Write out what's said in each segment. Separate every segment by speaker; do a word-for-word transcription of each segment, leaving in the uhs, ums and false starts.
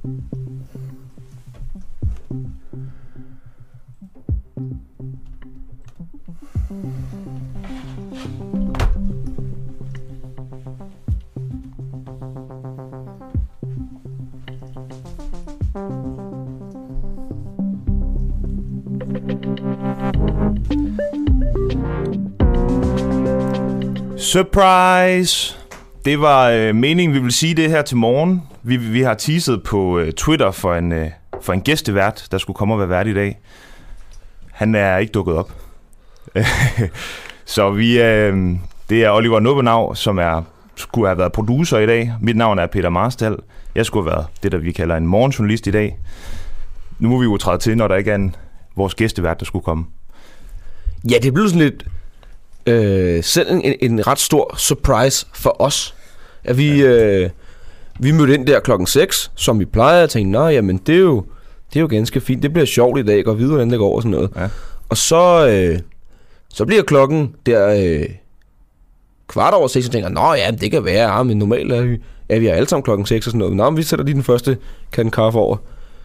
Speaker 1: Surprise! Det var øh, meningen, vi ville sige det her til morgen. Vi, vi har teaset på øh, Twitter for en, øh, for en gæstevært, der skulle komme og være vært i dag. Han er ikke dukket op. Så vi, øh, det er Oliver Nubbenau, som er, skulle have været producer i dag. Mit navn er Peter Marstal. Jeg skulle have været det, der vi kalder en morgenjournalist i dag. Nu må vi jo træde til, når der ikke er en, vores gæstevært, der skulle komme.
Speaker 2: Ja, det blev sådan lidt... Øh, selv en, en ret stor surprise for os, at vi, ja. øh, vi mødte ind der klokken seks, som vi plejer, og tænkte, nå, jamen, det er jo, det er jo ganske fint, det bliver sjovt i dag, går videre, hvordan det går og sådan noget. Ja. Og så, øh, så bliver klokken der øh, kvart over seks, og tænker, nå, ja, det kan være, ja, men normalt er vi, er vi alle sammen klokken seks og sådan noget, nå, men vi sætter lige den første kande kaffe over.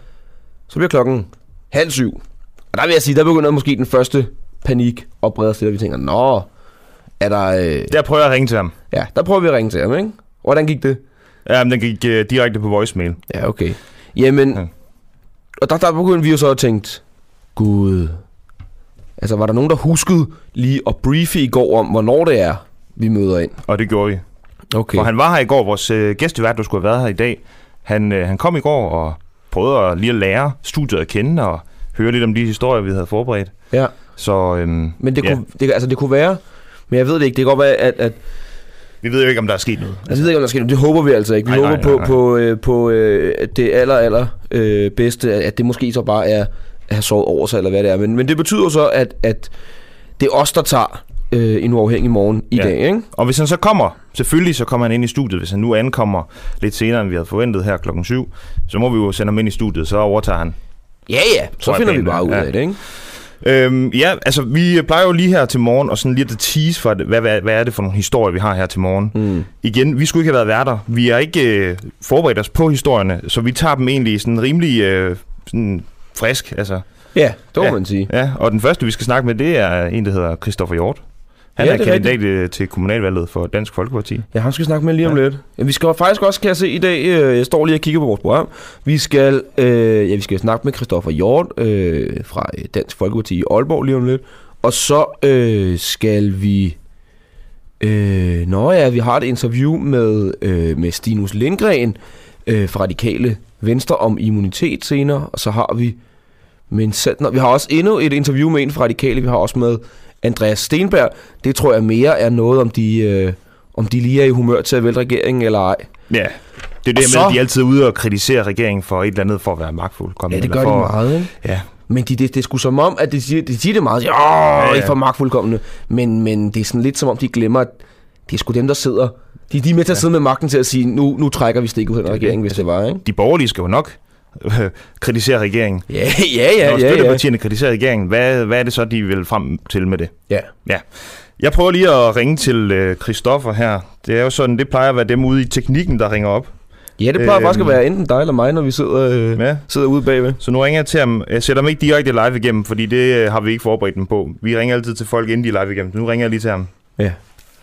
Speaker 2: Så bliver klokken halv syv, og der vil jeg sige, der begynder måske den første panik og breder sig, og vi tænker, nå, er der... Øh...
Speaker 1: Der prøver jeg at ringe til ham.
Speaker 2: Ja, der prøver vi at ringe til ham, ikke? Hvordan gik det?
Speaker 1: Ja, men den gik uh, direkte på voicemail.
Speaker 2: Ja, okay. Jamen, ja. Og der, der begyndte vi jo så at tænke, gud, altså var der nogen, der huskede lige at briefe i går om, hvornår det er, vi møder ind?
Speaker 1: Og det gjorde vi.
Speaker 2: Okay.
Speaker 1: For han var her i går, vores øh, gæstevært, der skulle have været her i dag. Han, øh, han kom i går og prøvede at lige at lære studiet at kende og høre lidt om de historier, vi havde forberedt. Ja. Så, øhm,
Speaker 2: men det,
Speaker 1: ja.
Speaker 2: kunne, det, altså det kunne være, men jeg ved det ikke, det kan godt være, at... at
Speaker 1: vi ved jo ikke, om der er sket noget.
Speaker 2: Altså, vi ved ikke, om der er sket noget, det håber vi altså ikke. Vi nej, håber nej, nej, nej. på, på, øh, på øh, det aller, aller øh, bedste, at det måske så bare er at have sovet over sig, eller hvad det er. Men, men det betyder så, at, at det er os, der tager øh, en uafhængig morgen i ja. dag, ikke?
Speaker 1: Og hvis han så kommer, selvfølgelig så kommer han ind i studiet, hvis han nu ankommer lidt senere, end vi havde forventet her klokken syv, så må vi jo sende ham ind i studiet, så overtager han.
Speaker 2: Ja, ja, så finder vi bare ud af ja. det, ikke?
Speaker 1: Øhm, ja, altså vi plejer jo lige her til morgen og sådan lige at tease for, hvad, hvad, hvad er det for nogle historier, vi har her til morgen. Mm. Igen, vi skulle ikke have været værter. Vi har ikke øh, forberedt os på historierne, så vi tager dem egentlig sådan rimelig øh, sådan frisk. Altså.
Speaker 2: Ja, det må
Speaker 1: ja,
Speaker 2: man sige.
Speaker 1: Ja, og den første, vi skal snakke med, det er en, der hedder Christoffer Hjort. Han ja, er kandidat rigtigt. til kommunalvalget for Dansk Folkeparti.
Speaker 2: Ja, han skal snakke med lige om ja. lidt. Ja, vi skal faktisk også, kan jeg se i dag, øh, jeg står lige og kigger på vores program, vi skal, øh, ja, vi skal snakke med Christoffer Hjort øh, fra Dansk Folkeparti i Aalborg lige om lidt. Og så øh, skal vi, øh, nå ja, vi har et interview med, øh, med Stinus Lindgren øh, fra Radikale Venstre om immunitet senere. Og så har vi, men vi har også endnu et interview med en fra Radikale, vi har også med Andreas Steenberg. Det tror jeg mere er noget, om de, øh, om de lige er i humør til at vælge regeringen eller ej.
Speaker 1: Ja, det er det med, at de er altid ude og kritisere regeringen for et eller andet for at være magtfuldkommen.
Speaker 2: Ja, det gør
Speaker 1: for,
Speaker 2: de meget, ikke?
Speaker 1: Ja.
Speaker 2: Men de, det, det er sgu som om, at de siger, de siger det meget, ja, ja, ja. for magtfuldkommende. Men, men det er sådan lidt som om, de glemmer, at det er sgu dem, der sidder. De, de er med til at sidde ja. med magten til at sige, nu, nu trækker vi stik ud af regeringen, hvis det var, ikke?
Speaker 1: De borgerlige skal jo nok kritisere regeringen.
Speaker 2: Ja, ja, ja.
Speaker 1: Når
Speaker 2: ja,
Speaker 1: støttepartierne ja. kritiserer regeringen, hvad, hvad er det så, de vil frem til med det?
Speaker 2: Ja.
Speaker 1: Ja. Jeg prøver lige at ringe til øh, Christoffer her. Det er jo sådan, det plejer at være dem ude i teknikken, der ringer op.
Speaker 2: Ja, det plejer æm... faktisk at være enten dig eller mig, når vi sidder, øh, ja. sidder ude bagved.
Speaker 1: Så nu ringer jeg til ham. Jeg sætter dem ikke direkte live igennem, fordi det øh, har vi ikke forberedt dem på. Vi ringer altid til folk, inden de er live igennem. Nu ringer jeg lige til ham.
Speaker 2: Ja.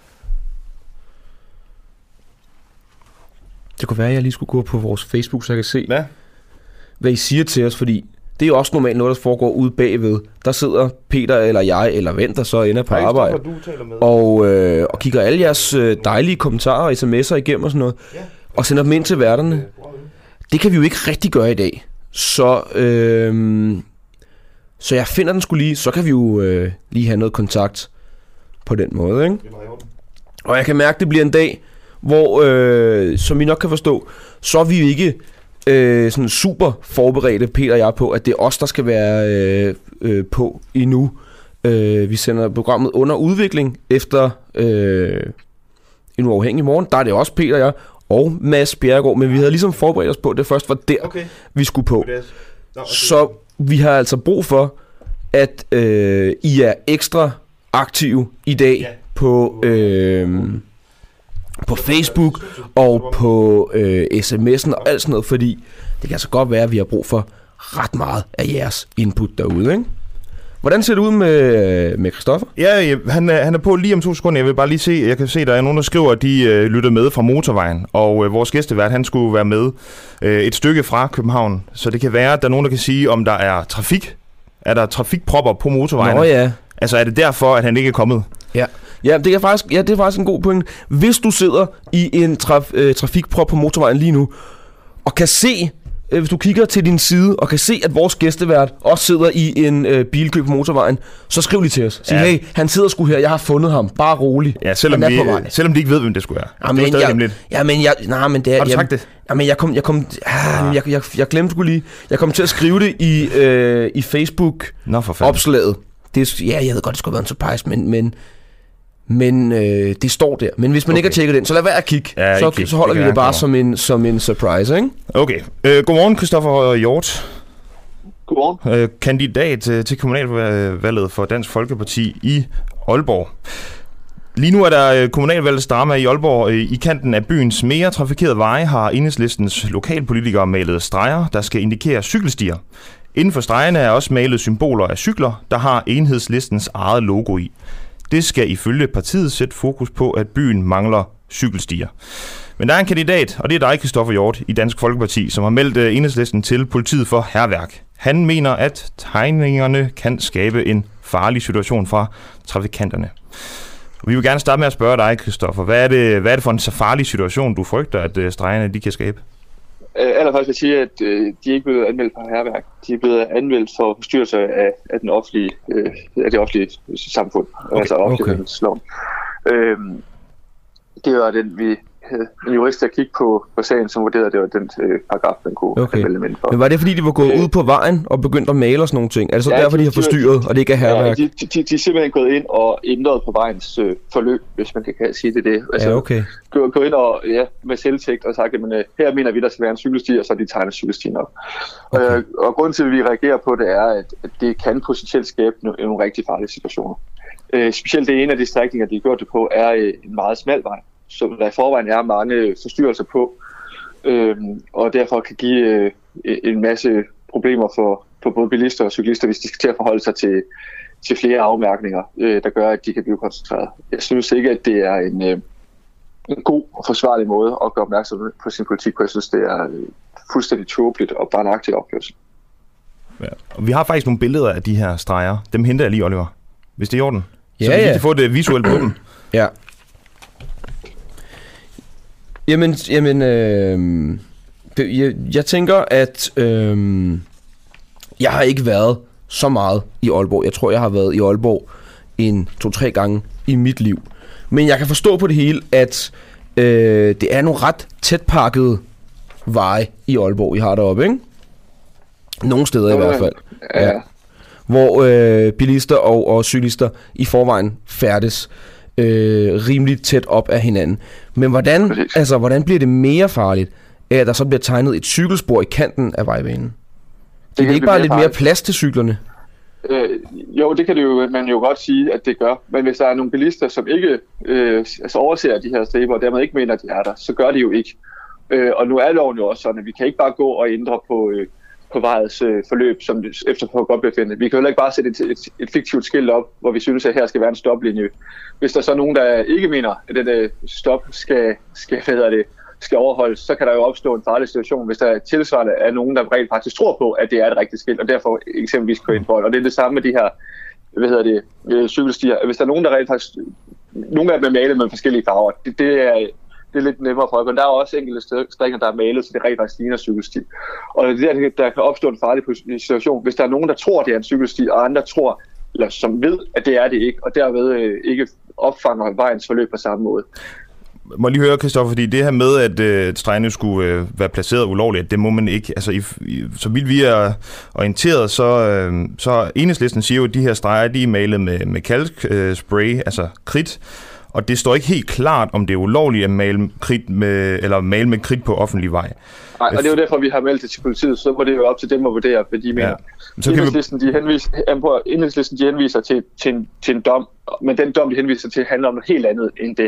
Speaker 2: Det kunne være, at jeg lige skulle gå på vores Facebook, så jeg kan se, ja. hvad I siger til os, fordi det er jo også normalt noget, der foregår ude bagved. Der sidder Peter eller jeg, eller hvem der så ender på Hej, arbejde, og, øh, og kigger alle jeres øh, dejlige kommentarer og sms'er igennem og sådan noget, ja. og sender dem ind til værterne. Det kan vi jo ikke rigtig gøre i dag. Så, øh, så jeg finder den skulle lige, så kan vi jo øh, lige have noget kontakt på den måde, ikke? Og jeg kan mærke, det bliver en dag, hvor, øh, som I nok kan forstå, så er vi jo ikke øh, sådan super forberedte, Peter og jeg, på, at det er os, der skal være øh, øh, på endnu. Øh, vi sender programmet under udvikling efter øh, en uafhængig morgen. Der er det også Peter og jeg og Mads Bjerregaard, men vi havde ligesom forberedt os på, at det først var der, okay. vi skulle på. No, okay. Så vi har altså brug for, at øh, I er ekstra aktive i dag yeah. på... Øh, på Facebook og på øh, sms'en og alt sådan noget, fordi det kan så godt være, at vi har brug for ret meget af jeres input derude, ikke? Hvordan ser det ud med, med Christoffer?
Speaker 1: Ja, han er, han er på lige om to sekunder. Jeg vil bare lige se, jeg kan se, der er nogen, der skriver, at de øh, lytter med fra motorvejen. Og øh, vores gæstevært, han skulle være med øh, et stykke fra København. Så det kan være, at der er nogen, der kan sige, om der er trafik. Er der trafikpropper på motorvejen?
Speaker 2: Nå ja.
Speaker 1: Altså er det derfor, at han ikke er kommet?
Speaker 2: Ja, ja, det er faktisk, ja, det er faktisk en god point. Hvis du sidder i en traf, øh, trafikprop på motorvejen lige nu, og kan se, øh, hvis du kigger til din side, og kan se, at vores gæstevært også sidder i en øh, bilkø på motorvejen, så skriv lige til os. Sig, ja. Hey, han sidder sgu her, jeg har fundet ham, bare rolig.
Speaker 1: Ja, selvom, vi, selvom de ikke ved, hvem det skulle være.
Speaker 2: Ja, men,
Speaker 1: det
Speaker 2: jeg, ja, men jeg, nej, men det er...
Speaker 1: Har du sagt det?
Speaker 2: Ja, men jeg kom, jeg kom, ah, jeg, jeg, jeg glemte sgu lige, jeg kom til at skrive det i, øh, i Facebook-opslaget. Det, ja, jeg ved godt, det skulle være en surprise, men... men Men øh, det står der. Men hvis man okay. ikke har tjekket den, så lad være at kigge. Ja, så, kig. så holder det vi det bare som en, som en surprise, ikke?
Speaker 1: Okay. Øh, godmorgen, Christoffer Hjort.
Speaker 3: Godmorgen.
Speaker 1: Øh, kandidat øh, til kommunalvalget for Dansk Folkeparti i Aalborg. Lige nu er der øh, kommunalvalgsdrama i Aalborg. Øh, I kanten af byens mere trafikerede veje har Enhedslistens lokalpolitikere malet streger, der skal indikere cykelstier. Inden for stregerne er også malet symboler af cykler, der har Enhedslistens eget logo i. Det skal ifølge partiet sætte fokus på, at byen mangler cykelstier. Men der er en kandidat, og det er dig, Christoffer Hjort, i Dansk Folkeparti, som har meldt Enhedslisten til politiet for hærværk. Han mener, at tegningerne kan skabe en farlig situation for trafikanterne. Vi vil gerne starte med at spørge dig, Christoffer. Hvad er det, hvad er det for en så farlig situation, du frygter, at stregerne de kan skabe?
Speaker 3: Allerførst vil jeg sige, at øh, de er ikke blevet anmeldt for hærværk. De er blevet anmeldt for forstyrrelse af, af, den offentlige, øh, af det offentlige samfund, okay. altså offentlighedsloven. Okay. Øhm, det var den, vi havde en jurist, der kiggede på, på sagen, som vurderede, at det var den øh, paragraf, man kunne
Speaker 2: okay.
Speaker 3: anmelde mænd for.
Speaker 2: Men var det, fordi de var gået øh, ud på vejen og begyndt at male og sådan nogle ting? Er det så ja, derfor, de, de har forstyrret, de, og det ikke er hærværk?
Speaker 3: Ja, de, de, de er simpelthen gået ind og ændret på vejens øh, forløb, hvis man kan sige det det. Altså,
Speaker 2: ja, okay.
Speaker 3: Gå, gå ind og, ja, med selvtægt og sagt, at men, her mener vi, der skal være en cykelsti, og så de tegner cykelstien op. Okay. Øh, og grunden til, at vi reagerer på det, er, at, at det kan potentielt skabe nogle, nogle rigtig farlige situationer. Øh, specielt det ene af de strækninger, de har gjort det på, er øh, en meget smal vej, så der i forvejen er mange forstyrrelser på, øh, og derfor kan give øh, en masse problemer for, for både bilister og cyklister, hvis de skal til at forholde sig til, til flere afmærkninger, øh, der gør, at de kan blive koncentreret. Jeg synes ikke, at det er en, øh, en god og forsvarlig måde at gøre opmærksom på sin politik, og jeg synes, det er øh, fuldstændig tåbeligt og bare en aktiv opførsel.
Speaker 1: Ja. Vi har faktisk nogle billeder af de her streger. Dem henter jeg lige, Oliver. Hvis det er i orden.
Speaker 2: Ja,
Speaker 1: så vi
Speaker 2: ja.
Speaker 1: kan få det visuelt på dem.
Speaker 2: Ja. Jamen, jamen øh, jeg, jeg tænker, at øh, jeg har ikke været så meget i Aalborg. Jeg tror, jeg har været i Aalborg en to-tre gange i mit liv. Men jeg kan forstå på det hele, at øh, det er nogle ret tætpakkede veje i Aalborg, I har deroppe, ikke? Nogle steder i hvert fald. Ja. Hvor øh, bilister og, og cyklister i forvejen færdes øh, rimelig tæt op af hinanden. Men hvordan, altså, hvordan bliver det mere farligt, at der så bliver tegnet et cykelspor i kanten af vejbanen? Det er det ikke bare lidt mere plads til cyklerne?
Speaker 3: Øh, jo, det kan det jo, man jo godt sige, at det gør. Men hvis der er nogle bilister, som ikke øh, altså overser de her striber, og dermed ikke mener, at de er der, så gør de jo ikke. Øh, og nu er loven jo også sådan, at vi kan ikke bare gå og ændre på, øh, på vejets øh, forløb, som efter på godt befinde. Vi kan heller ikke bare sætte et, et, et fiktivt skilt op, hvor vi synes, at her skal være en stoplinje. Hvis der så er nogen, der ikke mener, at dette stop skal, skal, hvad hedder det, skal overholdes, så kan der jo opstå en farlig situation, hvis der tilsvarende er nogen, der rent faktisk tror på, at det er et rigtigt skilt, og derfor eksempelvis kører ind på det. Og det er det samme med de her, hvad hedder det, øh, cykelstier. Hvis der er nogen, der rent faktisk, nogle af dem er malet med forskellige farver, det, det er det er lidt nemmere for, men der er også enkelte strikker, der er malet, så det rent faktisk ligner cykelsti. Og det der, der kan opstå en farlig situation, hvis der er nogen, der tror, det er en cykelsti, og andre tror, eller som ved, at det er det ikke, og derved øh, ikke opfanger vejens forløb på samme måde.
Speaker 1: Må lige høre, Christoffer, fordi det her med, at øh, stregene skulle øh, være placeret ulovligt, det må man ikke. Altså, i, i, så vidt vi er orienteret, så, øh, så Enhedslisten siger jo, at de her streger, de er malet med, med kalkspray, øh, altså kridt, og det står ikke helt klart, om det er ulovligt at male kridt med, eller male med kridt på offentlig vej.
Speaker 3: Nej, og det er jo derfor, vi har meldt det til politiet, så må det jo op til dem at vurdere, hvad de mener. Ja. Enhedslisten, de henviser, Enhedslisten, de henviser til, til, en, til en dom, men den dom, de henviser til, handler om noget helt andet end det her.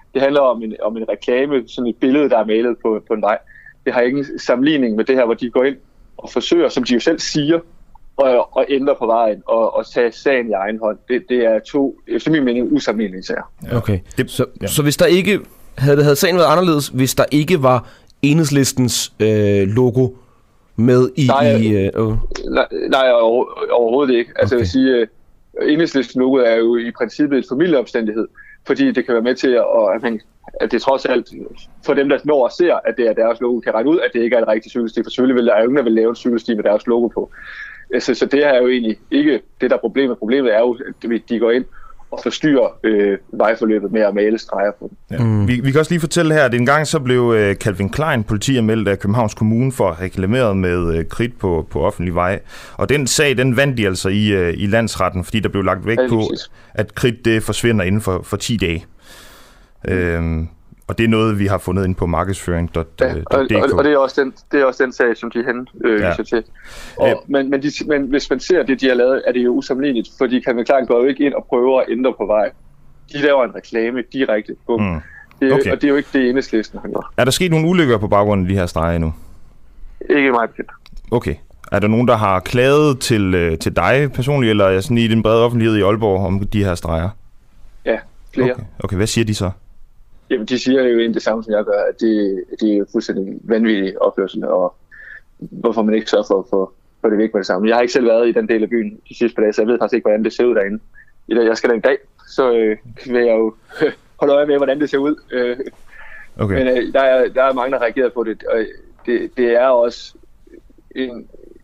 Speaker 3: Det handler om en, om en reklame, sådan et billede, der er malet på, på en vej. Det har ingen sammenligning med det her, hvor de går ind og forsøger, som de jo selv siger, og, og ændre på vejen og, og tage sagen i egen hånd. Det, det er to, efter min mening, usammenlignelige sager.
Speaker 2: Okay, det, så, ja. så hvis der ikke, havde, havde sagen været anderledes, hvis der ikke var Enhedslistens øh, logo med i...
Speaker 3: Nej,
Speaker 2: i øh, øh.
Speaker 3: nej, nej over, overhovedet ikke. Altså okay. Jeg vil sige, øh, Enhedslistens logo er jo i princippet et familieomstændighed, fordi det kan være med til, at, at, man, at det trods alt, for dem, der når og ser, at det er deres logo, kan regne ud, at det ikke er et rigtigt cykelsti. For selvfølgelig vil der jo ingen, der vil lave en cykelsti med deres logo på. Så, så det er jo egentlig ikke det, der er problemet. Problemet er jo, at de går ind og forstyrrer øh, vejforløbet med at male streger på dem.
Speaker 1: Ja. Mm. Vi, vi kan også lige fortælle her, at en gang så blev øh, Calvin Klein politianmeldt af Københavns Kommune for at reklamere med øh, kridt på, på offentlig vej. Og den sag, den vandt de altså i, øh, i landsretten, fordi der blev lagt vægt ja, på, at kridt det forsvinder inden for, for ti dage. Mm. Øhm, og det er noget, vi har fundet ind på markedsføring.
Speaker 3: Ja, og, og, og det er også den, det er også den sag, som de henviser ja. til. Og, øh, men, men, de, men hvis man ser det, de har lavet, er det jo usammenligneligt, fordi Calvin Klein går jo ikke ind og prøver at ændre på vej. De laver en reklame direkte. Mm. Det, okay. Og det er jo ikke det, Enhedslisten har gjort.
Speaker 1: Er der sket nogle ulykker på baggrund af de her streger nu?
Speaker 3: Ikke meget bekendt.
Speaker 1: Okay. Er der nogen, der har klaget til, til dig personligt, eller er sådan i den brede offentlighed i Aalborg om de her streger?
Speaker 3: Ja, flere.
Speaker 1: Okay, okay. Hvad siger de så?
Speaker 3: Jamen, de siger jo egentlig det samme, som jeg gør, at det, det er fuldstændig vanvittig opførsel, og hvorfor man ikke sørger for, for, for det væk med det samme. Jeg har ikke selv været i den del af byen de sidste par dage, så jeg ved faktisk ikke, hvordan det ser ud derinde. I dag, jeg skal der en dag, så øh, vil jeg jo holde øje med, hvordan det ser ud. Øh, okay. Men øh, der, er, der er mange, der reagerer på det, og det, det er også en,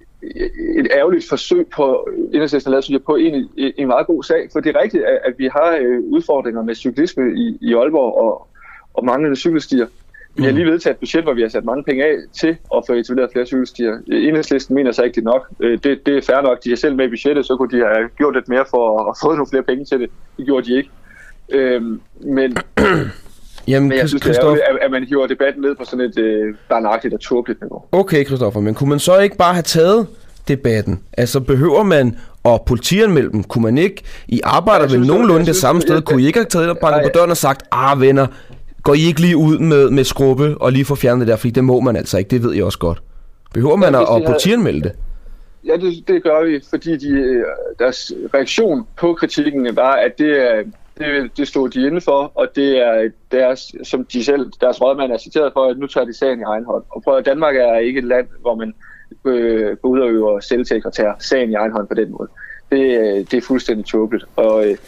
Speaker 3: et ærgerligt forsøg på Enhedslisten lavet, synes jeg, på en, en meget god sag, for det er rigtigt, at, at vi har øh, udfordringer med cyklisme i, i Aalborg og, og manglende cykelstier. Vi har lige vedtaget et budget, hvor vi har sat mange penge af til at få etableret flere cykelstier. Enhedslisten mener så ikke det nok. Det, det er fair nok. De er selv med i budgettet, så kunne de have gjort lidt mere for at få nogle flere penge til det. Det gjorde de ikke. Øhm, men, Jamen, men jeg synes, det er ærgerligt, at man hiver debatten ned på sådan et øh, barnagtigt og tåbeligt niveau.
Speaker 2: Okay, Christoffer, men kunne man så ikke bare have taget debatten? Altså behøver man at politianmelde dem? Kunne man ikke i arbejder ved nogenlunde det samme sted? Kunne I ikke have taget og banket på døren og sagt, ah venner, går I ikke lige ud med, med skrubbe og lige få fjernet det der, fordi det må man altså ikke, det ved jeg også godt. Behøver man ja, at, at politianmelde det?
Speaker 3: Ja, det, det gør vi, fordi de, deres reaktion på kritikken var, at det, det, det stod de inden for, og det er deres, som de selv, deres rådmand er citeret for, at nu tager de sagen i egen hånd. Og prøv at Danmark er ikke et land, hvor man øh, går ud og øver selvtægt og tager sagen i egen hånd på den måde. Det, det er fuldstændig tåbeligt, og øh,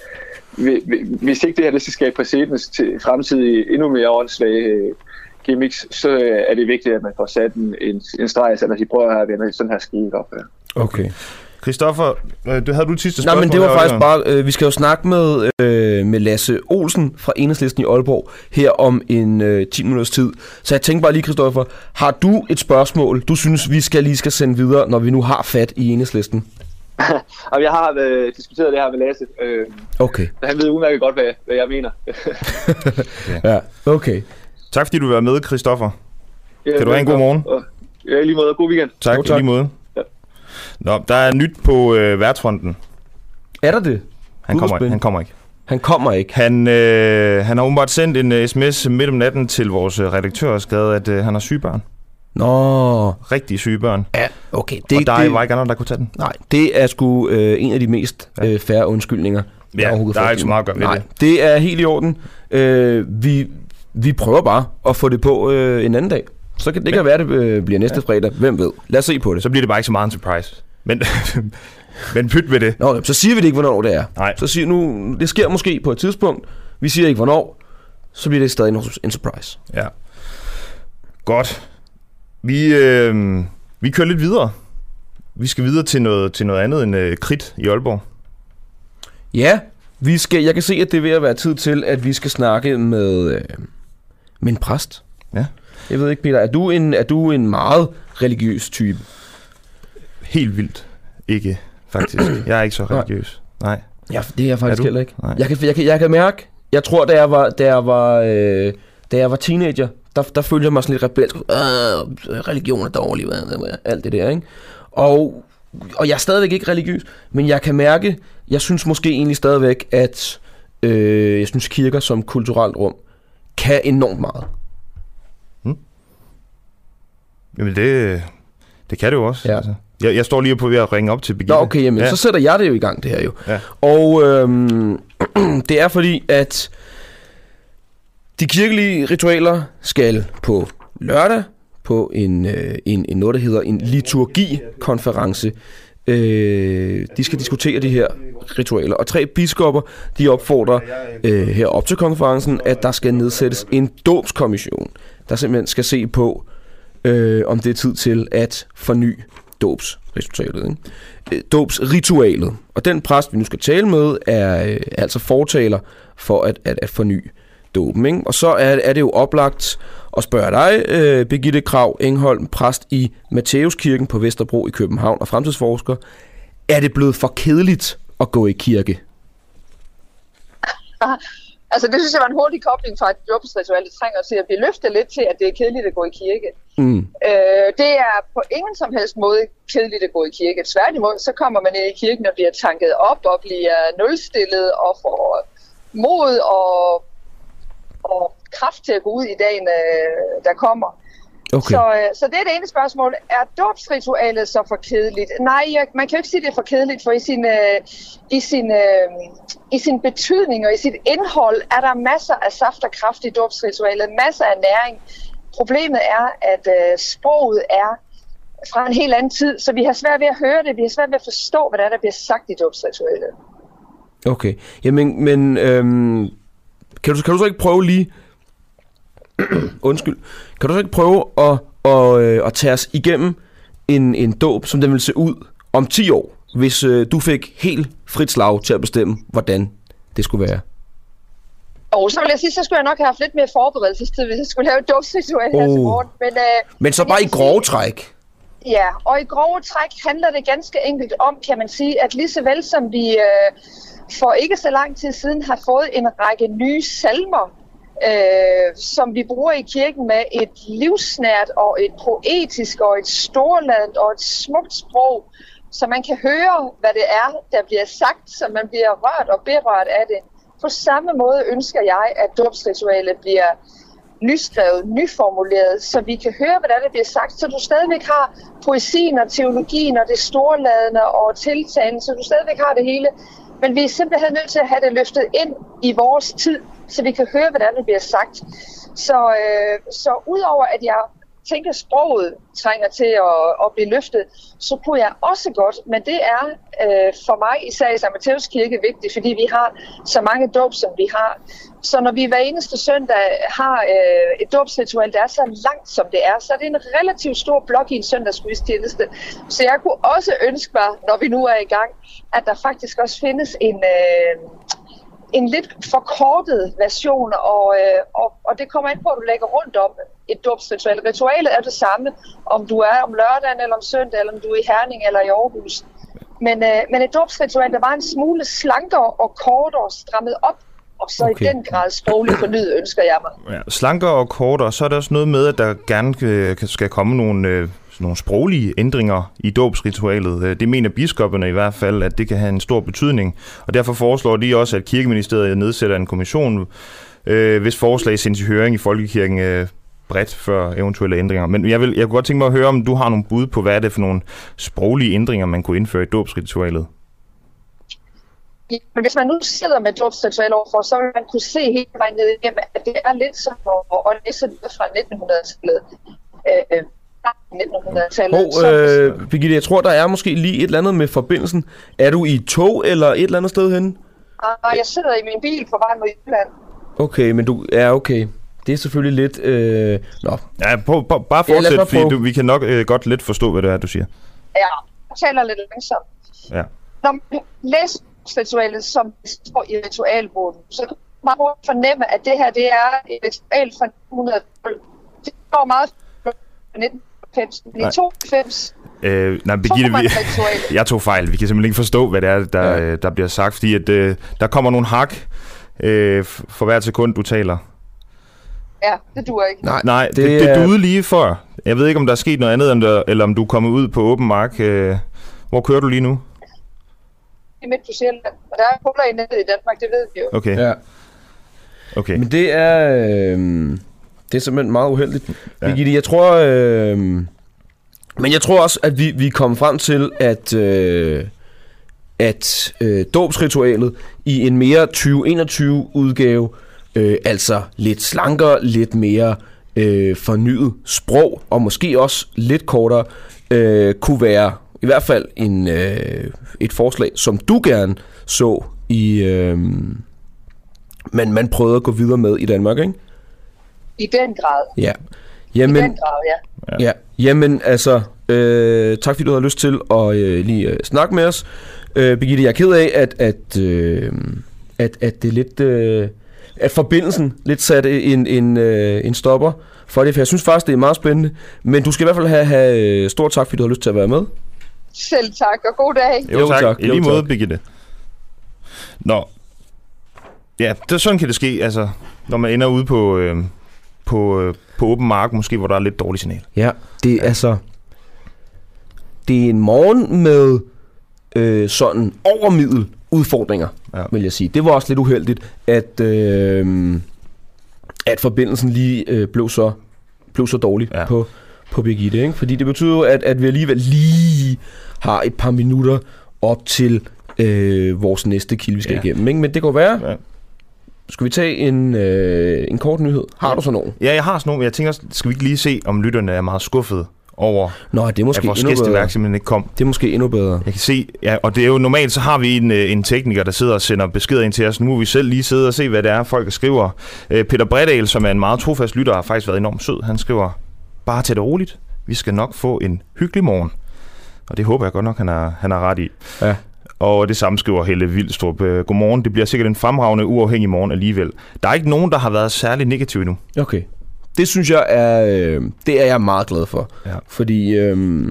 Speaker 3: hvis ikke det her det skal skabe præcedens til fremtidige endnu mere åndssvage gimmicks, så er det vigtigt, at man får sat en, en, en streg, så når de prøver at vende sådan her skide op.
Speaker 1: Okay. Christoffer, du havde du et sidste
Speaker 2: Nej,
Speaker 1: spørgsmål?
Speaker 2: men det var faktisk bare, øh, vi skal jo snakke med, øh, med Lasse Olsen fra Enhedslisten i Aalborg her om en øh, ti minutters tid. Så jeg tænkte bare lige, Christoffer, har du et spørgsmål, du synes, vi skal lige skal sende videre, når vi nu har fat i Enhedslisten?
Speaker 3: Jeg har øh, diskuteret det her med Lasse, øh,
Speaker 2: okay.
Speaker 3: så han ved udmærket godt, hvad, hvad jeg mener.
Speaker 2: Ja, okay.
Speaker 1: Tak fordi du var med, Christoffer. Ja, kan du have en god morgen?
Speaker 3: Ja, i lige måde. God weekend.
Speaker 1: Tak, i lige måde. Ja. Nå, der er nyt på øh, værtsfronten.
Speaker 2: Er der det?
Speaker 1: Han kommer, ikke. han kommer ikke.
Speaker 2: Han kommer ikke?
Speaker 1: Han, øh, han har umiddelbart sendt en uh, sms midt om natten til vores redaktør og skrevet, at øh, han har syge børn.
Speaker 2: Nå.
Speaker 1: Rigtig syge børn.
Speaker 2: Ja, okay. Det,
Speaker 1: og der
Speaker 2: det,
Speaker 1: var ikke andre, der kunne tage den.
Speaker 2: Nej, det er sgu øh, en af de mest øh, færre undskyldninger.
Speaker 1: Ja, der, der er ikke så meget at gøre ved
Speaker 2: nej,
Speaker 1: det.
Speaker 2: Det er helt i orden. Øh, vi, vi prøver bare at få det på øh, en anden dag. Så kan det kan være, det øh, bliver næste ja. fredag. Hvem ved? Lad os se på det.
Speaker 1: Så bliver det bare ikke så meget en surprise. Men, men pyt ved det.
Speaker 2: Nå, så siger vi det ikke, hvornår det er.
Speaker 1: Nej.
Speaker 2: Så siger nu, det sker måske på et tidspunkt. Vi siger ikke, hvornår. Så bliver det stadig en surprise.
Speaker 1: Ja. Godt. Vi, øh, vi kører lidt videre. Vi skal videre til noget, til noget andet end øh, kridt i Aalborg.
Speaker 2: Ja, vi skal, jeg kan se, at det er ved at være tid til, at vi skal snakke med, øh, med en præst.
Speaker 1: Ja.
Speaker 2: Jeg ved ikke, Peter, er du en, er du en meget religiøs type?
Speaker 1: Helt vildt. Ikke, faktisk. Jeg er ikke så religiøs. Nej.
Speaker 2: Ja, det er jeg faktisk
Speaker 1: er
Speaker 2: heller ikke.
Speaker 1: Nej.
Speaker 2: Jeg kan, jeg, kan, jeg kan mærke, jeg tror, da jeg var, da jeg var, øh, da jeg var teenager, der, der følte jeg mig sådan lidt rebelsk. Øh, religion er dårlig, alt det der, ikke? Og, og jeg er stadigvæk ikke religiøs, men jeg kan mærke, jeg synes måske egentlig stadigvæk, at øh, jeg synes kirker som kulturelt rum, kan enormt meget.
Speaker 1: Hmm. Jamen det, det kan det jo også.
Speaker 2: Ja.
Speaker 1: Altså. Jeg, jeg står lige på ved at ringe op til Birgitte.
Speaker 2: Nå, okay, jamen, ja. Så sætter jeg det jo i gang, det her jo. Ja. Og øhm, det er fordi, at de kirkelige ritualer skal på lørdag på en, øh, en, en noget, der hedder en liturgikonference. Øh, de skal diskutere de her ritualer. Og tre biskopper, de opfordrer øh, her op til konferencen, at der skal nedsættes en dåbskommission, der simpelthen skal se på, øh, om det er tid til at forny dåbsresultatet, ikke? Dåbsritualet. Og den præst, vi nu skal tale med, er øh, altså fortaler for at, at, at forny dåben, ikke? Og så er, er det jo oplagt at spørge dig, øh, Birgitte Krag Engholm, præst i Matthæuskirken på Vesterbro i København og fremtidsforsker. Er det blevet for kedeligt at gå i kirke?
Speaker 4: Altså det synes jeg var en hurtig kobling fra et dåbsritual, det trænger til at blive løftet lidt til, at det er kedeligt at gå i kirke. Mm. Øh, det er på ingen som helst måde kedeligt at gå i kirke. Tværtimod, så kommer man ind i kirken og bliver tanket op og bliver nulstillet og får mod og, og kraft til at gå ud i dagen, der kommer. Okay. Så, så det er det ene spørgsmål. Er dåbsritualet så for kedeligt? Nej, man kan jo ikke sige, det er for kedeligt, for i sin, i sin, i sin betydning og i sit indhold er der masser af saft og kraft i dåbsritualet, masser af næring. Problemet er, at sproget er fra en helt anden tid, så vi har svært ved at høre det, vi har svært ved at forstå, hvad der, er, der bliver sagt i dåbsritualet. Okay,
Speaker 2: jamen, men øhm, kan, du, kan du så ikke prøve lige Undskyld. Kan du så ikke prøve at, at, at, at tage os igennem en, en dåb, som den vil se ud om ti år, hvis øh, du fik helt frit slag til at bestemme, hvordan det skulle være?
Speaker 4: Og så vil jeg sige, så skulle jeg nok have haft lidt mere forberedelsestid, hvis jeg skulle lave et dåbsritual her oh. til morgen. Men, øh,
Speaker 2: men så bare i grove træk?
Speaker 4: Ja, og i grove træk handler det ganske enkelt om, kan man sige, at lige så vel som vi øh, for ikke så lang tid siden har fået en række nye salmer, Øh, som vi bruger i kirken med et livsnært og et poetisk og et storladent og et smukt sprog, så man kan høre, hvad det er, der bliver sagt, så man bliver rørt og berørt af det. På samme måde ønsker jeg, at dåbsritualet bliver nyskrevet, nyformuleret, så vi kan høre, hvad der, der bliver sagt, så du stadigvæk har poesien og teologien og det storladende og tiltalen, så du stadigvæk har det hele. Men vi er simpelthen nødt til at have det løftet ind i vores tid, så vi kan høre, hvordan det bliver sagt. Så, øh, så udover at jeg tænker, at sproget trænger til at, at blive løftet, så kunne jeg også godt, men det er øh, for mig især i Sankt Matthæus Kirke vigtigt, fordi vi har så mange dåb, som vi har. Så når vi hver eneste søndag har øh, et dåbsritual, der er så langt, som det er, så er det en relativt stor blok i en søndagsgudstjeneste. Så jeg kunne også ønske mig, når vi nu er i gang, at der faktisk også findes en... Øh, en lidt forkortet version, og, øh, og, og det kommer ind på, at du lægger rundt om et dåbsritual. Ritualet er det samme, om du er om lørdagen, eller om søndag, eller om du er i Herning, eller i Aarhus. Men, øh, men et dåbsritual, der var en smule slankere og kortere, strammet op, og så okay. i den grad sprogligt fornyet, ønsker jeg mig.
Speaker 1: Ja, slankere og kortere, så er der også noget med, at der gerne øh, skal komme nogle... Øh nogle sproglige ændringer i dåbsritualet. Det mener biskopperne i hvert fald, at det kan have en stor betydning, og derfor foreslår de også, at Kirkeministeriet nedsætter en kommission, øh, hvis forslag sendes i høring i Folkekirken øh, bredt før eventuelle ændringer. Men jeg, vil, jeg kunne godt tænke mig at høre, om du har nogle bud på, hvad er det for nogle sproglige ændringer, man kunne indføre i dåbsritualet?
Speaker 4: Ja, men hvis man nu sidder med dåbsritual overfor, så vil man kunne se hele vejen ned igennem, at det er lidt som at læse det fra nitten hundrede-tallet. Øh, nitten hundrede-tallet.
Speaker 2: Hov, øh, Birgitte, jeg tror, der er måske lige et eller andet med forbindelsen. Er du i et tog eller et eller andet sted henne?
Speaker 4: Nej, jeg sidder i min bil på vej mod Jylland.
Speaker 2: Okay, men du er ja, okay. Det er selvfølgelig lidt... Øh... Nå.
Speaker 1: Ja, på, på, bare fortsæt, ja, fordi du, vi kan nok øh, godt lidt forstå, hvad det er, du siger.
Speaker 4: Ja, jeg taler lidt langsomt.
Speaker 1: Ja.
Speaker 4: Når man læser ritualet, som står i ritualbogen, så kan man bare fornemme, at det her det er et ritual fra nitten hundrede og tolv. Det går meget nitten halvfems, i tooghalvfems.
Speaker 1: Øh, nej, Birgitte, vi, jeg tog fejl. Vi kan simpelthen ikke forstå, hvad det er, der, ja. der bliver sagt, fordi at, øh, der kommer nogle hak øh, for hvert sekund, du taler.
Speaker 4: Ja, det duer ikke.
Speaker 1: Nej, nej det, det, det duede lige før. Jeg ved ikke, om der er sket noget andet, eller, eller om du er kommet ud på åben mark. Øh, hvor kører du lige nu?
Speaker 4: I midt på Sjælland. Og der er huller i nettet i Danmark, det ved vi jo.
Speaker 1: Okay. Ja. Okay.
Speaker 2: Men det er, øh, det er simpelthen meget uheldigt. Ja. Birgitte, jeg tror... Øh, men jeg tror også, at vi, vi kommer frem til, at... Øh, at øh, dåbsritualet i en mere tyve enogtyve udgave, øh, altså lidt slankere, lidt mere øh, fornyet sprog, og måske også lidt kortere, øh, kunne være i hvert fald en, øh, et forslag, som du gerne så i, øh, man, man prøvede at gå videre med i Danmark, ikke?
Speaker 4: I den grad.
Speaker 2: Ja. Jamen,
Speaker 4: I den grad, ja.
Speaker 2: Ja, jamen altså, øh, tak fordi du havde lyst til at øh, lige øh, snakke med os. Øh, Birgitte, jeg er ked af, at, at, øh, at, at det er lidt, øh, at forbindelsen lidt satte en, en, øh, en stopper for det, for jeg synes faktisk, det er meget spændende. Men du skal i hvert fald have, have stor tak, fordi du har lyst til at være med.
Speaker 4: Selv tak, og god dag.
Speaker 1: Jo, jo tak. tak. I lige måde, Birgitte. Nå. Ja, det, sådan kan det ske, altså, når man ender ude på, øh, på, øh, på åben mark, måske, hvor der er lidt dårligt signal.
Speaker 2: Ja, det er ja. altså... Det er en morgen med øh, sådan overmiddel udfordringer, ja. vil jeg sige. Det var også lidt uheldigt, at, øh, at forbindelsen lige øh, blev, så, blev så dårlig ja. på, på Birgitte. Ikke? Fordi det betyder at, at vi alligevel lige har et par minutter op til øh, vores næste kilde, vi skal ja. igennem. Ikke? Men det kan være... Ja. Skal vi tage en, øh, en kort nyhed? Har ja. du sådan nogen?
Speaker 1: Ja, jeg har sådan nogen, men jeg tænker, skal vi ikke lige se, om lytterne er meget skuffede over,
Speaker 2: Nå, det er måske
Speaker 1: at vores gæsteværk simpelthen ikke kom.
Speaker 2: Det er måske endnu bedre.
Speaker 1: Jeg kan se, ja, og det er jo normalt, så har vi en, en tekniker, der sidder og sender beskeder ind til os. Nu må vi selv lige sidde og se, hvad det er, folk skriver. Peter Bredal, som er en meget trofast lytter, har faktisk været enormt sød. Han skriver, bare tag det roligt. Vi skal nok få en hyggelig morgen. Og det håber jeg godt nok, han har, han har ret i. Ja. Og det samme skriver Helle Vildstrup. Godmorgen, det bliver sikkert en fremragende, uafhængig morgen alligevel. Der er ikke nogen, der har været særlig negativ endnu.
Speaker 2: Okay. Det synes jeg er, øh, det er jeg meget glad for. Ja. Fordi, øh,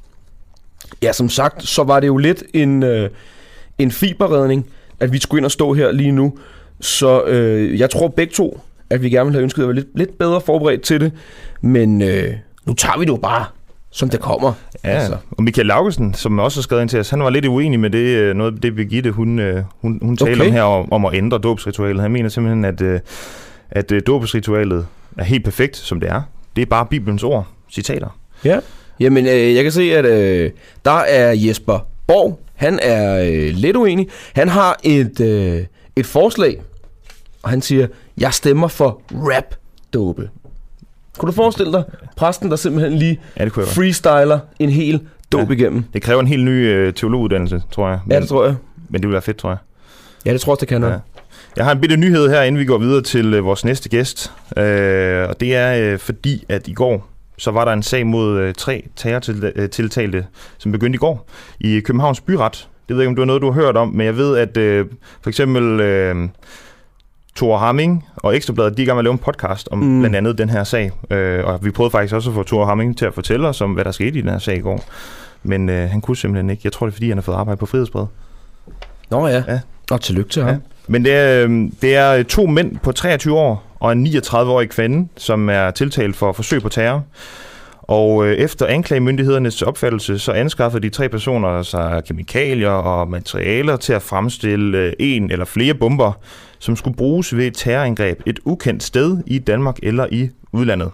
Speaker 2: ja, som sagt, så var det jo lidt en, øh, en fiberredning, at vi skulle ind og stå her lige nu. Så øh, jeg tror begge to, at vi gerne ville have ønsket at være lidt, lidt bedre forberedt til det. Men øh, nu tager vi det jo bare, som det kommer.
Speaker 1: Ja, altså. Og Michael Laugesen, som også har skrevet ind til os, han var lidt uenig med det, noget af det Birgitte, hun, hun, hun taler okay. om her, om, om at ændre dåbsritualet. Han mener simpelthen, at, at dåbsritualet er helt perfekt, som det er. Det er bare Bibelens ord, citater.
Speaker 2: Ja, jamen øh, jeg kan se, at øh, der er Jesper Borg, han er øh, lidt uenig. Han har et, øh, et forslag, og han siger, jeg stemmer for rap-dåbe. Kunne du forestille dig præsten, der simpelthen lige ja, freestyler en hel dåb ja. igennem?
Speaker 1: Det kræver en helt ny øh, teologuddannelse, tror jeg. Men,
Speaker 2: ja, det tror jeg.
Speaker 1: Men det vil være fedt, tror jeg.
Speaker 2: Ja, det tror jeg, det kan noget. Ja.
Speaker 1: Jeg har en bitte nyhed her, inden vi går videre til øh, vores næste gæst. Øh, og det er øh, fordi, at i går, så var der en sag mod øh, tre terrortiltalte, som begyndte i går i Københavns Byret. Det ved jeg ikke, om det var noget, du har hørt om, men jeg ved, at øh, for eksempel øh, Thor Hamming og Ekstrabladet, de er i gang med at lave en podcast om mm. blandt andet den her sag. Øh, og vi prøvede faktisk også at få Thor Hamming til at fortælle os om, hvad der skete i den her sag i går. Men øh, han kunne simpelthen ikke. Jeg tror, det er, fordi han har fået arbejde på Frihedsbred.
Speaker 2: Nå ja. ja. Og tillykke til ham. Ja.
Speaker 1: Men det er, det er to mænd på treogtyve år og en niogtredive-årig kvinde, som er tiltalt for forsøg på terror. Og øh, efter anklagemyndighedernes opfattelse, så anskaffede de tre personer sig kemikalier og materialer til at fremstille øh, en eller flere bomber, som skulle bruges ved et terrorangreb et ukendt sted i Danmark eller i udlandet.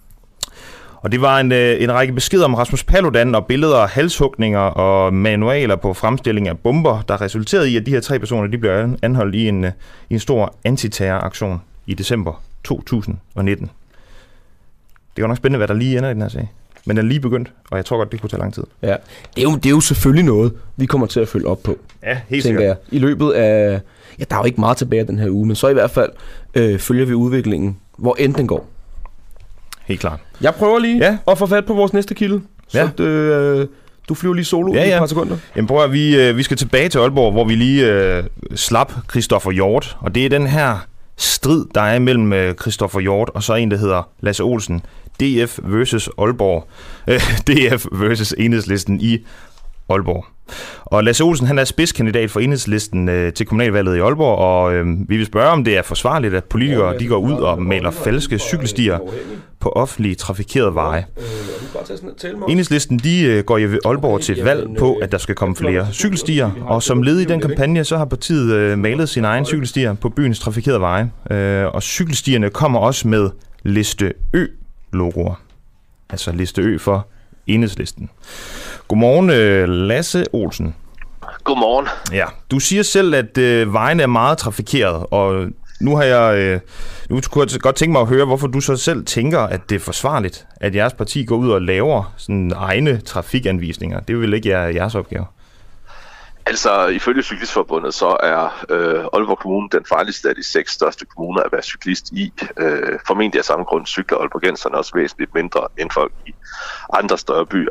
Speaker 1: Og det var en, en række beskeder om Rasmus Paludan og billeder af halshugninger og manualer på fremstilling af bomber, der resulterede i, at de her tre personer de blev anholdt i en, i en stor antiterroraktion i december to tusind nitten. Det var nok spændende, hvad der lige ender i den her sag. Men den er lige begyndt, og jeg tror godt, det kunne tage lang tid.
Speaker 2: Ja, det er jo, det er jo selvfølgelig noget, vi kommer til at følge op på.
Speaker 1: Ja, helt sikkert. Jeg.
Speaker 2: I løbet af... Ja, der er jo ikke meget tilbage af den her uge, men så i hvert fald øh, følger vi udviklingen, hvor end den går.
Speaker 1: Helt klart.
Speaker 2: Jeg prøver lige ja. at få fat på vores næste kilde, så ja. det, øh, du flyver lige solo ja, ja. i et par sekunder.
Speaker 1: Jamen prøv at, vi, øh, vi skal tilbage til Aalborg, hvor vi lige øh, slap Christoffer Hjort, og det er den her strid, der er mellem øh, Christoffer Hjort og så en, der hedder Lasse Olsen. D F versus Aalborg. Øh, D F versus Enhedslisten i Aalborg. Og Lasse Olsen, han er spidskandidat for Enhedslisten øh, til kommunalvalget i Aalborg, og øh, vi vil spørge, om det er forsvarligt, at politikere de går ud og maler falske cykelstier på offentlige trafikerede veje. Enhedslisten de øh, går i Aalborg til et valg på, at der skal komme flere cykelstier, og som led i den kampagne, så har partiet øh, malet sine egne cykelstier på byens trafikerede veje. Øh, og cykelstierne kommer også med Liste Ø-logoer. Altså Liste Ø for Enhedslisten. Godmorgen, Lasse Olsen.
Speaker 5: Godmorgen.
Speaker 1: Ja, du siger selv, at øh, vejen er meget trafikeret, og nu har jeg øh, nu kunne jeg godt tænke mig at høre, hvorfor du så selv tænker, at det er forsvarligt, at jeres parti går ud og laver sådan egne trafikanvisninger. Det vil ikke være jeres opgave.
Speaker 5: Altså, ifølge Cyklistforbundet, så er øh, Aalborg Kommune den farligste af de seks største kommuner at være cyklist i. Øh, formentlig af samme grund cykler aalborgenserne også væsentligt mindre end folk i andre større byer.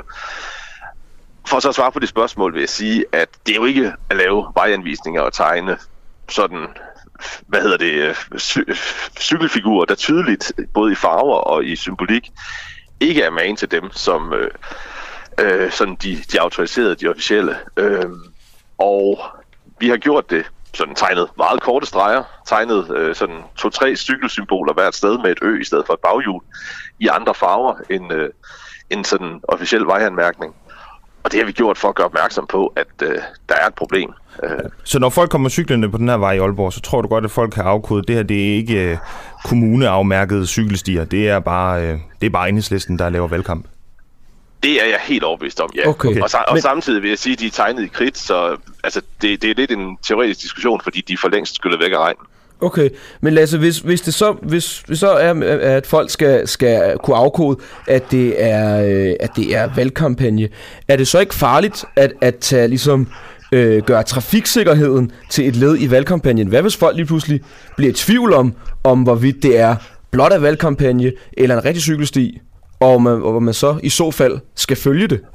Speaker 5: For så at svare på det spørgsmål vil jeg sige, at det er jo ikke at lave vejanvisninger og tegne sådan, hvad hedder det, cy- cykelfigurer, der tydeligt, både i farver og i symbolik, ikke er magen til dem, som øh, øh, sådan de, de autoriserede, de officielle. Øh, og vi har gjort det sådan tegnet meget korte streger, tegnet øh, sådan to-tre cykelsymboler hvert sted med et ø i stedet for et baghjul i andre farver end, øh, end sådan officiel vejanmærkning. Og det har vi gjort for at gøre opmærksom på, at øh, der er et problem.
Speaker 1: Så når folk kommer cyklerne på den her vej i Aalborg, så tror du godt, at folk kan afkode, det her det er ikke øh, kommuneafmærkede cykelstier, det er bare, øh, det er bare Enhedslisten, der laver valgkamp?
Speaker 5: Det er jeg helt overbevist om, ja.
Speaker 2: Okay.
Speaker 5: Og, og
Speaker 2: Men...
Speaker 5: samtidig vil jeg sige, at de er tegnet i kridt, så altså, det, det er lidt en teoretisk diskussion, fordi de for længst skulle væk af regnen.
Speaker 2: Okay, men Lasse, hvis, hvis det så, hvis, hvis så er, at folk skal, skal kunne afkode, at det er, at det er valgkampagne, er det så ikke farligt at, at tage, ligesom, øh, gøre trafiksikkerheden til et led i valgkampagnen? Hvad hvis folk lige pludselig bliver i tvivl om, om hvorvidt det er blot af valgkampagne eller en rigtig cykelsti, og man, og man så i så fald skal følge det?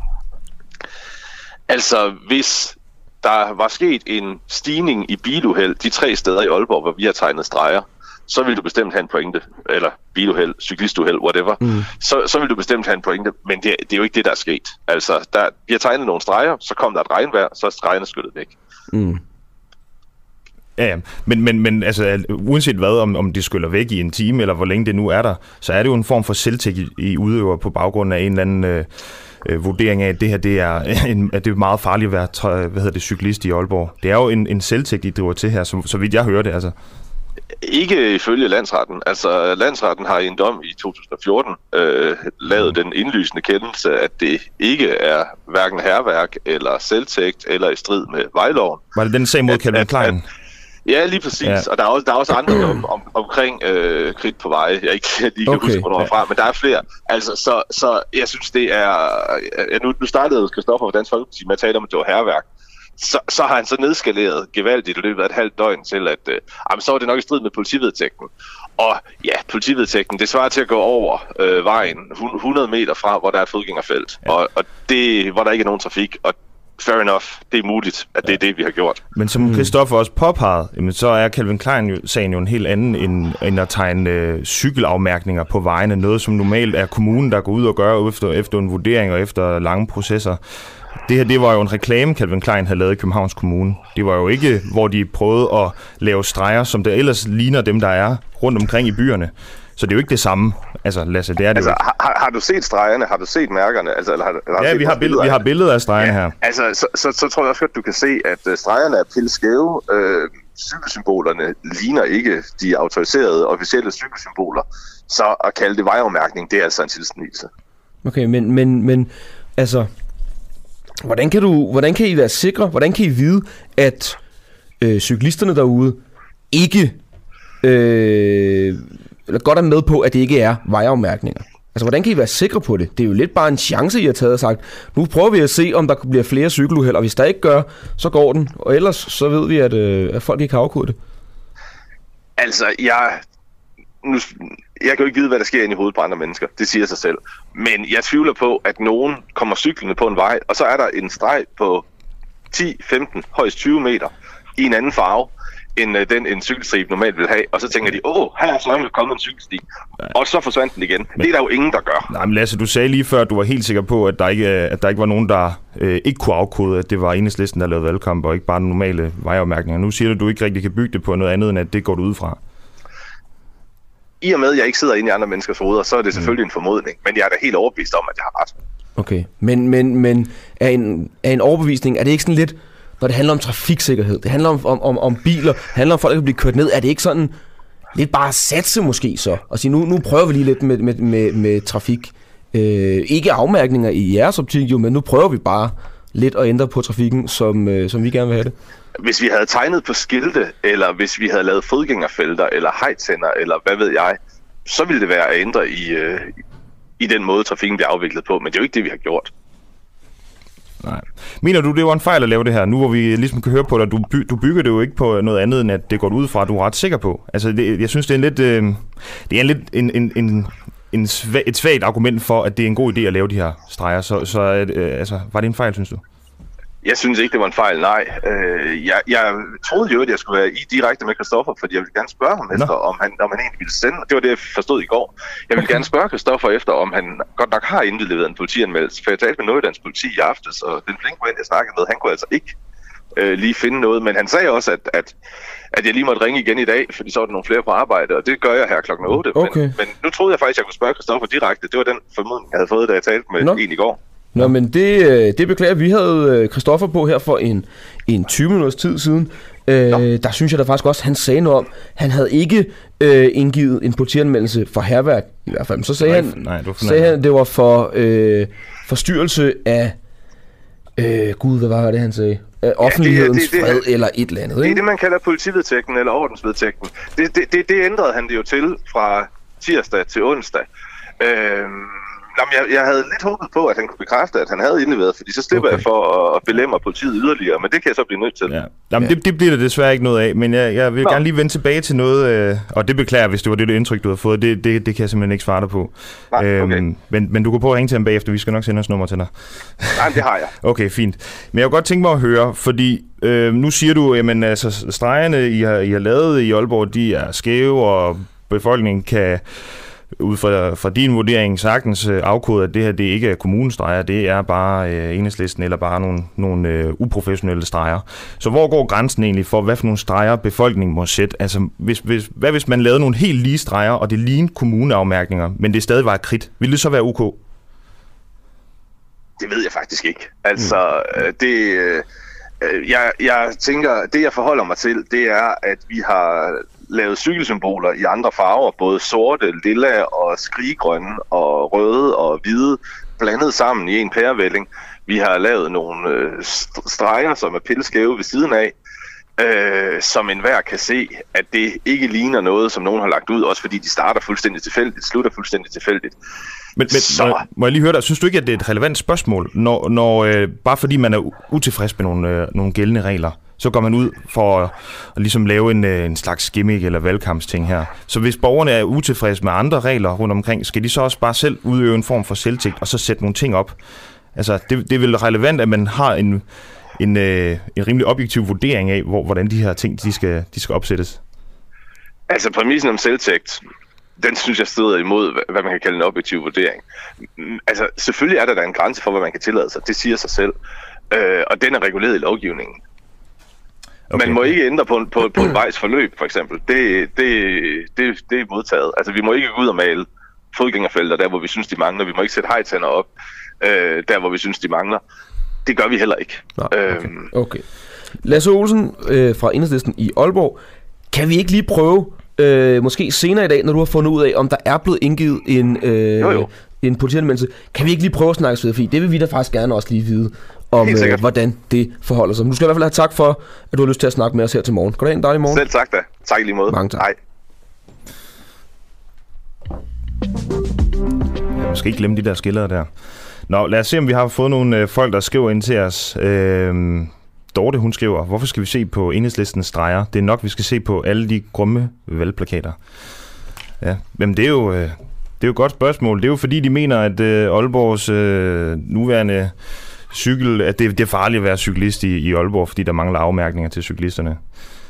Speaker 5: Altså, hvis der var sket en stigning i biluheld de tre steder i Aalborg, hvor vi har tegnet streger, så vil du bestemt have en pointe, eller biluheld, cyklistuheld, whatever, mm. så, så vil du bestemt have en pointe, men det, det er jo ikke det, der er sket. Altså, der, vi har tegnet nogle streger, så kom der et regnvejr, så er stregerne skyllet væk.
Speaker 2: Mm.
Speaker 1: Ja, ja. Men, men, men altså, uanset hvad, om, om det skyller væk i en time, eller hvor længe det nu er der, så er det jo en form for selvtægt i, i udøver på baggrund af en eller anden øh, øh, vurdering af, at det her det er, en, at det er meget farligt at være hvad hedder det, cyklist i Aalborg. Det er jo en, en selvtægt, I driver til her, så, så vidt jeg hører det, altså.
Speaker 5: Ikke ifølge landsretten. Altså, landsretten har i en dom i to tusind og fjorten øh, lavet den indlysende kendelse, at det ikke er hverken hærværk eller selvtægt eller i strid med vejloven.
Speaker 1: Var det den sag mod Calvin Klein?
Speaker 5: Ja, lige præcis. Ja. Og der er også, der er også andre om, om, omkring øh, kridt på veje. Jeg ikke lige kan okay. huske, hvornår fra, men der er flere. Altså, så, så jeg synes, det er... Ja, nu, nu startede Christoffer fra Dansk Folkeparti med at tale om, at det var hærværk. Så, så har han så nedskaleret gevaldigt i løbet af et halvt døgn til, at øh, jamen, så var det nok i strid med politivedtægten. Og ja, politivedtægten, det svarer til at gå over øh, vejen hundrede meter fra, hvor der er et fodgængerfelt, ja. og, og det, hvor der ikke er nogen trafik, og fair enough, det er muligt, at det er det, vi har gjort.
Speaker 1: Men som Christoffer også påpegede, jamen, så er Calvin Klein-sagen jo en helt anden, end, end at tegne øh, cykelafmærkninger på vejene. Noget, som normalt er kommunen, der går ud og gør efter, efter en vurdering og efter lange processer. Det her, det var jo en reklame, Calvin Klein havde lavet i Københavns Kommune. Det var jo ikke, hvor de prøvede at lave streger, som der ellers ligner dem, der er rundt omkring i byerne. Så det er jo ikke det samme. Altså, Lasse, det er det
Speaker 5: altså,
Speaker 1: jo.
Speaker 5: Har, har du set stregerne? Har du set mærkerne? Altså, eller har, har
Speaker 1: ja, vi har, billeder, vi har billeder af stregerne ja, her.
Speaker 5: Altså, så, så, så tror jeg også, at du kan se, at stregerne er pilskæve. Øh, cykelsymbolerne ligner ikke de autoriserede officielle cykelsymboler. Så at kalde det vejafmærkning, det er altså en tilsnigelse.
Speaker 2: Okay, men, men, men altså... Hvordan kan, du, hvordan kan I være sikre, hvordan kan I vide, at øh, cyklisterne derude ikke øh, eller godt er med på, at det ikke er vejafmærkninger? Altså, hvordan kan I være sikre på det? Det er jo lidt bare en chance, I har taget og sagt, nu prøver vi at se, om der bliver flere cykeluheld, og hvis der ikke gør, så går den. Og ellers så ved vi, at, øh, at folk ikke kan afkode det.
Speaker 5: Altså, jeg... Nu, jeg kan jo ikke vide, hvad der sker inde i hovedet på andre mennesker. Det siger sig selv. Men jeg tvivler på, at nogen kommer cyklende på en vej, og så er der en streg på ti, femten, højst tyve meter i en anden farve, end uh, den en cykelstribe normalt vil have, og så tænker de, åh, her er så kommet en cykelsti, og så forsvandt den igen. Men det er der jo ingen, der gør.
Speaker 1: Nej, men Lasse, du sagde lige før, at du var helt sikker på, at der ikke, at der ikke var nogen, der øh, ikke kunne afkode, at det var Enhedslisten, der lavede valgkamp, og ikke bare normale vejafmærkninger. Nu siger du, at du ikke rigtig kan bygge det på noget andet, end at det går du ud fra.
Speaker 5: I og med, at jeg ikke sidder inde i andre menneskers hoveder, så er det selvfølgelig mm. en formodning, men jeg er da helt overbevist om, at jeg har ret.
Speaker 2: Okay, men, men, men er, en, er en overbevisning, er det ikke sådan lidt, når det handler om trafiksikkerhed, det handler om, om, om, om biler, det handler om folk, der kan blive kørt ned, er det ikke sådan lidt bare at satse måske så, og sige, nu, nu prøver vi lige lidt med, med, med, med trafik, øh, ikke afmærkninger i jeres optik jo, men nu prøver vi bare lidt at ændre på trafikken, som, øh, som vi gerne vil have det.
Speaker 5: Hvis vi havde tegnet på skilte, eller hvis vi havde lavet fodgængerfelter, eller hejtænder, eller hvad ved jeg, så ville det være at ændre i, øh, i den måde, trafikken bliver afviklet på. Men det er jo ikke det, vi har gjort.
Speaker 1: Nej. Mener du, det var en fejl at lave det her? Nu hvor vi ligesom kan høre på dig, du, by, du bygger det jo ikke på noget andet, end at det går ud fra, at du er ret sikker på. Altså, det, jeg synes, det er en lidt, øh, det er en lidt en, en, en, en svag, et svagt argument for, at det er en god idé at lave de her streger. Så, så øh, altså, var det en fejl, synes du?
Speaker 5: Jeg synes ikke, det var en fejl, nej. Øh, jeg, jeg troede jo, at jeg skulle være i direkte med Christoffer, fordi jeg ville gerne spørge ham efter, om han, om han egentlig ville sende. Det var det, jeg forstod i går. Jeg ville okay. gerne spørge Christoffer efter, om han godt nok har indleveret en politianmeldelse. For jeg talte med Nordjyllands politi i aftes, og den flinke mand, jeg snakkede med, han kunne altså ikke øh, lige finde noget. Men han sagde også, at, at, at jeg lige måtte ringe igen i dag, fordi så var der nogle flere på arbejde, og det gør jeg her klokken otte.
Speaker 2: Okay.
Speaker 5: Men, men nu troede jeg faktisk, at jeg kunne spørge Christoffer direkte. Det var den formodning, jeg havde fået, da jeg talte med Nå. en i går.
Speaker 2: Nå, men det, det beklager vi. havde Christoffer på her for en, en tyve minutters tid siden. Øh, der synes jeg da faktisk også, han sagde noget om, han havde ikke øh, indgivet en politianmeldelse for hærværk, i hvert fald. Men så sagde nej, han,
Speaker 1: nej,
Speaker 2: sagde han, det var for øh, forstyrrelse af, øh, gud, hvad var det, han sagde? Af offentlighedens ja, det, det, det, fred eller et eller andet.
Speaker 5: Det er det, man kalder politivedtægten eller ordensvedtægten. Det, det, det, det ændrede han det jo til fra tirsdag til onsdag. Øh, Jamen, jeg, jeg havde lidt håbet på, at han kunne bekræfte, at han havde indleveret, fordi så slipper okay. jeg for at belemre politiet yderligere, men det kan jeg så blive nødt til.
Speaker 1: Ja. Jamen, ja. det, det bliver det desværre ikke noget af, men jeg, jeg vil Nå. gerne lige vende tilbage til noget, øh, og det beklager hvis det var det, det indtryk, du havde fået. Det, det, det kan jeg simpelthen ikke svare dig på.
Speaker 5: Nej, okay.
Speaker 1: øhm, men, men du kan prøve at ringe til ham bagefter, vi skal nok sende os nummer til dig.
Speaker 5: Nej, det har jeg.
Speaker 1: Okay, fint. Men jeg kunne godt tænke mig at høre, fordi øh, nu siger du, jamen altså, stregerne, I har, I har lavet i Aalborg, de er skæve, og befolkningen kan ud fra, fra din vurdering sagtens øh, afkode, at det her det ikke er kommunestreger, det er bare øh, Enhedslisten eller bare nogle, nogle øh, uprofessionelle streger. Så hvor går grænsen egentlig for, hvad for nogle streger befolkningen må sætte? Altså, hvis, hvis, hvad hvis man lavede nogle helt lige streger, og det lignede kommuneafmærkninger, men det stadig var et kridt? Ville det så være ok?
Speaker 5: Det ved jeg faktisk ikke. Altså, mm. det... Øh, jeg, jeg tænker, det jeg forholder mig til, det er, at vi har lavet cykelsymboler i andre farver, både sorte, lilla og skriggrønne og røde og hvide, blandet sammen i en pærevælling. Vi har lavet nogle øh, streger, som er pilskæve ved siden af, øh, som enhver kan se, at det ikke ligner noget, som nogen har lagt ud, også fordi de starter fuldstændig tilfældigt, slutter fuldstændig tilfældigt.
Speaker 1: Men, men må, må jeg lige høre dig, synes du ikke, at det er et relevant spørgsmål, når, når øh, bare fordi man er utilfreds med nogle, øh, nogle gældende regler, så går man ud for at, at ligesom lave en, en slags gimmick eller valgkampsting her. Så hvis borgerne er utilfredse med andre regler rundt omkring, skal de så også bare selv udøve en form for selvtægt og så sætte nogle ting op? Altså, det, det er vel relevant, at man har en, en, øh, en rimelig objektiv vurdering af, hvor, hvordan de her ting de skal, de skal opsættes.
Speaker 5: Altså, præmissen om selvtægt, den synes jeg støder imod, hvad man kan kalde en objektiv vurdering. Altså, selvfølgelig er der da en grænse for, hvad man kan tillade sig. Det siger sig selv. Øh, og den er reguleret i lovgivningen. Okay. Man må ikke ændre på, på, på en vejs forløb, for eksempel. Det, det, det, det er modtaget. Altså, vi må ikke gå ud og male fodgængerfelter, der hvor vi synes, de mangler. Vi må ikke sætte hejtænder op, øh, der hvor vi synes, de mangler. Det gør vi heller ikke.
Speaker 2: Nej, okay. Øhm. okay. Lasse Olsen øh, fra Enhedslisten i Aalborg. Kan vi ikke lige prøve, øh, måske senere i dag, når du har fundet ud af, om der er blevet indgivet en, øh, jo, jo. en politianmeldelse, kan vi ikke lige prøve at snakke ved? Fordi det vil vi da faktisk gerne også lige vide, om øh, hvordan det forholder sig. Du skal i hvert fald have tak for, at du har lyst til at snakke med os her til morgen. Kan du have en dejlig morgen?
Speaker 5: Selv tak da. Tak i lige måde.
Speaker 2: Mange tak.
Speaker 5: Hej.
Speaker 1: Jeg skal ikke glemme de der skillere der. Nå, lad os se, om vi har fået nogle øh, folk, der skriver ind til os. Øh, Dorte, hun skriver, hvorfor skal vi se på Enhedslistens streger? Det er nok, vi skal se på alle de grumme valgplakater. Ja, men det er jo... Øh, det er jo et godt spørgsmål. Det er jo fordi, de mener, at øh, Aalborgs øh, nuværende cykel, at det, det er farligt at være cyklist i, i Aalborg, fordi der mangler afmærkninger til cyklisterne.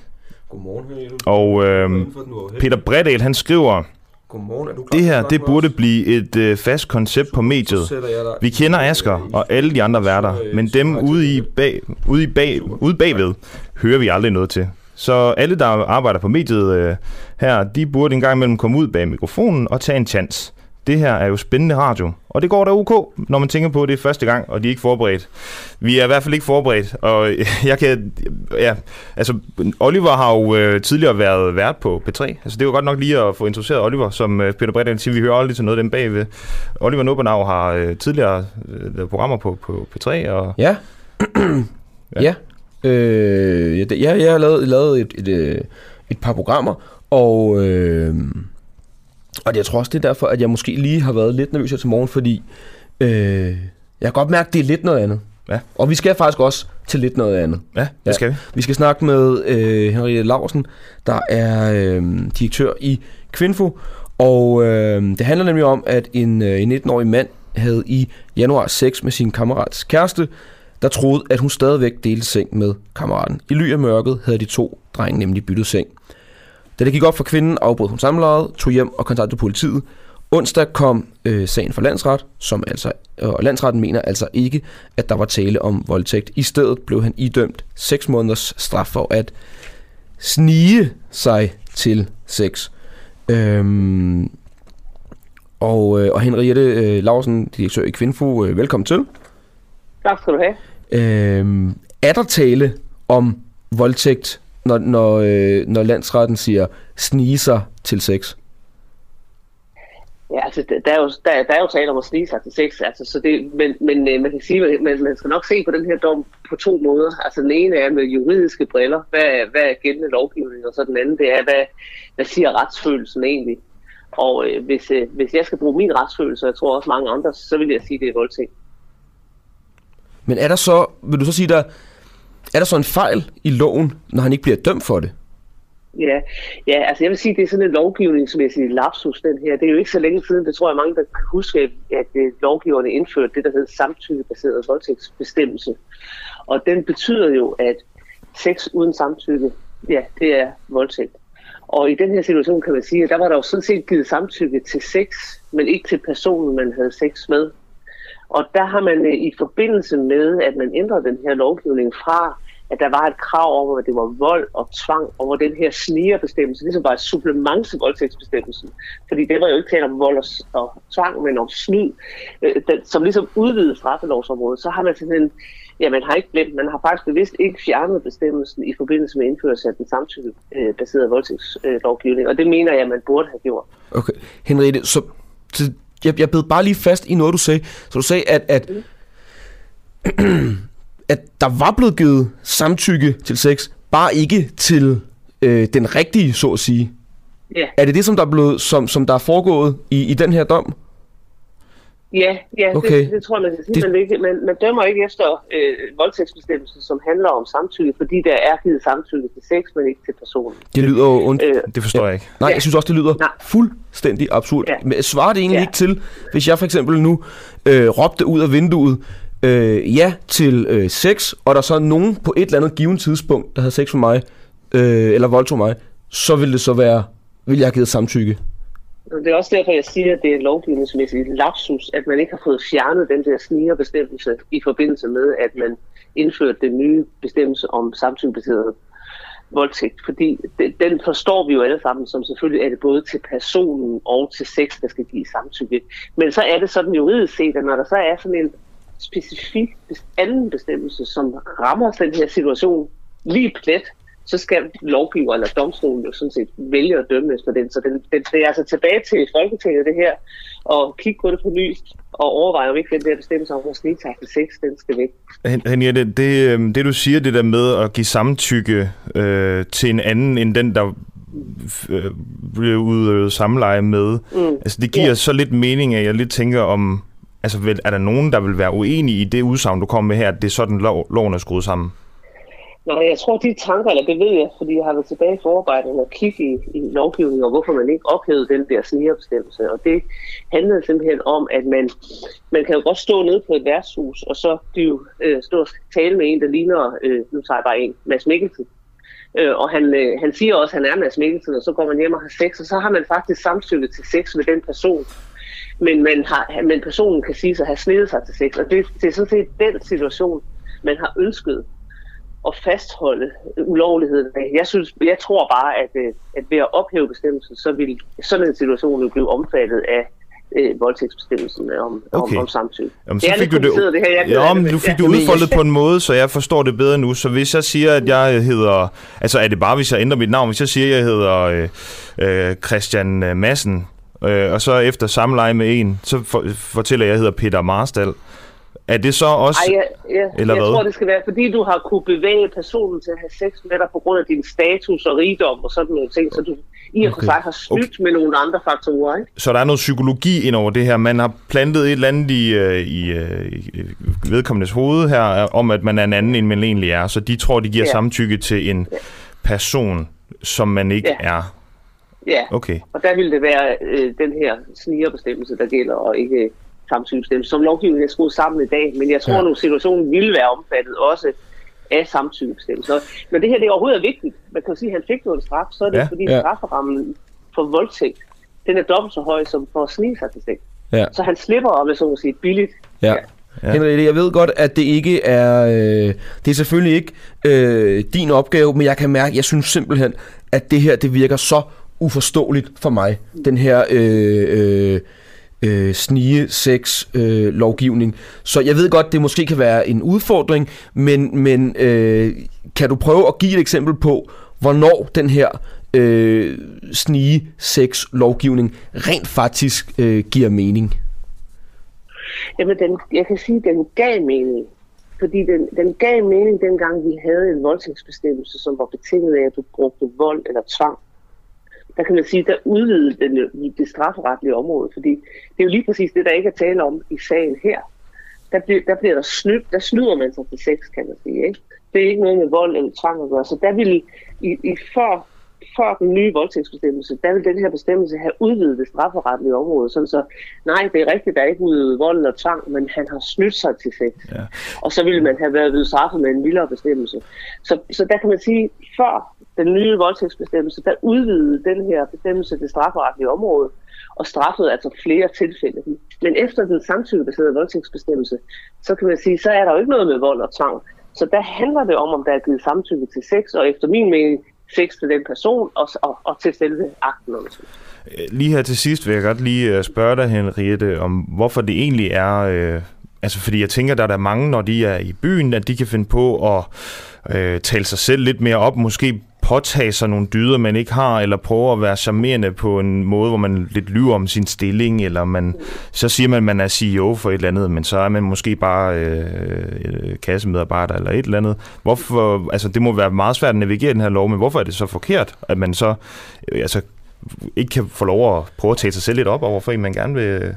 Speaker 2: Godmorgen, Henriette.
Speaker 1: Og øh, Peter Bredal, han skriver...
Speaker 2: Godmorgen, er du klar?
Speaker 1: Det her, det burde blive et øh, fast koncept på mediet. Vi kender Asger og alle de andre værter, men dem ude i bag, ude i bag, ude bagved hører vi aldrig noget til. Så alle, der arbejder på mediet øh, her, de burde en gang imellem komme ud bag mikrofonen og tage en chance. Det her er jo spændende radio, og det går da ok, når man tænker på, at det er første gang, og de er ikke forberedt. Vi er i hvert fald ikke forberedt, og jeg kan, ja, altså Oliver har jo øh, tidligere været vært på P tre, altså det var godt nok lige at få introduceret Oliver, som øh, Peter Bredal siger, vi hører aldrig til noget af dem bagved. Oliver Nubernau har øh, tidligere øh, lavet programmer på, på P tre, og...
Speaker 2: Ja, ja, ja. Øh, ja, ja, jeg har lavet, lavet et, et, et, et par programmer, og... Øh, Og jeg tror også, det er derfor, at jeg måske lige har været lidt nervøs her til morgen, fordi øh, jeg kan godt mærke, at det er lidt noget andet.
Speaker 1: Ja.
Speaker 2: Og vi skal faktisk også til lidt noget andet.
Speaker 1: Ja, det skal vi.
Speaker 2: Ja. Vi skal snakke med øh, Henriette Laursen, der er øh, direktør i Kvinfo. Og øh, det handler nemlig om, at en, øh, en nitten-årig mand havde i januar sex med sin kammerats kæreste, der troede, at hun stadigvæk delte seng med kammeraten. I ly af mørket havde de to drenge nemlig byttet seng. Da det gik op for kvinden, afbrød hun samlejet, tog hjem og kontaktede politiet. Onsdag kom øh, sagen for landsret, som altså, og landsretten mener altså ikke, at der var tale om voldtægt. I stedet blev han idømt seks måneders straf for at snige sig til sex. Øhm, og, øh, og Henriette øh, Laursen, direktør i Kvinfo, øh, velkommen til.
Speaker 6: Tak skal du have.
Speaker 2: Øhm, er der tale om voldtægt, Når, når, øh, når landsretten siger snige sig til sex?
Speaker 6: Ja, altså der er jo, der, der er jo tale om at snige sig til sex, altså, så det, men, men øh, man kan sige, at man, man skal nok se på den her dom på to måder. Altså den ene er med juridiske briller, hvad, hvad er gældende lovgivning, og så den anden, det er, hvad, hvad siger retsfølelsen egentlig? Og øh, hvis, øh, hvis jeg skal bruge min retsfølelse, og jeg tror også mange andre, så vil jeg sige, at det er voldtægt.
Speaker 2: Men er der så, vil du så sige, der er der så en fejl i loven, når han ikke bliver dømt for det?
Speaker 6: Ja, ja, altså jeg vil sige, det er sådan en lovgivning, som jeg siger, lapsus, den her. Det er jo ikke så længe siden, det tror jeg mange, der kan huske, at lovgiverne indførte det, der hedder samtykkebaseret voldtægtsbestemmelse. Og den betyder jo, at sex uden samtykke, ja, det er voldtægt. Og i den her situation kan man sige, at der var der jo sådan set givet samtykke til sex, men ikke til personen, man havde sex med. Og der har man i forbindelse med, at man ændrede den her lovgivning fra, at der var et krav om, at det var vold og tvang, og hvor den her snigerbestemmelse ligesom var et supplement til voldtægtsbestemmelsen. Fordi det var jo ikke tale om vold og tvang, men om snyd, som ligesom udvidede straffelovsområdet. Så har man sådan en, ja, man har ikke glemt, man har faktisk bevidst ikke fjernet bestemmelsen i forbindelse med indførelse af den samtykkebaserede voldtægtslovgivning, og det mener jeg, at man burde have gjort.
Speaker 2: Okay, Henriette, så... så Jeg, jeg bed bare lige fast i noget, du sagde. Så du sagde, at, at, mm. at der var blevet givet samtykke til sex, bare ikke til øh, den rigtige, så at sige.
Speaker 6: Ja.
Speaker 2: Er det det, som der er, blevet, som, som der er foregået i, i den her dom?
Speaker 6: Ja, ja
Speaker 2: okay.
Speaker 6: det, det tror jeg, man kan sige. Det... Man, ikke, man, man dømmer ikke efter øh, voldtægtsbestemmelsen, som handler om samtykke, fordi der er givet samtykke til sex, men ikke til personen.
Speaker 2: Det lyder jo ondt.
Speaker 1: Øh, det forstår ja. jeg ikke.
Speaker 2: Nej, ja. jeg synes også, det lyder Nej. fuldstændig absurd. Ja. Men svarer det egentlig ja. ikke til, hvis jeg for eksempel nu øh, råbte ud af vinduet, øh, ja til øh, sex, og der så er nogen på et eller andet givet tidspunkt, der havde sex med mig, øh, eller voldtog mig, så ville det så være, vil jeg have givet samtykke?
Speaker 6: Det er også derfor, jeg siger, at det er en lovgivningsmæssig lapsus, at man ikke har fået fjernet den der snigerbestemmelse i forbindelse med, at man indførte den nye bestemmelse om samtykkebaseret voldtægt. Fordi den forstår vi jo alle sammen, som selvfølgelig er det både til personen og til sex, der skal give samtykke. Men så er det sådan juridisk set, at når der så er sådan en specifik anden bestemmelse, som rammer den her situation lige plet, så skal lovgiver eller domstolen jo sådan set vælge at dømme efter den. Så den, den, det er altså tilbage til Folketinget det her, og kigge på det på ny, og overveje om ikke den der bestemmelse om at snige sig til sex, den skal væk.
Speaker 1: Henriette, det, det du siger, det der med at give samtykke øh, til en anden end den, der øh, bliver udøvet samleje med, mm. altså det giver yeah. så lidt mening, at jeg lidt tænker om, altså er der nogen, der vil være uenige i det udsagn, du kommer med her, at det er sådan, lov, loven er skruet sammen?
Speaker 6: Nej, jeg tror, de tanker, eller det ved jeg, fordi jeg har været tilbage i forarbejdet og kigge i, i lovgivningen, og hvorfor man ikke ophævede den der snigerbestemmelse. Og det handlede simpelthen om, at man, man kan jo godt stå nede på et værtshus, og så de jo, øh, stå og tale med en, der ligner, øh, nu tager jeg bare en, Mads Mikkelsen. Øh, og han, øh, han siger også, at han er Mads Mikkelsen, og så går man hjem og har sex, og så har man faktisk samtykket til sex med den person. Men, man har, men personen kan sige sig at have snedet sig til sex, og det, det er sådan set den situation, man har ønsket at fastholde ulovligheden af. Jeg, synes, jeg tror bare, at, at ved at ophæve bestemmelsen, så vil sådan en situation jo blive omfattet af øh, voldtægtsbestemmelsen om, okay. om, om samtykke.
Speaker 1: Jamen, så det er fik lidt du det, det her. Jeg ja, men du fik det udfoldet på en måde, så jeg forstår det bedre nu. Så hvis jeg siger, at jeg hedder... Altså er det bare, hvis jeg ændrer mit navn? Hvis jeg siger, at jeg hedder øh, øh, Christian Madsen, øh, og så efter samleje med en, så for, fortæller jeg, at jeg hedder Peter Marstal. Er det så også...
Speaker 6: Ej, ja, ja. Eller jeg hvad? tror, det skal være, fordi du har kunne bevæge personen til at have sex med dig på grund af din status og rigdom og sådan nogle ting, så du i og for sig har snydt okay. med nogle andre faktorer, ikke?
Speaker 1: Så der er noget psykologi ind over det her. Man har plantet et eller andet i, i, i vedkommendes hoved her, om at man er en anden, end man egentlig er, så de tror, de giver ja. samtykke til en ja. person, som man ikke ja. er.
Speaker 6: Ja,
Speaker 1: okay.
Speaker 6: Og der vil det være øh, den her snigerbestemmelse, der gælder, og ikke... samtykkebestemmelse, som lovgivningen er skruet sammen i dag, men jeg tror ja. nu, situationen ville være omfattet også af samtykkebestemmelser. Når det her det overhovedet er vigtigt, man kan jo sige, at han fik noget straf, så er det ja. fordi ja. strafferammen for voldtægt, den er dobbelt så høj som for at snige sig til sex. Ja. Så han slipper om at så sige billigt.
Speaker 2: Ja. Ja. Henrik, jeg ved godt, at det ikke er, øh, det er selvfølgelig ikke øh, din opgave, men jeg kan mærke, jeg synes simpelthen, at det her, det virker så uforståeligt for mig. Den her øh, øh, Øh, snige sex øh, lovgivning. Så jeg ved godt, det måske kan være en udfordring, men, men øh, kan du prøve at give et eksempel på, hvornår den her øh, snige sex lovgivning rent faktisk øh, giver mening?
Speaker 6: Jamen, den, jeg kan sige, at den gav mening. Fordi den, den gav mening, dengang vi havde en voldtægtsbestemmelse, som var betinget af, at du brugte vold eller tvang. Der kan man sige, der udvidede den, det strafferetlige område, fordi det er jo lige præcis det, der ikke er tale om i sagen her. Der bliver der, bliver der snydt, der snyder man sig til sex, kan man sige. Ikke? Det er ikke noget med vold eller tvang at gøre. Så der vil i, i før, før den nye voldtægtsbestemmelse, der vil den her bestemmelse have udvidet det strafferetlige område. Sådan så, nej, det er rigtigt, der er ikke udvidet vold eller tvang, men han har snydt sig til sex. Ja. Og så ville man have været ved straffet med en mildere bestemmelse. Så, så der kan man sige, før den nye voldtægtsbestemmelse, der udvidede den her bestemmelse til strafferetlige område, og straffede altså flere tilfælde. Men efter den samtykkebaserede voldtægtsbestemmelse, så kan man sige, så er der jo ikke noget med vold og tvang. Så der handler det om, om der er givet samtykke til sex, og efter min mening, sex til den person, og, og, og til selve akten.
Speaker 1: Lige her til sidst vil jeg godt lige spørge dig, Henriette, om hvorfor det egentlig er... Øh, altså fordi jeg tænker, der er der mange, når de er i byen, at de kan finde på at øh, tale sig selv lidt mere op, måske påtage sig nogle dyder, man ikke har, eller prøve at være charmerende på en måde, hvor man lidt lyver om sin stilling, eller man, så siger man, at man er C E O for et eller andet, men så er man måske bare øh, kassemedarbejder eller et eller andet. Hvorfor, altså det må være meget svært at navigere den her lov, men hvorfor er det så forkert, at man så øh, altså, ikke kan få lov at prøve at tage sig selv lidt op overfor en, man gerne vil...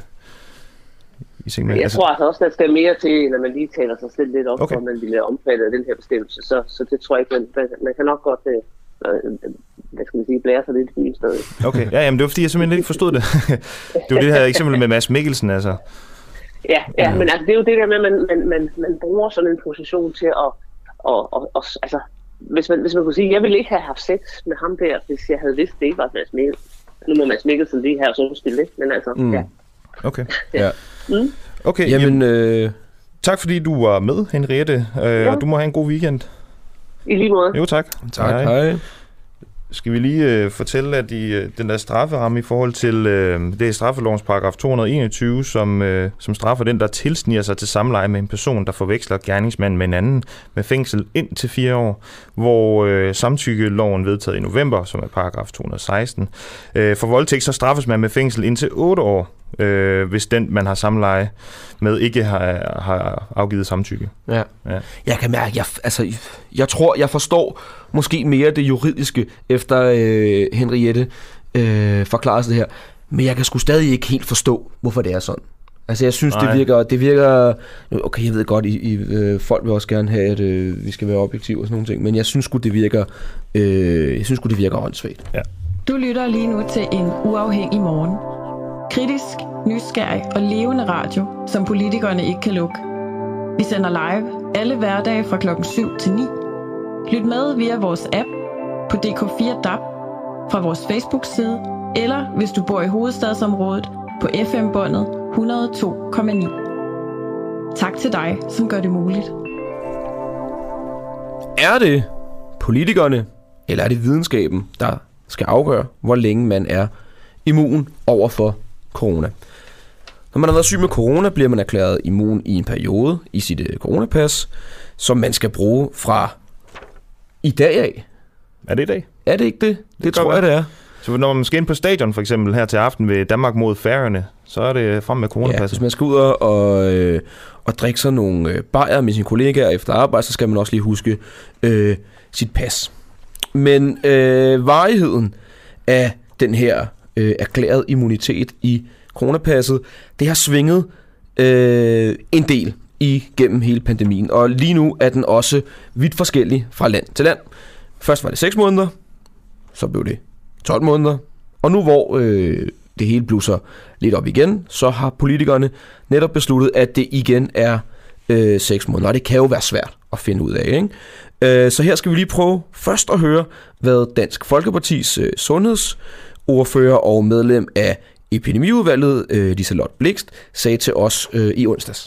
Speaker 6: Jeg altså... tror altså også, at der skal mere til, når man lige taler sig selv lidt op, okay. hvor man ville omfatte af den her bestemmelse. Så, så det tror jeg ikke, man, man kan nok godt, øh, hvad skal man sige, blære sig lidt i byen stadig.
Speaker 1: Okay, ja, jamen det var fordi, jeg simpelthen ikke forstod det. Det var det her eksempel med Mads Mikkelsen, altså.
Speaker 6: Ja, ja, men altså, det er jo det der med, at man, man, man, man bruger sådan en position til at, og, og, og, altså, hvis man, hvis man kunne sige, jeg ville ikke have haft sex med ham der, hvis jeg havde vidst, det ikke var Mads Mikkelsen. Nu må Mads Mikkelsen lige her, så undskyld det, men altså, mm. ja.
Speaker 1: Okay,
Speaker 6: ja. Mm.
Speaker 1: Okay, jamen, øh, tak fordi du var med, Henriette, øh, ja. Og du må have en god weekend.
Speaker 6: I lige måde.
Speaker 1: Jo, tak.
Speaker 2: Tak, hej. hej.
Speaker 1: Skal vi lige øh, fortælle, at i øh, den der strafferamme i forhold til, øh, det er straffelovens paragraf to hundrede og enogtyve, som, øh, som straffer den, der tilsniger sig til samleje med en person, der forveksler gerningsmanden med en anden, med fængsel ind til fire år, hvor øh, samtykkeloven vedtaget i november, som er paragraf to hundrede og seksten. Øh, for voldtægt så straffes man med fængsel indtil otte år, øh, hvis den, man har samleje med, ikke har, har afgivet samtykke.
Speaker 2: Ja. Ja. Jeg kan mærke, jeg, altså, jeg tror, jeg forstår måske mere det juridiske, efter øh, Henriette øh, forklarer det her. Men jeg kan sgu stadig ikke helt forstå, hvorfor det er sådan. Altså jeg synes, Nej. det virker, det virker... Okay, jeg ved godt, I, I, øh, folk vil også gerne have, at øh, vi skal være objektive og sådan nogle ting, men jeg synes sgu, det virker, øh, jeg synes sgu, det virker åndssvagt.
Speaker 7: Ja. Du lytter lige nu til en uafhængig morgen. Kritisk, nysgerrig og levende radio, som politikerne ikke kan lukke. Vi sender live alle hverdage fra klokken syv til ni. Lyt med via vores app, på D K fire D A B, fra vores Facebook-side, eller hvis du bor i hovedstadsområdet på F M-båndet hundrede og to komma ni. Tak til dig, som gør det muligt.
Speaker 2: Er det politikerne, eller er det videnskaben, der skal afgøre, hvor længe man er immun over for corona? Når man har været syg med corona, bliver man erklæret immun i en periode i sit coronapas, som man skal bruge fra i dag af.
Speaker 1: Er det i dag?
Speaker 2: Er det ikke det? Det, det tror jeg, det er.
Speaker 1: Så når man skal ind på stadion for eksempel her til aften ved Danmark mod Færøerne, så er det frem med coronapasset.
Speaker 2: Ja, hvis man skal ud og, øh, og drikke sig nogle øh, bajer med sine kollegaer efter arbejde, så skal man også lige huske øh, sit pas. Men øh, varigheden af den her øh, erklærede immunitet i coronapasset, det har svinget øh, en del igennem hele pandemien. Og lige nu er den også vidt forskellig fra land til land. Først var det seks måneder, så blev det tolv måneder, og nu hvor øh, det hele blusser lidt op igen, så har politikerne netop besluttet, at det igen er øh, seks måneder, og det kan jo være svært at finde ud af, ikke? Øh, så her skal vi lige prøve først at høre, hvad Dansk Folkepartis øh, sundhedsordfører og medlem af epidemiudvalget, øh, Liselott Blixt, sagde til os øh, i onsdags.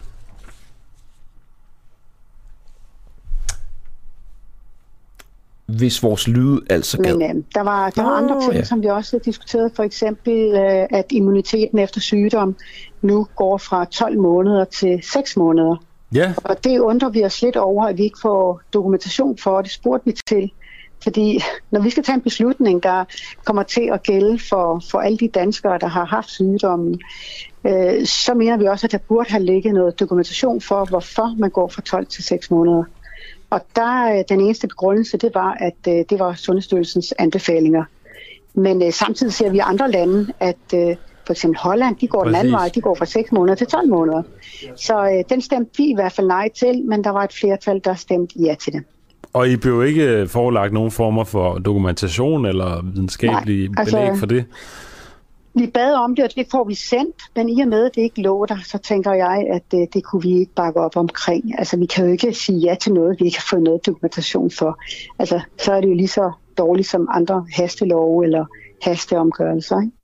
Speaker 2: Hvis vores lyd altså gad.
Speaker 8: Men øh, der var, der var oh, andre ting, ja. som vi også diskuterede. For eksempel, øh, at immuniteten efter sygdom nu går fra tolv måneder til seks måneder.
Speaker 9: Ja.
Speaker 8: Og det undrer vi os lidt over, at vi ikke får dokumentation for, og det spurgte vi til. Fordi når vi skal tage en beslutning, der kommer til at gælde for, for alle de danskere, der har haft sygdommen, øh, så mener vi også, at der burde have ligget noget dokumentation for, hvorfor man går fra tolv til seks måneder. Og der den eneste begrundelse, det var, at øh, det var Sundhedsstyrelsens anbefalinger. Men øh, samtidig ser vi i andre lande, at øh, for eksempel Holland, de går Præcis. den anden vej, de går fra seks måneder til tolv måneder. Så øh, den stemte vi i hvert fald nej til, men der var et flertal, der stemte ja til det.
Speaker 9: Og I blev ikke forelagt nogen former for dokumentation eller videnskabelig nej, altså, belæg for det?
Speaker 8: Vi bad om det, og det får vi sendt, men i og med, at det ikke lå der, så tænker jeg, at det, det kunne vi ikke bakke op omkring. Altså, vi kan jo ikke sige ja til noget, vi ikke har fået noget dokumentation for. Altså, så er det jo lige så dårligt som andre hastelove eller hasteomgørelser, ikke?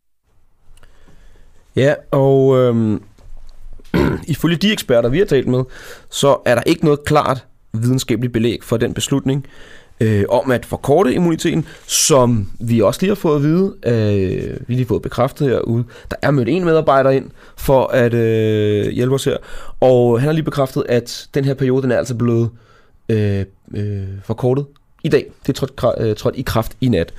Speaker 2: Ja, og øhm, ifølge de eksperter, vi har talt med, så er der ikke noget klart videnskabeligt belæg for den beslutning øh, om at forkorte immuniteten, som vi også lige har fået at vide. Øh, vi har lige fået bekræftet herude. Der er mødt en medarbejder ind for at øh, hjælpe os her, og han har lige bekræftet, at den her periode den er altså blevet øh, øh, forkortet i dag. Det er trådt, øh, trådt i kraft i nat.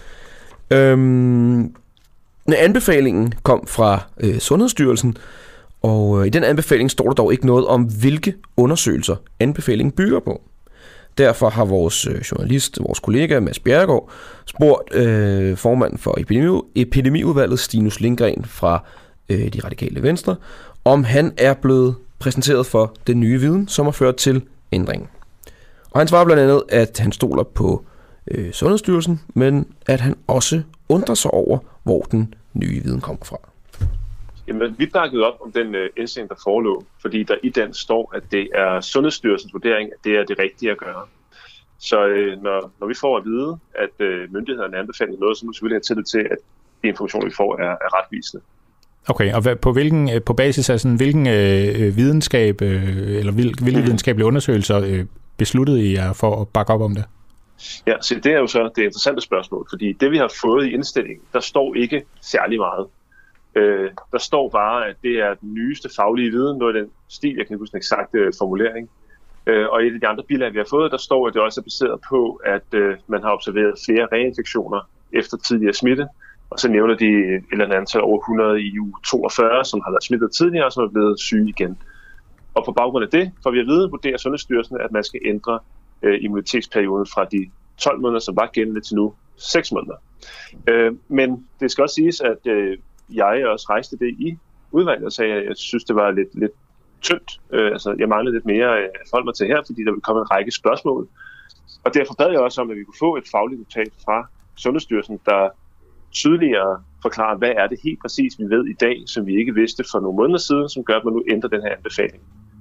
Speaker 2: Øhm, anbefalingen kom fra øh, Sundhedsstyrelsen, og øh, i den anbefaling står der dog ikke noget om, hvilke undersøgelser anbefalingen bygger på. Derfor har vores øh, journalist, vores kollega Mads Bjerregaard, spurgt øh, formanden for epidemi- epidemiudvalget, Stinus Lindgren fra øh, De Radikale Venstre, om han er blevet præsenteret for den nye viden, som har ført til ændringen. Og han svarer blandt andet, at han stoler på øh, Sundhedsstyrelsen, men at han også undrer sig over, hvor den nye viden kommer fra.
Speaker 10: Jamen, vi bakkede op om den øh, indstilling, der forelå, fordi der i den står, at det er Sundhedsstyrelsens vurdering, at det er det rigtige at gøre. Så øh, når, når vi får at vide, at øh, myndighederne anbefaler noget, så må vi selvfølgelig have tillid til, at de informationer, vi får, er, er retvisende.
Speaker 9: Okay, og på, hvilken, på basis af sådan, hvilken øh, videnskab, øh, eller hvil, hvilke mm. videnskabelige undersøgelser øh, besluttede I jer for at bakke op om det?
Speaker 10: Ja, så det er jo så det interessante spørgsmål, fordi det vi har fået i indstillingen, der står ikke særlig meget. Øh, der står bare, at det er den nyeste faglige viden, noget af den stil, jeg kan huske en eksakt øh, formulering. Øh, og i et af de andre bilag, vi har fået, der står, at det også er baseret på, at øh, man har observeret flere reinfektioner efter tidligere smitte. Og så nævner de et eller andet antal over hundrede i uge toogfyrre, som har været smittet tidligere, og som er blevet syge igen. Og på baggrund af det, får vi at vide, vurderer Sundhedsstyrelsen, at man skal ændre øh, immunitetsperioden fra de tolv måneder, som var gældende, til nu seks måneder. Øh, men det skal også siges, at øh, jeg også rejste det i udvalget og sagde, at jeg synes, det var lidt, lidt tyndt. Øh, altså, jeg manglede lidt mere at forholde mig til her, fordi der ville komme en række spørgsmål. Og derfor bad jeg også om, at vi kunne få et fagligt notat fra Sundhedsstyrelsen, der tydeligere forklarer, hvad er det helt præcis, vi ved i dag, som vi ikke vidste for nogle måneder siden, som gør, at man nu ændrer den her anbefaling.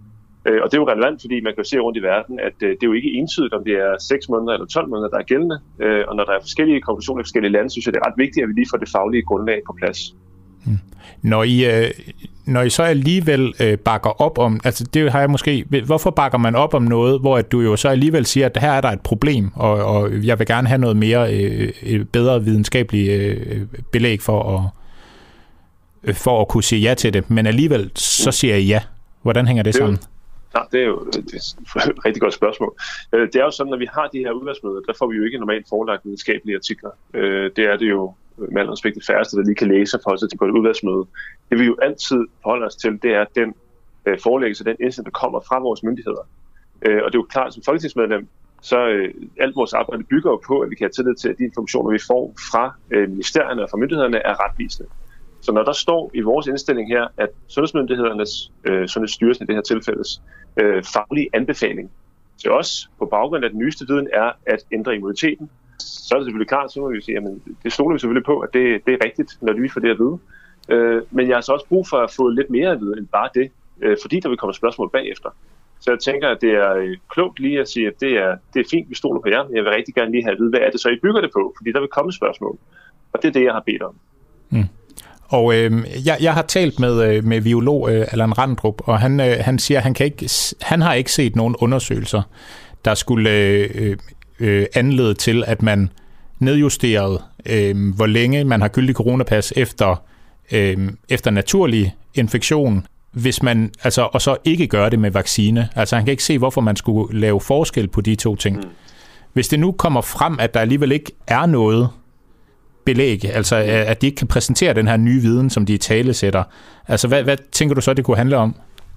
Speaker 10: Og det er jo relevant, fordi man kan se rundt i verden, at det er jo ikke entydigt, om det er seks måneder eller tolv måneder, der er gældende. Og når der er forskellige konklusioner i forskellige lande, synes jeg, det er ret vigtigt, at vi lige får det faglige grundlag på plads.
Speaker 9: Hmm. Når I, når I så alligevel bakker op om, altså det har jeg måske, hvorfor bakker man op om noget, hvor du jo så alligevel siger, at her er der et problem, og, og jeg vil gerne have noget mere, bedre videnskabeligt belæg for at, for at kunne sige ja til det, men alligevel så siger I ja. Hvordan hænger det, det sammen?
Speaker 10: Ja, det er jo det er et rigtig godt spørgsmål. Det er jo sådan, når vi har de her udvalgsmøder, der får vi jo ikke normalt forelagt videnskabelige artikler. Det er det jo med al respekt de færreste, der lige kan læse og forholde sig til på et udvalgsmøde. Det vi jo altid forholder os til, det er den forelæggelse, den indsigt, der kommer fra vores myndigheder. Og det er jo klart, som folketingsmedlem, så alt vores arbejde bygger jo på, at vi kan have tillid til, at de informationer, vi får fra ministerierne og fra myndighederne, er retvisende. Så når der står i vores indstilling her, at sundhedsmyndighedernes, øh, sundhedsstyrelsen i det her tilfældes, øh, faglige anbefaling til os på baggrund af den nyeste viden er at ændre immuniteten, så er det selvfølgelig klart, så må vi sige, at det stoler vi selvfølgelig på, at det, det er rigtigt, når vi får det at vide. Øh, men jeg har så også brug for at få lidt mere at vide end bare det, øh, fordi der vil komme spørgsmål bagefter. Så jeg tænker, at det er øh, klogt lige at sige, at det er, det er fint, vi stoler på jer, men jeg vil rigtig gerne lige have at vide, hvad er det så, I bygger det på, fordi der vil komme spørgsmål. Og det er det, jeg har bedt om.
Speaker 9: Mm. Og øh, jeg, jeg har talt med, med virolog øh, Allan Randrup, og han, øh, han siger, at han, kan ikke, han har ikke set nogen undersøgelser, der skulle øh, øh, anlede til, at man nedjusterede, øh, hvor længe man har gyldig coronapas efter, øh, efter naturlig infektion, hvis man, altså, og så ikke gør det med vaccine. Altså han kan ikke se, hvorfor man skulle lave forskel på de to ting. Mm. Hvis det nu kommer frem, at der alligevel ikke er noget belæg, altså at de ikke kan præsentere den her nye viden, som de talesætter. Altså, hvad, hvad tænker du så, det kunne handle om?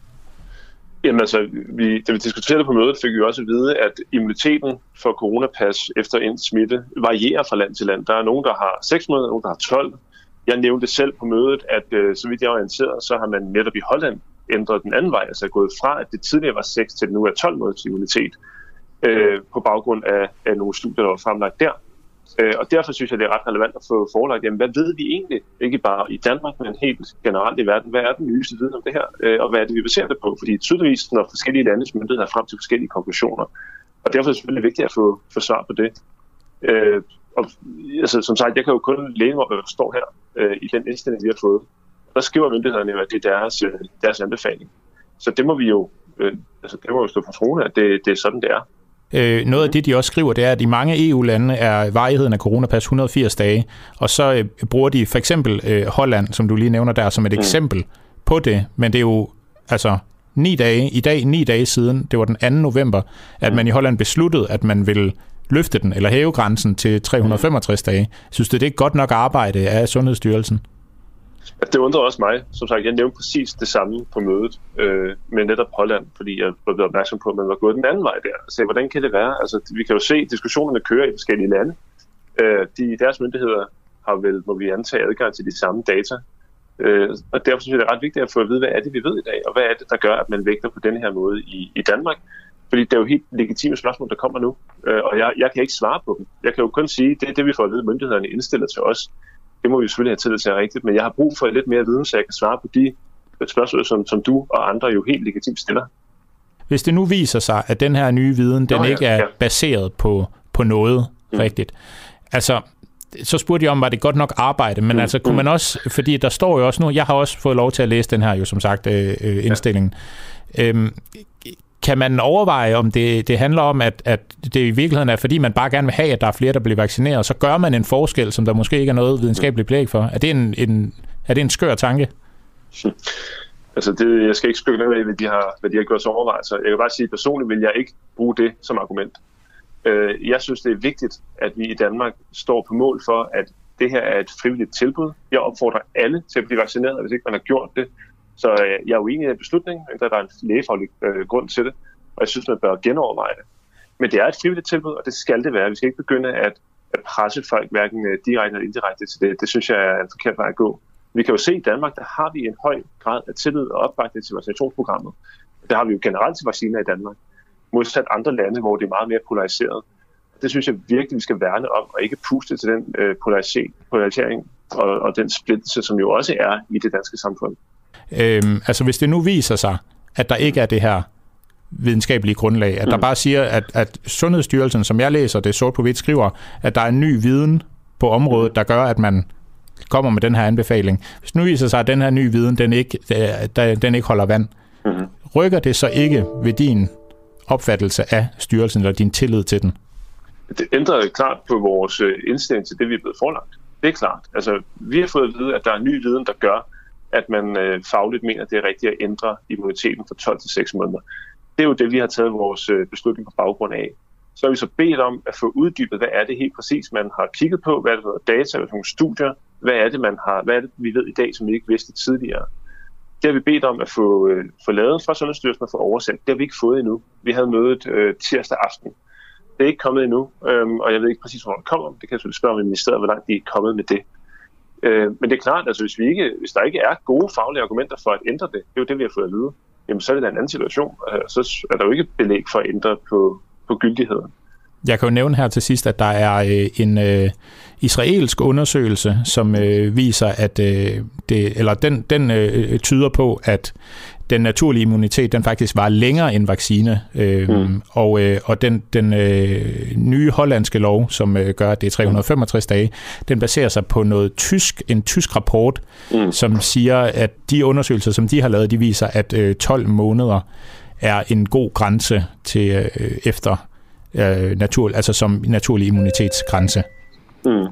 Speaker 10: Jamen altså, vi, da vi diskuterede det på mødet, fik vi også at vide, at immuniteten for coronapas efter en smitte varierer fra land til land. Der er nogen, der har seks måneder, nogen, der har tolv. Jeg nævnte selv på mødet, at så vidt jeg er orienteret, så har man netop i Holland ændret den anden vej, altså gået fra, at det tidligere var seks til nu er tolv måneders immunitet, øh, på baggrund af, af nogle studier, der var fremlagt der. Og derfor synes jeg, det er ret relevant at få forelagt, jamen, hvad ved vi egentlig, ikke bare i Danmark, men helt generelt i verden, hvad er den nyeste viden om det her, og hvad er det, vi baserer det på? Fordi tydeligvis, når forskellige landes myndigheder er frem til forskellige konklusioner, og derfor er det selvfølgelig vigtigt at få, få svar på det. Øh, og, altså, som sagt, jeg kan jo kun læne mig, hvad der står her øh, i den indstilling, vi har fået. Der skriver myndighederne jo, at det er deres, øh, deres anbefaling. Så det må vi jo, øh, altså, det må jo stå for troende, at det, det er sådan, det er.
Speaker 9: Øh, noget af det, de også skriver, det er, at i mange E U-lande er varigheden af coronapas et hundrede og firs dage, og så øh, bruger de for eksempel øh, Holland, som du lige nævner der, som et mm. eksempel på det, men det er jo altså ni dage, i dag ni dage siden, det var den anden november, at mm. man i Holland besluttede, at man ville løfte den, eller hæve grænsen til tre hundrede og femogtres mm. dage. Synes du, det er godt nok arbejde af Sundhedsstyrelsen?
Speaker 10: Det undrer også mig. Som sagt, jeg nævnte præcis det samme på mødet øh, med netop Holland, fordi jeg var blevet opmærksom på, at man var gået den anden vej der. Så hvordan kan det være? Altså, vi kan jo se, at diskussionerne kører i forskellige lande. Øh, de, deres myndigheder har vel, må vi antage, adgang til de samme data. Øh, og derfor synes jeg, det er ret vigtigt at få at vide, hvad er det, vi ved i dag, og hvad er det, der gør, at man vægter på den her måde i, i Danmark. Fordi det er jo helt legitime spørgsmål, der kommer nu, øh, og jeg, jeg kan ikke svare på dem. Jeg kan jo kun sige, det er det, vi får at vide, myndighederne indstiller til os. Det må vi selvfølgelig have tillid til at rigtigt, men jeg har brug for lidt mere viden, så jeg kan svare på de spørgsmål, som, som du og andre jo helt legitimt stiller.
Speaker 9: Hvis det nu viser sig, at den her nye viden, den Nå, ja, ikke er ja. baseret på, på noget mm. rigtigt, altså, så spurgte jeg om, var det godt nok arbejde, men mm. altså, kunne man også, fordi der står jo også nu, jeg har også fået lov til at læse den her, jo som sagt, øh, øh, indstillingen. Ja. Øhm, kan man overveje, om det, det handler om, at, at det i virkeligheden er, fordi man bare gerne vil have, at der er flere, der bliver vaccineret, så gør man en forskel, som der måske ikke er noget videnskabeligt belæg for? Er det en, en, er det en skør tanke?
Speaker 10: Altså, det, jeg skal ikke spekulere i, hvad de har, hvad de har gjort sig overvejelser. Jeg kan bare sige, at personligt vil jeg ikke bruge det som argument. Jeg synes, det er vigtigt, at vi i Danmark står på mål for, at det her er et frivilligt tilbud. Jeg opfordrer alle til at blive vaccineret, hvis ikke man har gjort det. Så jeg er uenig i beslutningen, men der er en lægefaglig øh, grund til det, og jeg synes, man bør genoverveje det. Men det er et frivilligt tilbud, og det skal det være. Vi skal ikke begynde at, at presse folk hverken direkte eller indirekte til det. Det synes jeg er en forkert vej at gå. Vi kan jo se, at i Danmark, der har vi en høj grad af tillid og opbakning til vaccinationsprogrammet. Der har vi jo generelt til vacciner i Danmark, modsat andre lande, hvor det er meget mere polariseret. Det synes jeg virkelig, vi skal værne om, og ikke puste til den øh, polarisering og, og den splittelse, som jo også er i det danske samfund.
Speaker 9: Øhm, altså hvis det nu viser sig, at der ikke er det her videnskabelige grundlag. At mm. der bare siger, at, at Sundhedsstyrelsen, som jeg læser det sort på hvidt, skriver, at der er en ny viden på området, der gør, at man kommer med den her anbefaling. Hvis nu viser sig, at den her nye viden, den ikke, den ikke holder vand, mm-hmm. rykker det så ikke ved din opfattelse af styrelsen eller din tillid til den?
Speaker 10: Det ændrer klart på vores indstilling til det, vi er blevet forelagt. Det er klart. Altså, vi har fået at vide, at der er en ny viden, der gør, at man øh, fagligt mener, at det er rigtigt at ændre immuniteten fra tolv til seks måneder. Det er jo det, vi har taget vores øh, beslutning på baggrund af. Så har vi så bedt om at få uddybet, hvad er det helt præcis, man har kigget på, hvad er det, der hedder data, hvad er det nogle studier, hvad er det, man har, hvad er det, vi ved i dag, som vi ikke vidste tidligere. Det har vi bedt om at få, øh, få lavet fra Sundhedsstyrelsen og få oversat. Det har vi ikke fået endnu. Vi havde mødet øh, tirsdag aften. Det er ikke kommet endnu, øhm, og jeg ved ikke præcis, hvor det kommer. Det kan jeg selvfølgelig spørge om ministeriet, hvor langt de er kommet med det. Øh, men det er klart, at altså, hvis, vi ikke, hvis der ikke er gode faglige argumenter for at ændre det, det er jo det, vi har fået at vide, jamen så er det da en anden situation. Øh, så er der jo ikke belæg for at ændre på, på gyldigheden. Jeg
Speaker 9: kan jo nævne her til sidst, at der er øh, en øh, israelsk undersøgelse, som øh, viser, at øh, det, eller den, den øh, tyder på, at den naturlige immunitet, den faktisk var længere end vaccine. Øh, mm. Og, øh, og den, den øh, nye hollandske lov, som øh, gør, at det er tre hundrede og femogtres dage, den baserer sig på noget tysk, en tysk rapport, mm. som siger, at de undersøgelser, som de har lavet, de viser, at øh, tolv måneder er en god grænse til øh, efter øh, natur, altså som naturlig immunitetsgrænse.
Speaker 10: Mm.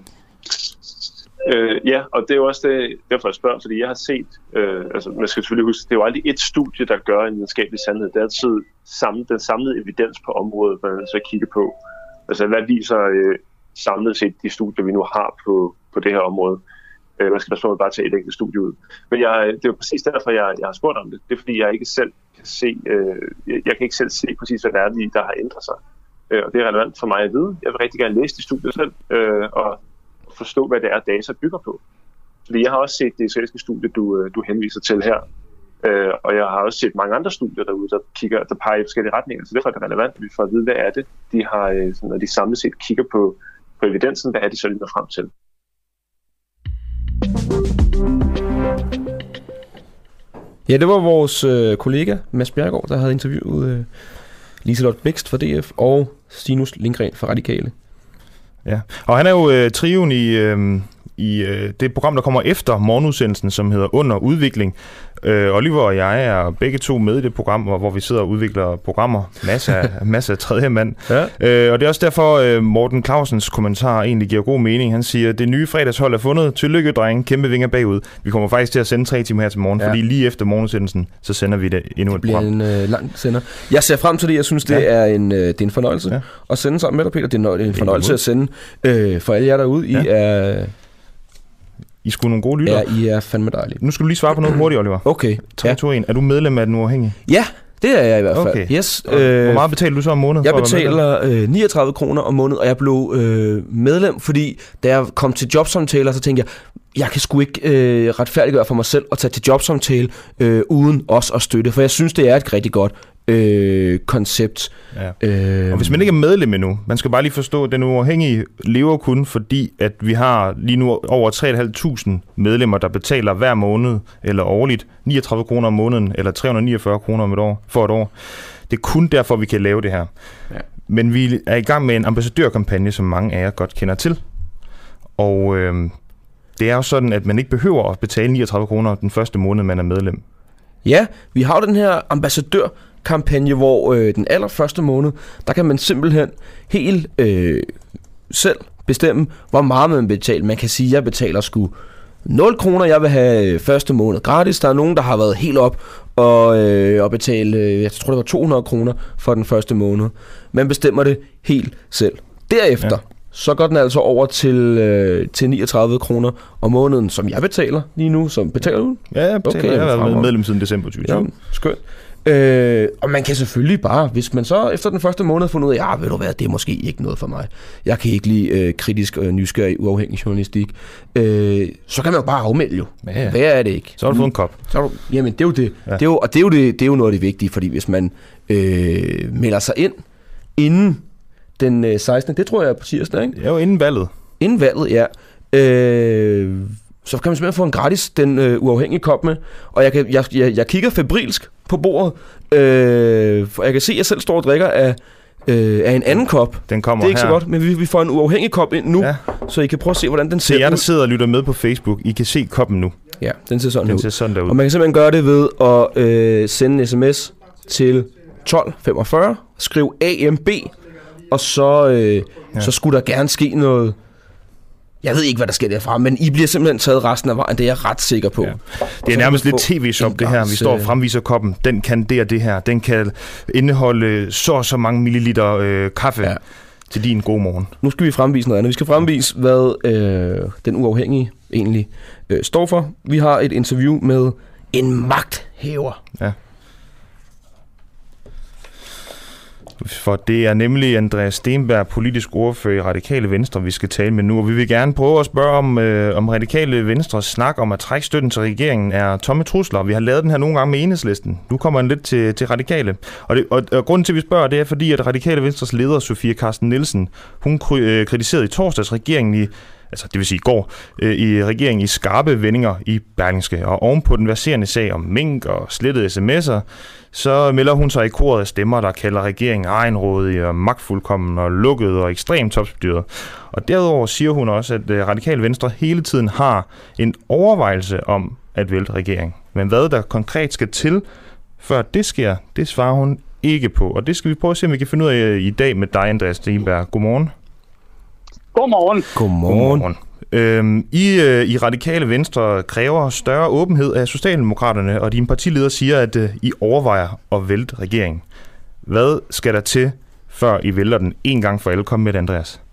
Speaker 10: Øh, ja, og det er jo også det, derfor jeg spørger, fordi jeg har set, øh, altså man skal selvfølgelig huske, det er jo aldrig et studie, der gør en videnskabelig sandhed. Det er altid samme, den samlede evidens på området, man så kigger på. Altså hvad viser øh, samlet set de studier, vi nu har på, på det her område. Øh, man skal da bare tage et enkelt studie ud. Men jeg, det er jo præcis derfor, jeg, jeg har spurgt om det. Det er fordi, jeg ikke selv kan se, øh, jeg kan ikke selv se præcis, hvad det er, der har ændret sig. Øh, og det er relevant for mig at vide. Jeg vil rigtig gerne læse de studier selv, øh, og forstå, hvad det er, data bygger på. Fordi jeg har også set det israelske studie, du, du henviser til her, øh, og jeg har også set mange andre studier derude, der, kigger, der peger i forskellige retninger, så derfor er det relevant, at vi får at vide, hvad er det, de har, sådan, når de samlet set kigger på, på evidensen, hvad er det så, de når frem til.
Speaker 2: Ja, det var vores øh, kollega, Mads Bjerregaard, der havde interviewet øh, Liselott Blixt fra D F og Stinus Lindgren fra Radikale.
Speaker 1: Ja, og han er jo øh, trioen i, øh, i øh, det program, der kommer efter morgenudsendelsen, som hedder Under Udvikling. Øh, Oliver og jeg er begge to med i det program, hvor, hvor vi sidder og udvikler programmer. Masser af, masser af tredje mand. Ja. Øh, og det er også derfor, øh, Morten Clausens kommentar egentlig giver god mening. Han siger, det nye fredagshold er fundet. Tillykke, drenge. Kæmpe vinger bagud. Vi kommer faktisk til at sende tre timer her til morgen, ja. Fordi lige efter morgenudsendelsen, så sender vi det endnu et program.
Speaker 2: Det bliver en øh, lang sender. Jeg ser frem til det. Jeg synes, det, ja. er, en, øh, det er en fornøjelse ja. at sende sammen med dig, Peter. Det er en, en fornøjelse at sende øh, for alle jer derude. I ja. er...
Speaker 1: I skulle nogle gode lytter.
Speaker 2: Ja, I er fandme dejlige.
Speaker 1: Nu skal du lige svare på noget hurtigt, Oliver.
Speaker 2: Okay.
Speaker 1: tre, to, et. Er du medlem af Den Uafhængige?
Speaker 2: Ja, det er jeg i hvert fald.
Speaker 1: Okay.
Speaker 2: Yes.
Speaker 1: Hvor meget betaler du så om måneden?
Speaker 2: Jeg betaler øh, niogtredive kroner om måneden, og jeg blev øh, medlem, fordi da jeg kom til jobsamtaler, så tænkte jeg, jeg kan sgu ikke øh, retfærdiggøre for mig selv at tage til jobsamtale øh, uden også at støtte, for jeg synes, det er et rigtig godt øh, koncept.
Speaker 1: Ja. Øh, og hvis man ikke er medlem endnu, man skal bare lige forstå, at Den Uafhængige lever kun fordi, at vi har lige nu over tre tusind fem hundrede medlemmer, der betaler hver måned eller årligt niogtredive kroner om måneden, eller tre hundrede og niogfyrre kroner om et år, for et år. Det er kun derfor, vi kan lave det her. Ja. Men vi er i gang med en ambassadørkampagne, som mange af jer godt kender til. Og øh, det er jo sådan, at man ikke behøver at betale niogtredive kroner den første måned, man er medlem.
Speaker 2: Ja, vi har jo den her ambassadørkampagne, hvor øh, den allerførste måned, der kan man simpelthen helt øh, selv bestemme, hvor meget man betaler. Man kan sige, at jeg betaler sgu nul kroner, jeg vil have første måned gratis. Der er nogen, der har været helt op og, øh, og betale, øh, jeg tror det var to hundrede kroner for den første måned. Man bestemmer det helt selv. Derefter, ja. Så går den altså over til, øh, til niogtredive kroner om måneden, som jeg betaler lige nu. Som betaler du?
Speaker 1: Ja, jeg betaler. Okay, jeg har været medlem siden december tyve tyve. Ja,
Speaker 2: skønt. Øh, og man kan selvfølgelig bare, hvis man så efter den første måned fundet ud af, ja, ved du hvad, det er måske ikke noget for mig. Jeg kan ikke lide øh, kritisk og nysgerrig uafhængig journalistik. Øh, så kan man jo bare afmelde jo. Ja, ja. Hvad er det ikke?
Speaker 1: Så har du fået en kop.
Speaker 2: Så du, jamen, det er jo det. Ja. det, er jo, og det er, jo det, det er jo noget af det vigtige, fordi hvis man øh, melder sig ind inden den sekstende Det tror jeg er på tirsdag, ikke?
Speaker 1: Det er jo inden valget.
Speaker 2: Inden valget, ja. Øh, så kan man simpelthen få en gratis, den øh, uafhængige kop med. Og jeg, kan, jeg, jeg, jeg kigger febrilsk på bordet Øh, for jeg kan se, at jeg selv står og drikker af, øh, af en anden kop.
Speaker 1: Den kommer
Speaker 2: Det er ikke
Speaker 1: her.
Speaker 2: så godt, men vi, vi får en uafhængig kop ind nu, ja. Så I kan prøve at se, hvordan den ser ud.
Speaker 1: Det er jer, der sidder og lytter med på Facebook. I kan se koppen nu.
Speaker 2: Ja, den ser sådan
Speaker 1: den
Speaker 2: ud.
Speaker 1: Ser sådan derud.
Speaker 2: Og man kan simpelthen gøre det ved at øh, sende en sms til tolv femogfyrre, skriv A M B, og så, øh, ja. så skulle der gerne ske noget. Jeg ved ikke, hvad der sker derfra, men I bliver simpelthen taget resten af vejen. Det er jeg ret sikker på. Ja.
Speaker 1: Det er nærmest lidt tv-shop, det her. Vi står og fremviser koppen. Den kan det og det her. Den kan indeholde så og så mange milliliter øh, kaffe ja. til din gode morgen.
Speaker 2: Nu skal vi fremvise noget andet. Vi skal fremvise, hvad øh, den uafhængige egentlig øh, står for. Vi har et interview med en magthæver.
Speaker 1: Ja. For det er nemlig Andreas Steenberg, politisk ordfører i Radikale Venstre, vi skal tale med nu. Og vi vil gerne prøve at spørge om, øh, om Radikale Venstres snak om at trække støtten til regeringen er tomme trusler. Vi har lavet den her nogle gange med Enhedslisten. Nu kommer den lidt til, til Radikale. Og, det, og, og grunden til, at vi spørger, det er fordi, at Radikale Venstres leder, Sofie Carsten Nielsen, hun øh, kritiserede i torsdags regeringen i altså det vil sige i går, øh, i regeringen i skarpe vendinger i Berlingske. Og ovenpå den verserende sag om mink og slettede sms'er, så melder hun sig i koret af stemmer, der kalder regeringen egenrådig og magtfuldkommen og lukket og ekstremt topstyret. Og derudover siger hun også, at øh, Radikale Venstre hele tiden har en overvejelse om at vælte regeringen. Men hvad der konkret skal til, før det sker, det svarer hun ikke på. Og det skal vi prøve at se, om vi kan finde ud af i dag med dig, Andreas Steenberg. Godmorgen.
Speaker 6: Godmorgen.
Speaker 2: Godmorgen.
Speaker 1: Godmorgen. Øhm, I, øh, I Radikale Venstre kræver større åbenhed af Socialdemokraterne, og din partileder siger, at øh, I overvejer at vælte regeringen. Hvad skal der til, før I vælter den en gang for alle? Kom med det, Andreas.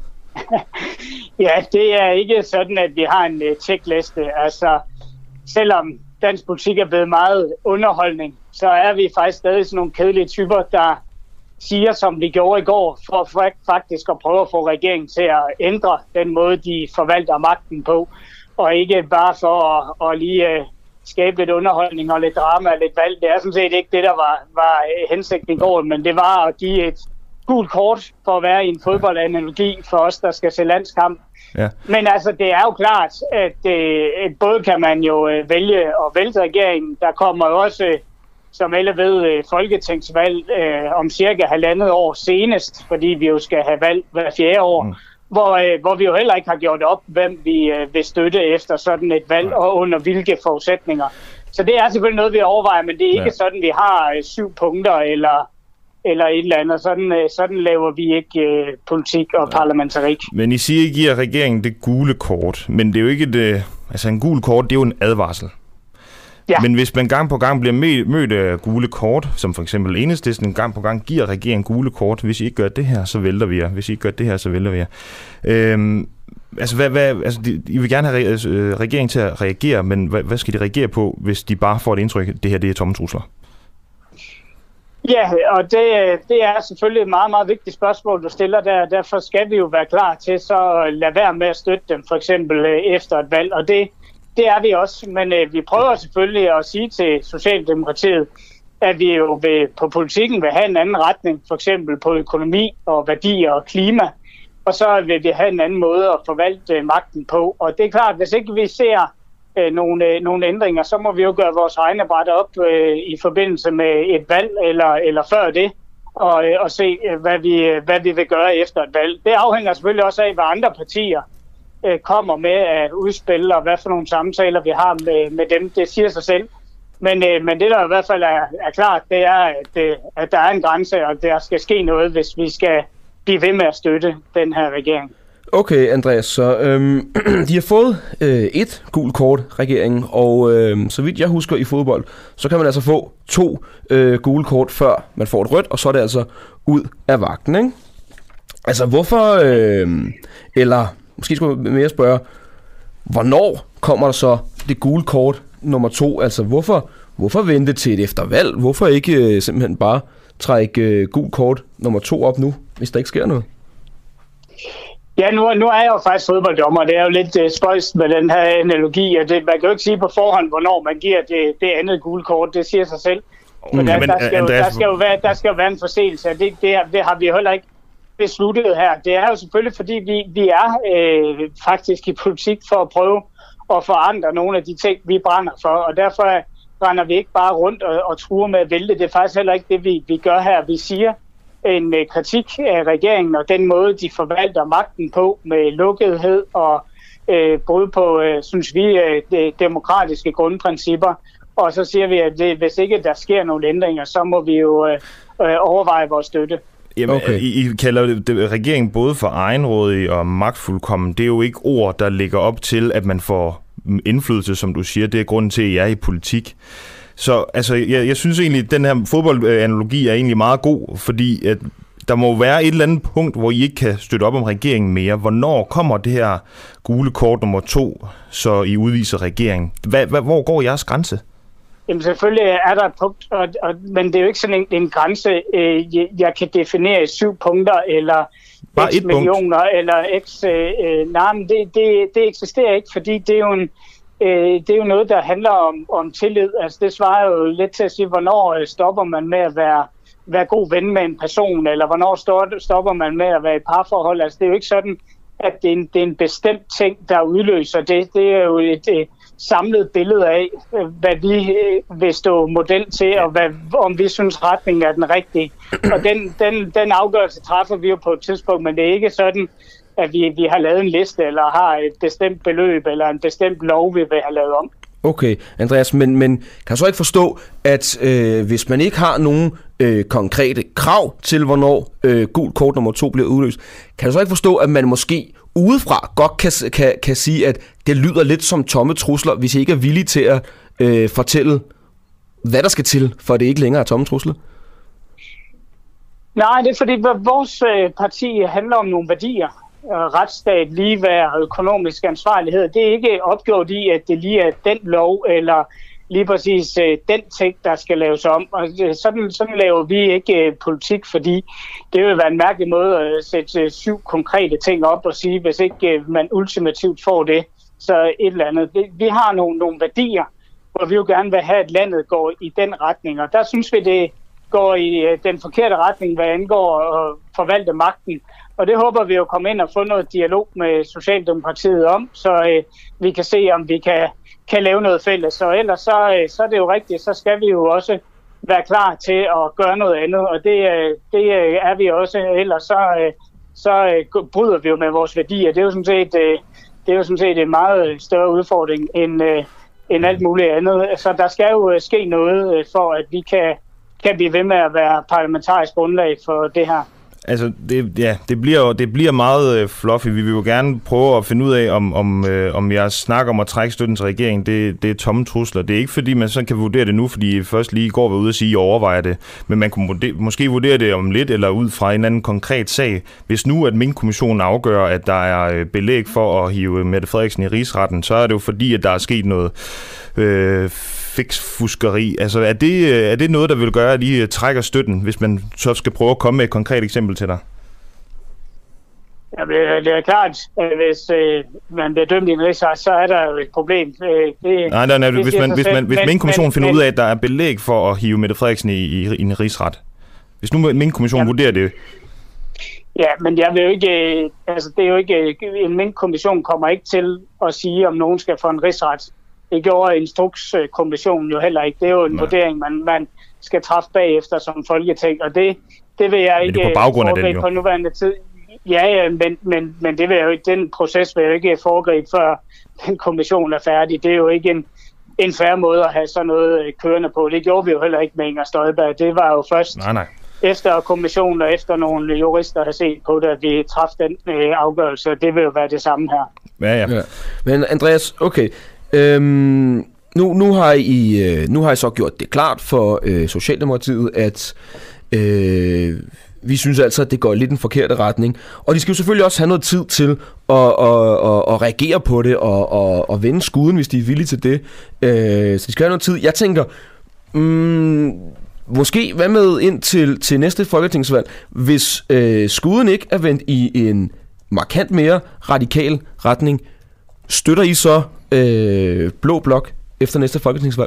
Speaker 11: Ja, det er ikke sådan, at vi har en uh, checkliste. Altså, selvom dansk politik er blevet meget underholdning, så er vi faktisk stadig sådan nogle kedelige typer, der siger, som vi gjorde i går, for faktisk at prøve at få regeringen til at ændre den måde, de forvalter magten på, og ikke bare for at, at lige uh, skabe lidt underholdning og lidt drama og lidt valg. Det er sådan set ikke det, der var, var hensigten i går, men det var at give et gult kort for at være i en fodboldanalogi for os, der skal se landskamp. Ja. Men altså, det er jo klart, at øh, både kan man jo øh, vælge at vælte regeringen. Der kommer jo også, øh, som alle ved, øh, folketingsvalg øh, om cirka halvandet år senest, fordi vi jo skal have valg hver fjerde år, mm. hvor, øh, hvor vi jo heller ikke har gjort op, hvem vi øh, vil støtte efter sådan et valg, mm. og under hvilke forudsætninger. Så det er selvfølgelig noget, vi overvejer, men det er ikke ja. sådan, vi har øh, syv punkter eller eller et eller andet. Sådan, sådan laver vi ikke øh, politik og ja. parlamentarik.
Speaker 1: Men I siger, I giver regeringen det gule kort, men det er jo ikke det, altså en gul kort, det er jo en advarsel. Ja. Men hvis man gang på gang bliver mødt af gule kort, som for eksempel Enhedslisten gang på gang giver regeringen gule kort, hvis I ikke gør det her, så vælter vi jer. Hvis I ikke gør det her, så vælter vi jer. Øhm, altså, hvad, hvad, altså, de, I vil gerne have øh, regeringen til at reagere, men hvad, hvad skal de reagere på, hvis de bare får et indtryk, at det her det er tomme trusler?
Speaker 11: Ja, og det, det er selvfølgelig et meget, meget vigtigt spørgsmål, du stiller der. Derfor skal vi jo være klar til så at lade være med at støtte dem, for eksempel efter et valg. Og det, det er vi også. Men øh, vi prøver selvfølgelig at sige til Socialdemokratiet, at vi jo vil, på politikken vil have en anden retning, for eksempel på økonomi og værdier og klima. Og så vil vi have en anden måde at forvalte magten på. Og det er klart, hvis ikke vi ser Øh, nogle, øh, nogle ændringer, så må vi jo gøre vores egne bræt op øh, i forbindelse med et valg eller, eller før det, og, øh, og se, øh, hvad, vi, hvad vi vil gøre efter et valg. Det afhænger selvfølgelig også af, hvad andre partier øh, kommer med at udspille, og hvad for nogle samtaler vi har med, med dem. Det siger sig selv. Men, øh, men det, der i hvert fald er, er klart, det er, at, øh, at der er en grænse, og der skal ske noget, hvis vi skal blive ved med at støtte den her regering.
Speaker 2: Okay, Andreas, så øhm, de har fået øh, et gult kort, regeringen, og øh, så vidt jeg husker i fodbold, så kan man altså få to øh, gule kort, før man får et rødt, og så er det altså ud af vagten, ikke? Altså, hvorfor, øh, eller måske skulle jeg mere spørge, hvornår kommer der så det gule kort nummer to? Altså, hvorfor, hvorfor vente til et eftervalg? Hvorfor ikke øh, simpelthen bare trække øh, gult kort nummer to op nu, hvis der ikke sker noget?
Speaker 11: Ja, nu, nu er jeg jo faktisk fodbolddommer, det er jo lidt uh, spøjst med den her analogi, og det, man kan jo ikke sige på forhånd, hvornår man giver det, det andet gule kort, det siger sig selv. Mm, der, men, der, skal jo, der, skal jo være, der skal jo være en forseelse, og det, det, det har vi jo heller ikke besluttet her. Det er jo selvfølgelig, fordi vi, vi er øh, faktisk i politik for at prøve at forandre nogle af de ting, vi brænder for, og derfor render vi ikke bare rundt og, og truer med at vælte. Det er faktisk heller ikke det, vi, vi gør her. Vi siger en uh, kritik af regeringen og den måde, de forvalter magten på med lukkethed og uh, brud på, uh, synes vi, uh, de demokratiske grundprincipper. Og så siger vi, at det, hvis ikke der sker nogle ændringer, så må vi jo uh, uh, overveje vores støtte.
Speaker 1: Jamen, okay. I, I kalder det, det, regeringen både for egenrådig og magtfuldkommen. Det er jo ikke ord, der ligger op til, at man får indflydelse, som du siger. Det er grunden til, at jeg er i politik. Så altså, jeg, jeg synes egentlig, at den her fodboldanalogi er egentlig meget god, fordi at der må være et eller andet punkt, hvor I ikke kan støtte op om regeringen mere. Hvornår kommer det her gule kort nummer to, så I udviser regeringen? Hva, hva, hvor går jeres grænse?
Speaker 11: Jamen selvfølgelig er der et punkt, og, og, men det er jo ikke sådan en, en grænse, øh, jeg, jeg kan definere i syv punkter, eller
Speaker 1: Bare
Speaker 11: x millioner, punkt. eller x... Øh, nej, men det, det, det eksisterer ikke, fordi det er jo, en, øh, det er jo noget, der handler om, om tillid. Altså det svarer jo lidt til at sige, hvornår stopper man med at være, være god ven med en person, eller hvornår stopper man med at være i parforhold. Altså det er jo ikke sådan, at det er en, det er en bestemt ting, der udløser det. Det er jo et... et samlet billede af, hvad vi vil stå model til, og hvad, om vi synes, retningen er den rigtige. Og den, den, den afgørelse træffer vi jo på et tidspunkt, men det er ikke sådan, at vi, vi har lavet en liste, eller har et bestemt beløb, eller en bestemt lov, vi vil have lavet om.
Speaker 2: Okay, Andreas, men, men kan du så ikke forstå, at øh, hvis man ikke har nogen øh, konkrete krav til, hvornår øh, gul kort nummer to bliver udløst, kan du så ikke forstå, at man måske udefra godt kan, kan, kan sige, at det lyder lidt som tomme trusler, hvis I ikke er villige til at øh, fortælle, hvad der skal til, for det ikke længere er tomme trusler?
Speaker 11: Nej, det er fordi, vores øh, parti handler om nogle værdier. Retsstat, ligeværd og økonomisk ansvarlighed. Det er ikke opgjort i, at det lige er den lov, eller lige præcis øh, den ting, der skal laves om. Og øh, sådan, sådan laver vi ikke øh, politik, fordi det vil være en mærkelig måde at sætte øh, syv konkrete ting op og sige, hvis ikke øh, man ultimativt får det, så et eller andet. Vi har nogle, nogle værdier, hvor vi jo gerne vil have, at landet går i den retning, og der synes vi, det går i øh, den forkerte retning, hvad angår at forvalte magten. Og det håber vi jo komme ind og få noget dialog med Socialdemokratiet om, så øh, vi kan se, om vi kan, kan lave noget fælles. Så ellers så, øh, så er det jo rigtigt, så skal vi jo også være klar til at gøre noget andet, og det, øh, det øh, er vi også. Ellers så, øh, så øh, bryder vi jo med vores værdier. Det er jo sådan set, øh, det er jo sådan set en meget større udfordring end, øh, end alt muligt andet. Så der skal jo ske noget for, at vi kan, kan blive ved med at være parlamentarisk grundlag for det her.
Speaker 1: Altså, det, ja, det bliver, det bliver meget øh, fluffy. Vi vil jo gerne prøve at finde ud af, om, om, øh, om jeg snakker om at trække støtten til regeringen, det, det er tomme trusler. Det er ikke, fordi man så kan vurdere det nu, fordi først lige i går var ude og sige, at I overvejer det. Men man kunne vurdere, måske vurdere det om lidt, eller ud fra en anden konkret sag. Hvis nu, at Minkkommissionen afgør, at der er belæg for at hive Mette Frederiksen i rigsretten, så er det jo fordi, at der er sket noget øh, fiksfuskeri. Altså, er det, er det noget, der vil gøre, at I trækker støtten, hvis man så skal prøve at komme med et konkret eksempel til dig?
Speaker 11: Ja, det er klart, at hvis øh, man bliver dømt i en rigsret, så er der jo et problem. Øh, det,
Speaker 1: nej, nej, nej, det hvis, man, hvis, man, hvis Minkkommissionen finder men, ud af, at der er belæg for at hive Mette Frederiksen i, i, i en rigsret. Hvis nu Minkkommissionen ja, vurderer det.
Speaker 11: Ja, men jeg vil jo ikke, altså det er jo ikke, en Minkkommission kommer ikke til at sige, om nogen skal få en rigsret. Det gjorde Instrukskommissionen jo heller ikke. Det er jo en nej. vurdering, man, man skal træffe bagefter som folketing, og det, det vil jeg ikke foregribe på nuværende tid. Ja, ja, men, men, men det vil jo ikke, den proces vil jo ikke foregribe, før den kommission er færdig. Det er jo ikke en, en fair måde at have sådan noget kørende på. Det gjorde vi jo heller ikke med Inger Støjberg. Det var jo først
Speaker 1: nej, nej.
Speaker 11: efter kommissionen og efter nogle jurister har set på det, at vi træffede den øh, afgørelse. Det vil jo være det samme her.
Speaker 1: Ja, ja.
Speaker 2: ja. Men Andreas, okay. Øhm, nu, nu, har I, øh, nu har I så gjort det klart for øh, Socialdemokratiet, at øh, vi synes altså, at det går lidt den forkerte retning. Og de skal jo selvfølgelig også have noget tid til at, at, at, at reagere på det og at, at vende skuden, hvis de er villige til det. Øh, så de skal have noget tid. Jeg tænker, mm, måske hvad med ind til, til næste folketingsvalg, hvis øh, skuden ikke er vendt i en markant mere radikal retning, støtter I så øh, Blå Blok efter næste folketingsvalg?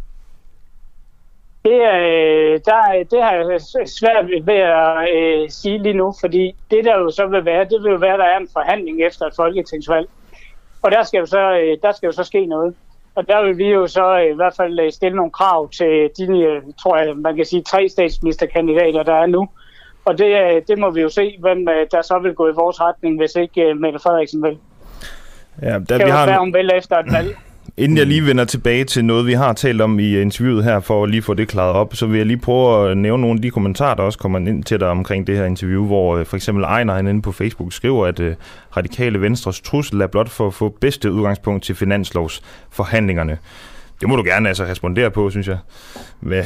Speaker 11: Det, er, der, det har jeg svært ved at øh, sige lige nu, fordi det der jo så vil være, det vil jo være, at der er en forhandling efter et folketingsvalg. Og der skal jo så, øh, der skal jo så ske noget. Og der vil vi jo så i hvert fald stille nogle krav til de, tror jeg, man kan sige, tre statsministerkandidater, der er nu. Og det, det må vi jo se, hvem der så vil gå i vores retning, hvis ikke Mette Frederiksen vil.
Speaker 1: Ja, der,
Speaker 11: det kan vi jo være, hun vil efter et valg.
Speaker 1: Inden jeg lige vender tilbage til noget, vi har talt om i interviewet her, for at lige få det klaret op, så vil jeg lige prøve at nævne nogle af de kommentarer, der også kommer ind til dig omkring det her interview, hvor for eksempel Ejner inde på Facebook skriver, at uh, Radikale Venstres trussel er blot for at få bedste udgangspunkt til finanslovsforhandlingerne. Det må du gerne altså respondere på, synes jeg. Hvad?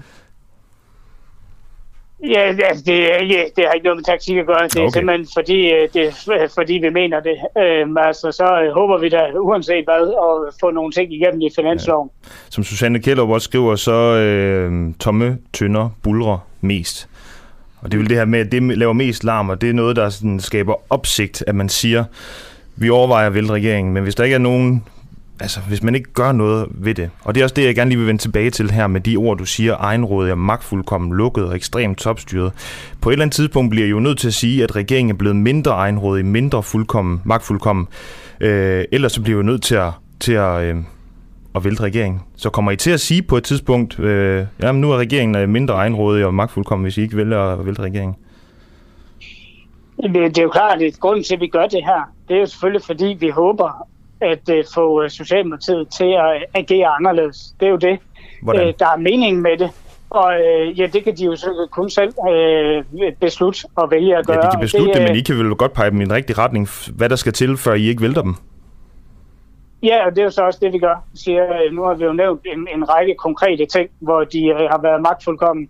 Speaker 11: Ja, altså det, er ikke, det har ikke noget med taktik at gøre. Det er okay. Simpelthen fordi, det er, fordi vi mener det. Øhm, altså, så håber vi da uanset hvad at få nogle ting igennem i finansloven.
Speaker 1: Ja. Som Susanne Kjellup også skriver, så øh, tomme tønder bulrer mest. Og det er vel det her med, at det laver mest larm, og det er noget, der sådan skaber opsigt, at man siger, vi overvejer at vælte regeringen, men hvis der ikke er nogen... Altså, hvis man ikke gør noget ved det. Og det er også det, jeg gerne lige vil vende tilbage til her med de ord, du siger, egenrådig og magtfuldkommen, lukket og ekstremt topstyret. På et eller andet tidspunkt bliver jeg jo nødt til at sige, at regeringen er blevet mindre egenrådig, mindre fuldkommen, magtfuldkommen. Øh, ellers så bliver jeg jo nødt til at, til at, øh, at vælte regeringen. Så kommer I til at sige på et tidspunkt, øh, jamen nu er regeringen mindre egenrådig og magtfuldkommen, hvis I ikke vælger at vælte regeringen?
Speaker 11: Det, det er jo klart, at grunden til, at vi gør det her, det er jo selvfølgelig, fordi vi håber, at uh, få Socialdemokratiet til at agere anderledes. Det er jo det, uh, der er meningen med det. Og uh, ja, det kan de jo så kun selv uh, beslutte og vælge at gøre.
Speaker 1: Ja, de kan beslutte det, det,
Speaker 11: uh,
Speaker 1: men I kan vel godt pege dem i en rigtig retning, hvad der skal til, før I ikke vælter dem?
Speaker 11: Ja, og det er jo så også det, vi gør. Siger, nu har vi jo nævnt en, en række konkrete ting, hvor de uh, har været magtfuldkommen.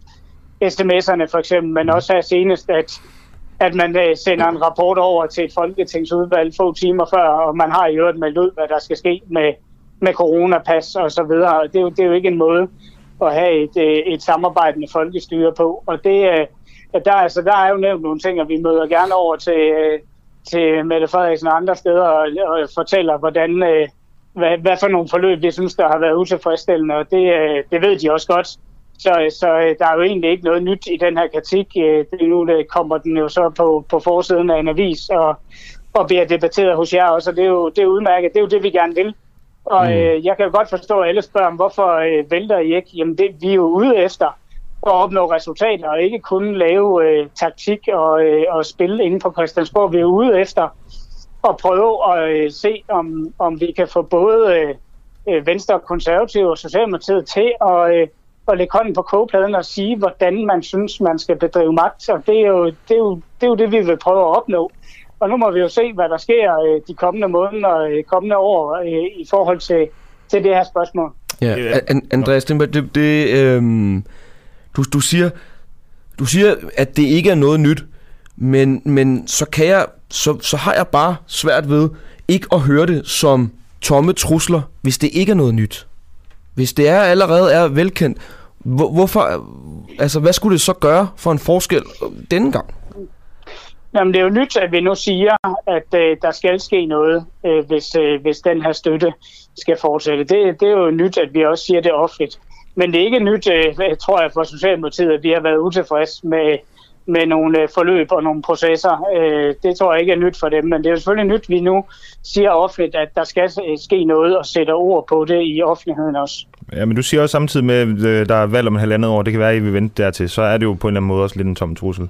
Speaker 11: S M S'erne for eksempel, men også her senest, at at man øh, sender en rapport over til et folketingsudvalg få timer før, og man har i øvrigt meldt ud, hvad der skal ske med, med coronapas og så videre. Det er, jo, det er jo ikke en måde at have et, et samarbejdende folkestyre på. Og det, øh, der, altså, der er jo nævnt nogle ting, og vi møder gerne over til, øh, til Mette Frederiksen og andre steder og, og fortæller, hvordan, øh, hvad, hvad for nogle forløb vi synes, der har været utilfredsstillende, og det, øh, det ved de også godt. Så, så der er jo egentlig ikke noget nyt i den her kritik. Det, nu det kommer den jo så på, på forsiden af en avis og, og bliver debatteret hos jer også, og det er jo, det er udmærket. Det er jo det, vi gerne vil. Og mm. øh, jeg kan jo godt forstå, at alle spørger, hvorfor øh, vælter I ikke? Jamen, det, vi er jo ude efter at opnå resultater, og ikke kun lave øh, taktik og, øh, og spil inden for Christiansborg. Vi er ude efter at prøve at øh, se, om, om vi kan få både øh, Venstre, Konservative og Socialdemokratiet til at... Øh, og lægge hånden på kogepladen og sige, hvordan man synes, man skal bedrive magt. Og det er jo det, er jo, det, er jo det vi vil prøve at opnå. Og nu må vi jo se, hvad der sker de kommende måneder og kommende år i forhold til, til det her spørgsmål.
Speaker 2: Ja, Andreas, det, det, det, øhm, du, du, siger, du siger, at det ikke er noget nyt, men, men så, kan jeg, så, så har jeg bare svært ved ikke at høre det som tomme trusler, hvis det ikke er noget nyt. Hvis det er allerede er velkendt, hvor, hvorfor, altså hvad skulle det så gøre for en forskel denne gang?
Speaker 11: Jamen det er jo nyt, at vi nu siger, at øh, der skal ske noget, øh, hvis, øh, hvis den her støtte skal fortsætte. Det, det er jo nyt, at vi også siger det offentligt. Men det er ikke nyt, øh, tror jeg, for Socialdemokratiet, at vi har været utilfreds med, med nogle øh, forløb og nogle processer. Øh, det tror jeg ikke er nyt for dem, men det er jo selvfølgelig nyt, vi nu siger offentligt, at der skal ske noget og sætter ord på det i offentligheden også.
Speaker 1: Ja, men du siger også samtidig med, at der er valg om en halvandet år, det kan være, at I vil vente dertil, så er det jo på en eller anden måde også lidt en tom trussel.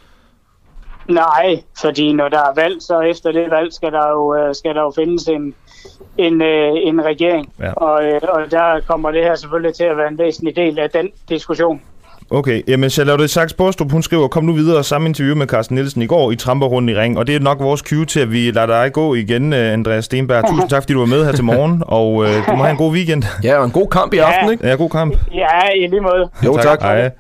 Speaker 11: Nej, fordi når der er valg, så efter det valg skal der jo, skal der jo findes en, en, en regering. Ja. Og, og der kommer det her selvfølgelig til at være en væsentlig del af den diskussion.
Speaker 1: Okay, jamen Charlotte Sachs-Bostrup, hun skriver, kom nu videre, samme interview med Carsten Nielsen i går i Tramperrunden i Ring, og det er nok vores cue til, at vi lader dig gå igen, Andreas Steenberg. Tusind tak, fordi du var med her til morgen, og øh, du må have en god weekend.
Speaker 2: Ja, og en god kamp i
Speaker 11: ja.
Speaker 2: aften, ikke?
Speaker 1: Ja, god kamp.
Speaker 11: Ja, i lige måde.
Speaker 2: Jo, tak. tak.
Speaker 1: Hej.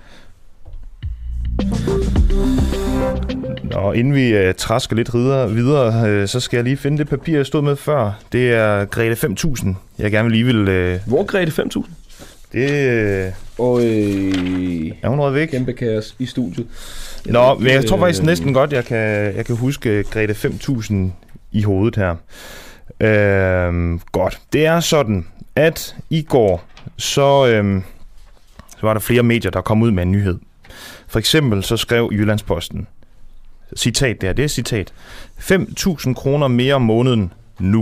Speaker 1: Og inden vi øh, trasker lidt videre, videre øh, så skal jeg lige finde det papir, jeg stod med før. Det er Grete fem tusind. Jeg gerne lige vil... Øh...
Speaker 2: Hvor Grete fem tusind?
Speaker 1: Det...
Speaker 2: Og øh...
Speaker 1: er hun røget væk?
Speaker 2: Kæmpe kaos i studiet.
Speaker 1: Nå, men jeg tror faktisk næsten godt, jeg kan, jeg kan huske Grete fem tusind i hovedet her. Øh, godt. Det er sådan, at i går, så, øh, så var der flere medier, der kom ud med en nyhed. For eksempel så skrev Jyllandsposten, citat der, det er citat, fem tusind kroner mere om måneden nu.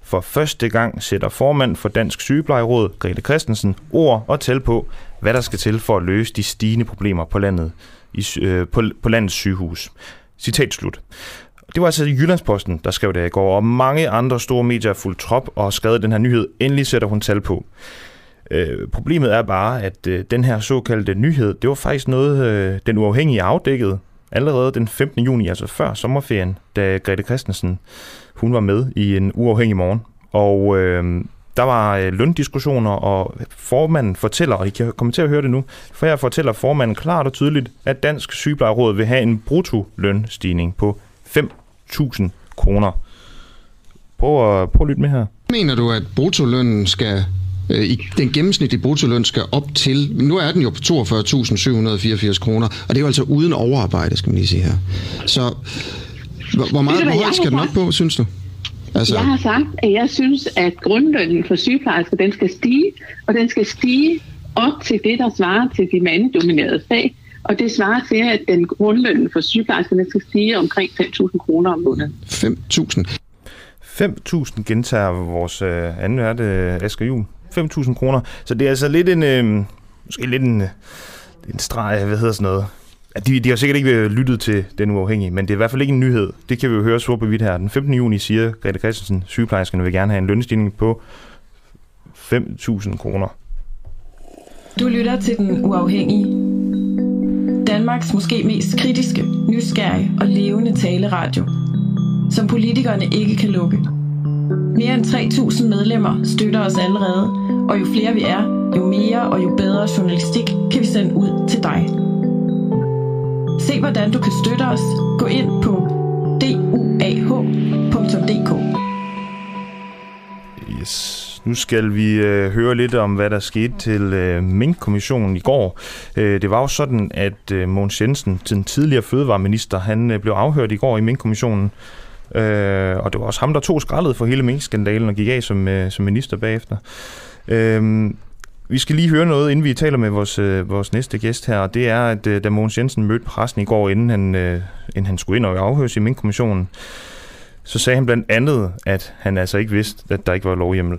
Speaker 1: For første gang sætter formand for Dansk Sygeplejeråd, Grete Christensen, ord og tal på, hvad der skal til for at løse de stigende problemer på landet i, øh, på, på landets sygehus. Citat slut. Det var altså Jyllandsposten, der skrev det i går, og mange andre store medier fulgte trop og skrev den her nyhed. Endelig sætter hun tal på. Øh, problemet er bare, at øh, den her såkaldte nyhed, det var faktisk noget, øh, den uafhængige afdækkede allerede den femtende juni, altså før sommerferien, da Grete Christensen, hun var med i en uafhængig morgen. Og øh, der var øh, løndiskussioner, og formanden fortæller, og I kan komme til at høre det nu, for jeg fortæller formanden klart og tydeligt, at Dansk Sygeplejeråd vil have en bruttolønstigning på fem tusind kroner. Prøv at, prøv at lytte med her.
Speaker 12: Mener du, at bruttolønnen skal, øh, i den gennemsnitlige bruttoløn skal op til, nu er den jo på toogfyrre tusind syv hundrede og fireogfirs kroner, og det er jo altså uden overarbejde, skal man lige sige her. Så hvor, hvor meget hvor højt skal den op på, synes du?
Speaker 13: Altså... Jeg har sagt, at jeg synes, at grundlønnen for sygeplejersker, den skal stige, og den skal stige op til det, der svarer til de mandedominerede fag. Og det svarer til, at den grundlønnen for sygeplejerskerne skal stige omkring fem tusind kroner om måneden.
Speaker 12: fem tusind?
Speaker 1: fem tusind gentager vores øh, anden vært, øh, Asger Juhl. fem tusind kroner. Så det er altså lidt en, øh, måske lidt en, øh, en streg, hvad hedder sådan noget. Ja, de, de har sikkert ikke lyttet til den uafhængige, men det er i hvert fald ikke en nyhed. Det kan vi jo høre sort på hvidt her. Den femtende juni siger Grete Christensen, sygeplejerskerne vil gerne have en lønstigning på fem tusind kroner.
Speaker 7: Du lytter til Den Uafhængige. Danmarks måske mest kritiske, nysgerrige og levende taleradio, som politikerne ikke kan lukke. Mere end tre tusind medlemmer støtter os allerede, og jo flere vi er, jo mere og jo bedre journalistik kan vi sende ud til dig. Se hvordan du kan støtte os. Gå ind på d u a h punktum d k.
Speaker 1: Yes. Nu skal vi øh, høre lidt om, hvad der skete til øh, Mink-kommissionen i går. Øh, det var jo sådan, at øh, Mogens Jensen, den tidligere fødevareminister, han øh, blev afhørt i går i Mink-kommissionen. Øh, og det var også ham, der tog skraldet for hele Mink-skandalen og gik af som, øh, som minister bagefter. Øh, vi skal lige høre noget, inden vi taler med vores, øh, vores næste gæst her. Og det er, at øh, da Mogens Jensen mødte pressen i går, inden han, øh, inden han skulle ind og afhøres i Mink-kommissionen, så sagde han blandt andet, at han altså ikke vidste, at der ikke var lovhjemmel.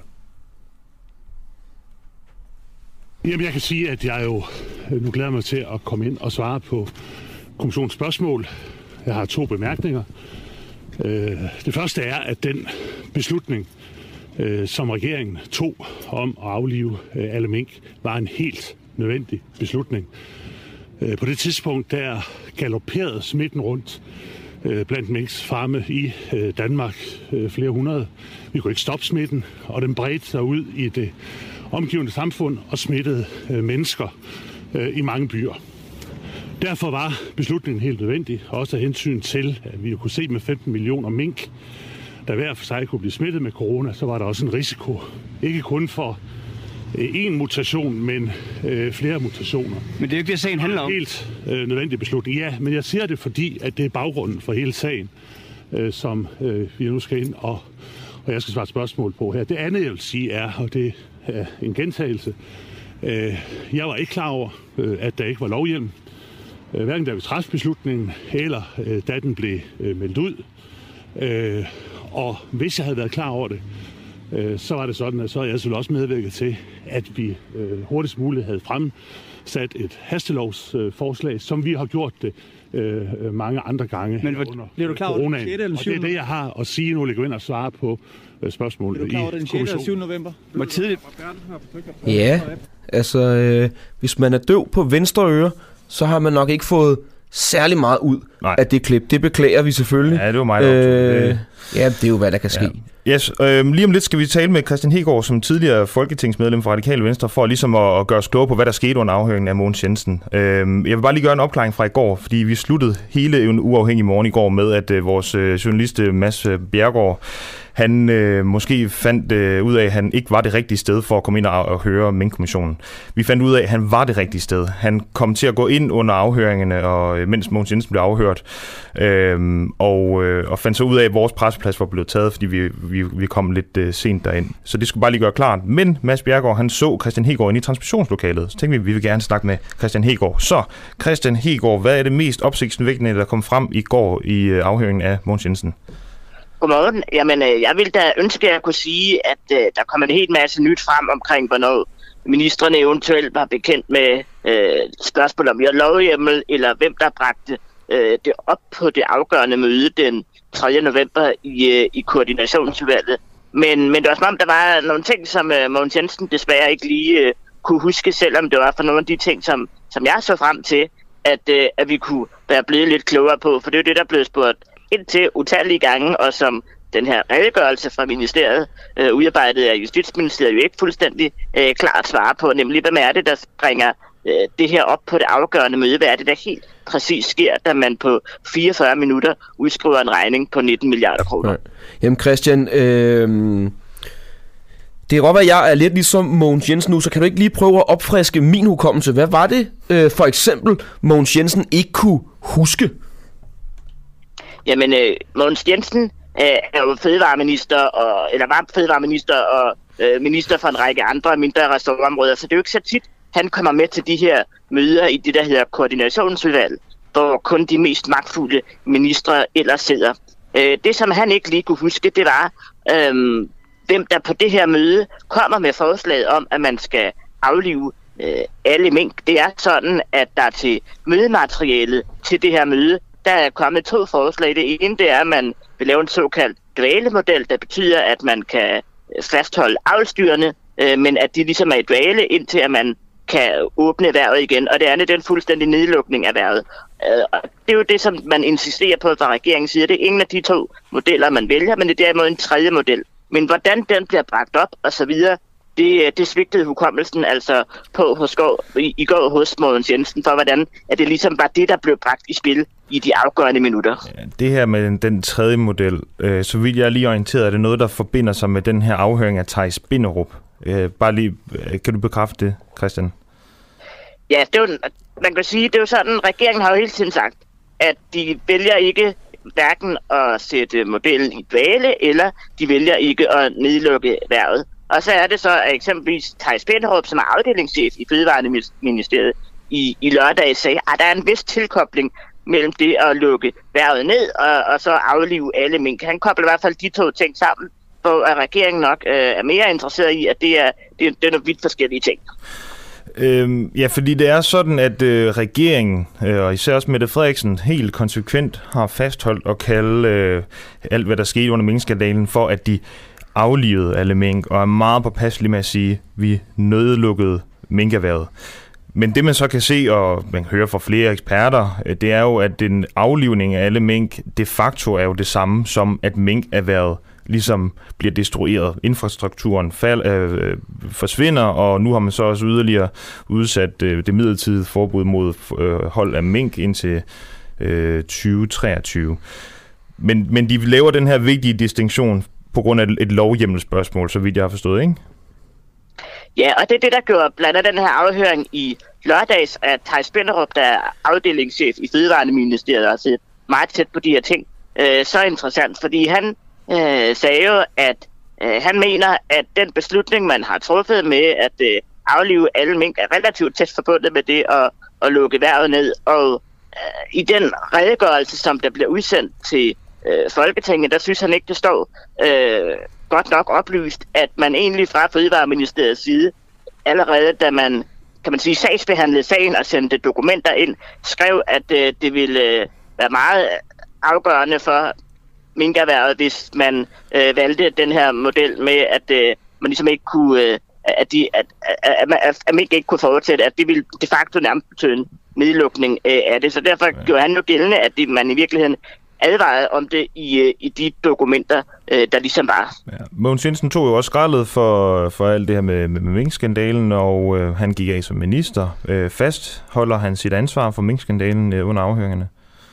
Speaker 14: Jamen, jeg kan sige, at jeg jo nu glæder mig til at komme ind og svare på kommissionens spørgsmål. Jeg har to bemærkninger. Det første er, at den beslutning, som regeringen tog om at aflive alle mink, var en helt nødvendig beslutning. På det tidspunkt, der galopperede smitten rundt blandt minks farme i Danmark, flere hundrede. Vi kunne ikke stoppe smitten, og den bredte sig ud i det omgivende samfund og smittede øh, mennesker øh, i mange byer. Derfor var beslutningen helt nødvendig, også af hensyn til, at vi jo kunne se med femten millioner mink, der hver for sig kunne blive smittet med corona, så var der også en risiko. Ikke kun for øh, én mutation, men øh, flere mutationer.
Speaker 15: Men det er jo ikke det, sagen handler om.
Speaker 14: Helt øh, nødvendig beslutning. Ja, men jeg siger det, fordi at det er baggrunden for hele sagen, øh, som øh, vi nu skal ind og, og jeg skal svare spørgsmål på her. Det andet, jeg vil sige, er, og det er en gentagelse. Jeg var ikke klar over, at der ikke var lovhjemmel. Hverken da vi træffede beslutningen, eller da den blev meldt ud. Og hvis jeg havde været klar over det, så var det sådan, at så havde jeg selvfølgelig også medvirket til, at vi hurtigst muligt havde fremsat et hastelovsforslag, som vi har gjort det mange andre gange.
Speaker 15: Men under bliver du klar over den sjette eller syvende?
Speaker 14: Og det er det, jeg har at sige nu, at gå ind og svare på spørgsmålet i kommissionen. Er du klar over den sjette eller syvende november?
Speaker 15: Hvor tidligt?
Speaker 2: Ja, altså øh, hvis man er døv på venstre øre, så har man nok ikke fået særlig meget ud Nej. af det klip. Det beklager vi selvfølgelig.
Speaker 1: Ja, det var mig, der øh,
Speaker 2: Ja, det er jo, hvad der kan ske.
Speaker 1: Ja. Yes, øh, lige om lidt skal vi tale med Kristian Hegaard, som tidligere folketingsmedlem for Radikale Venstre, for ligesom at, at gøre os klogere på, hvad der skete under afhøringen af Mogens Jensen. Øh, jeg vil bare lige gøre en opklaring fra i går, fordi vi sluttede hele en uafhængig morgen i går med, at øh, vores øh, journalist Mads Bjerregaard, han øh, måske fandt øh, ud af, at han ikke var det rigtige sted for at komme ind og, og høre Mink-kommissionen. Vi fandt ud af, at han var det rigtige sted. Han kom til at gå ind under afhøringerne, og, mens Mogens Jensen blev afhørt, øh, og, øh, og fandt så ud af, at vores presseplads var blevet taget, fordi vi, vi, vi kom lidt øh, sent derind. Så det skulle bare lige gøre klart. Men Mads Bjerregaard, han så Kristian Hegaard inde i transmissionslokalet. Så tænkte vi, at vi vil gerne snakke med Kristian Hegaard. Så Kristian Hegaard, hvad er det mest opsigtsvækkende, der kom frem i går i øh, afhøringen af Mogens Jensen?
Speaker 16: Godmorgen. Jamen, øh, jeg ville da ønske, at jeg kunne sige, at øh, der kommer en helt masse nyt frem omkring, hvornår ministrene eventuelt var bekendt med øh, spørgsmål om lovhjemmel, eller hvem der bragte øh, det op på det afgørende møde den tredje november i, øh, i koordinationsudvalget. Men, men det var som om, der var nogle ting, som øh, Mogens Jensen desværre ikke lige øh, kunne huske, selvom det var for nogle af de ting, som, som jeg så frem til, at, øh, at vi kunne være blevet lidt klogere på. For det er jo det, der blev spurgt ind til utallige gange, og som den her redegørelse fra ministeriet, øh, udarbejdet af Justitsministeriet, jo ikke fuldstændig øh, klart svarer på, nemlig hvem er det, der bringer øh, det her op på det afgørende møde? Hvad er det, der helt præcis sker, da man på fireogfyrre minutter udskriver en regning på nitten milliarder kroner?
Speaker 2: Nej. Jamen Christian, øh, det er godt, at jeg er lidt ligesom Mogens Jensen nu, så kan du ikke lige prøve at opfriske min hukommelse? Hvad var det øh, for eksempel, Mogens Jensen ikke kunne huske?
Speaker 16: Jamen, øh, Mogens Jensen øh, er jo fødevareminister, og, eller var fødevareminister og øh, minister for en række andre mindre restaurantområder, så det er jo ikke så tit, han kommer med til de her møder i det, der hedder koordinationsudvalg, hvor kun de mest magtfulde ministre ellers sidder. Øh, det, som han ikke lige kunne huske, det var, øh, hvem der på det her møde kommer med forslaget om, at man skal aflive øh, alle mink. Det er sådan, at der til mødematerialet til det her møde, der er kommet to forslag. Det ene, det er, at man vil lave en såkaldt dvalemodel, der betyder, at man kan fastholde avlsdyrene, øh, men at de ligesom er i dvale, indtil at man kan åbne erhvervet igen. Og det andet, det er en fuldstændig nedlukning af erhvervet. Øh, og det er jo det, som man insisterer på fra regeringens side. Det er ingen af de to modeller, man vælger, men det er derimod en tredje model. Men hvordan den bliver bragt op, og så videre, det, det svigtede hukommelsen altså på hos går, i, i går hos Mogens Jensen, for hvordan at det ligesom var det, der blev bragt i spil i de afgørende minutter.
Speaker 1: Ja, det her med den, den tredje model, øh, så vidt jeg er lige orienteret, er det noget, der forbinder sig med den her afhøring af Theis Binderup. Øh, bare lige, kan du bekræfte det, Christian?
Speaker 16: Ja, det er jo, man kan sige, det er jo sådan, regeringen har jo hele tiden sagt, at de vælger ikke hverken at sætte modellen i dvale, eller de vælger ikke at nedlukke erhvervet. Og så er det så, at eksempelvis Theis Binderup, som er afdelingschef i Fødevareministeriet, i, i lørdag sagde, at der er en vis tilkobling mellem det at lukke erhvervet ned, og, og så aflive alle mink. Han kobler i hvert fald de to ting sammen, hvor regeringen nok øh, er mere interesseret i, at det er, det, det er nogle vidt forskellige ting.
Speaker 1: Øhm, ja, fordi det er sådan, at øh, regeringen, øh, og især også Mette Frederiksen, helt konsekvent har fastholdt at kalde øh, alt, hvad der skete under minkskandalen, for at de aflivede alle mink, og er meget påpasselig med at sige, at vi nødlukkede minkerhvervet. Men det man så kan se, og man hører fra flere eksperter, det er jo, at den aflivning af alle mink de facto er jo det samme som, at minkerhvervet ligesom bliver destrueret. Infrastrukturen fald, øh, forsvinder, og nu har man så også yderligere udsat øh, det midlertidige forbud mod øh, hold af mink indtil øh, tyve treogtyve. Men, men de laver den her vigtige distinktion på grund af et lovhjemmelsspørgsmål, så vidt jeg har forstået, ikke?
Speaker 16: Ja, og det er det, der gjorde blandt andet den her afhøring i lørdags, at Theis Binderup, der er afdelingschef i Fødevareministeriet, og sidder meget tæt på de her ting, øh, så interessant, fordi han øh, sagde jo, at øh, han mener, at den beslutning, man har truffet med at øh, aflive alle mink, er relativt tæt forbundet med det at, at lukke erhvervet ned. Og øh, i den redegørelse, som der bliver udsendt til øh, Folketinget, der synes han ikke, det står øh, godt nok oplyst, at man egentlig fra Fødevareministeriets side, allerede da man, kan man sige, sagsbehandlede sagen og sendte dokumenter ind, skrev, at øh, det ville øh, være meget afgørende for minkerhvervet, hvis man øh, valgte den her model med, at øh, man ligesom ikke kunne, øh, at, de, at, at, at, at, at mink ikke kunne fortsætte, at det ville de facto nærmest betyde en nedlukning øh, af det. Så derfor ja. gjorde han jo gældende, at det, man i virkeligheden advaret om det i, i de dokumenter, øh, der ligesom var.
Speaker 1: Ja. Mogens Jensen tog jo også skraldet for, for alt det her med, med, med minkskandalen, og øh, han gik af som minister. Øh, fastholder han sit ansvar for minkskandalen øh, under afhøringerne?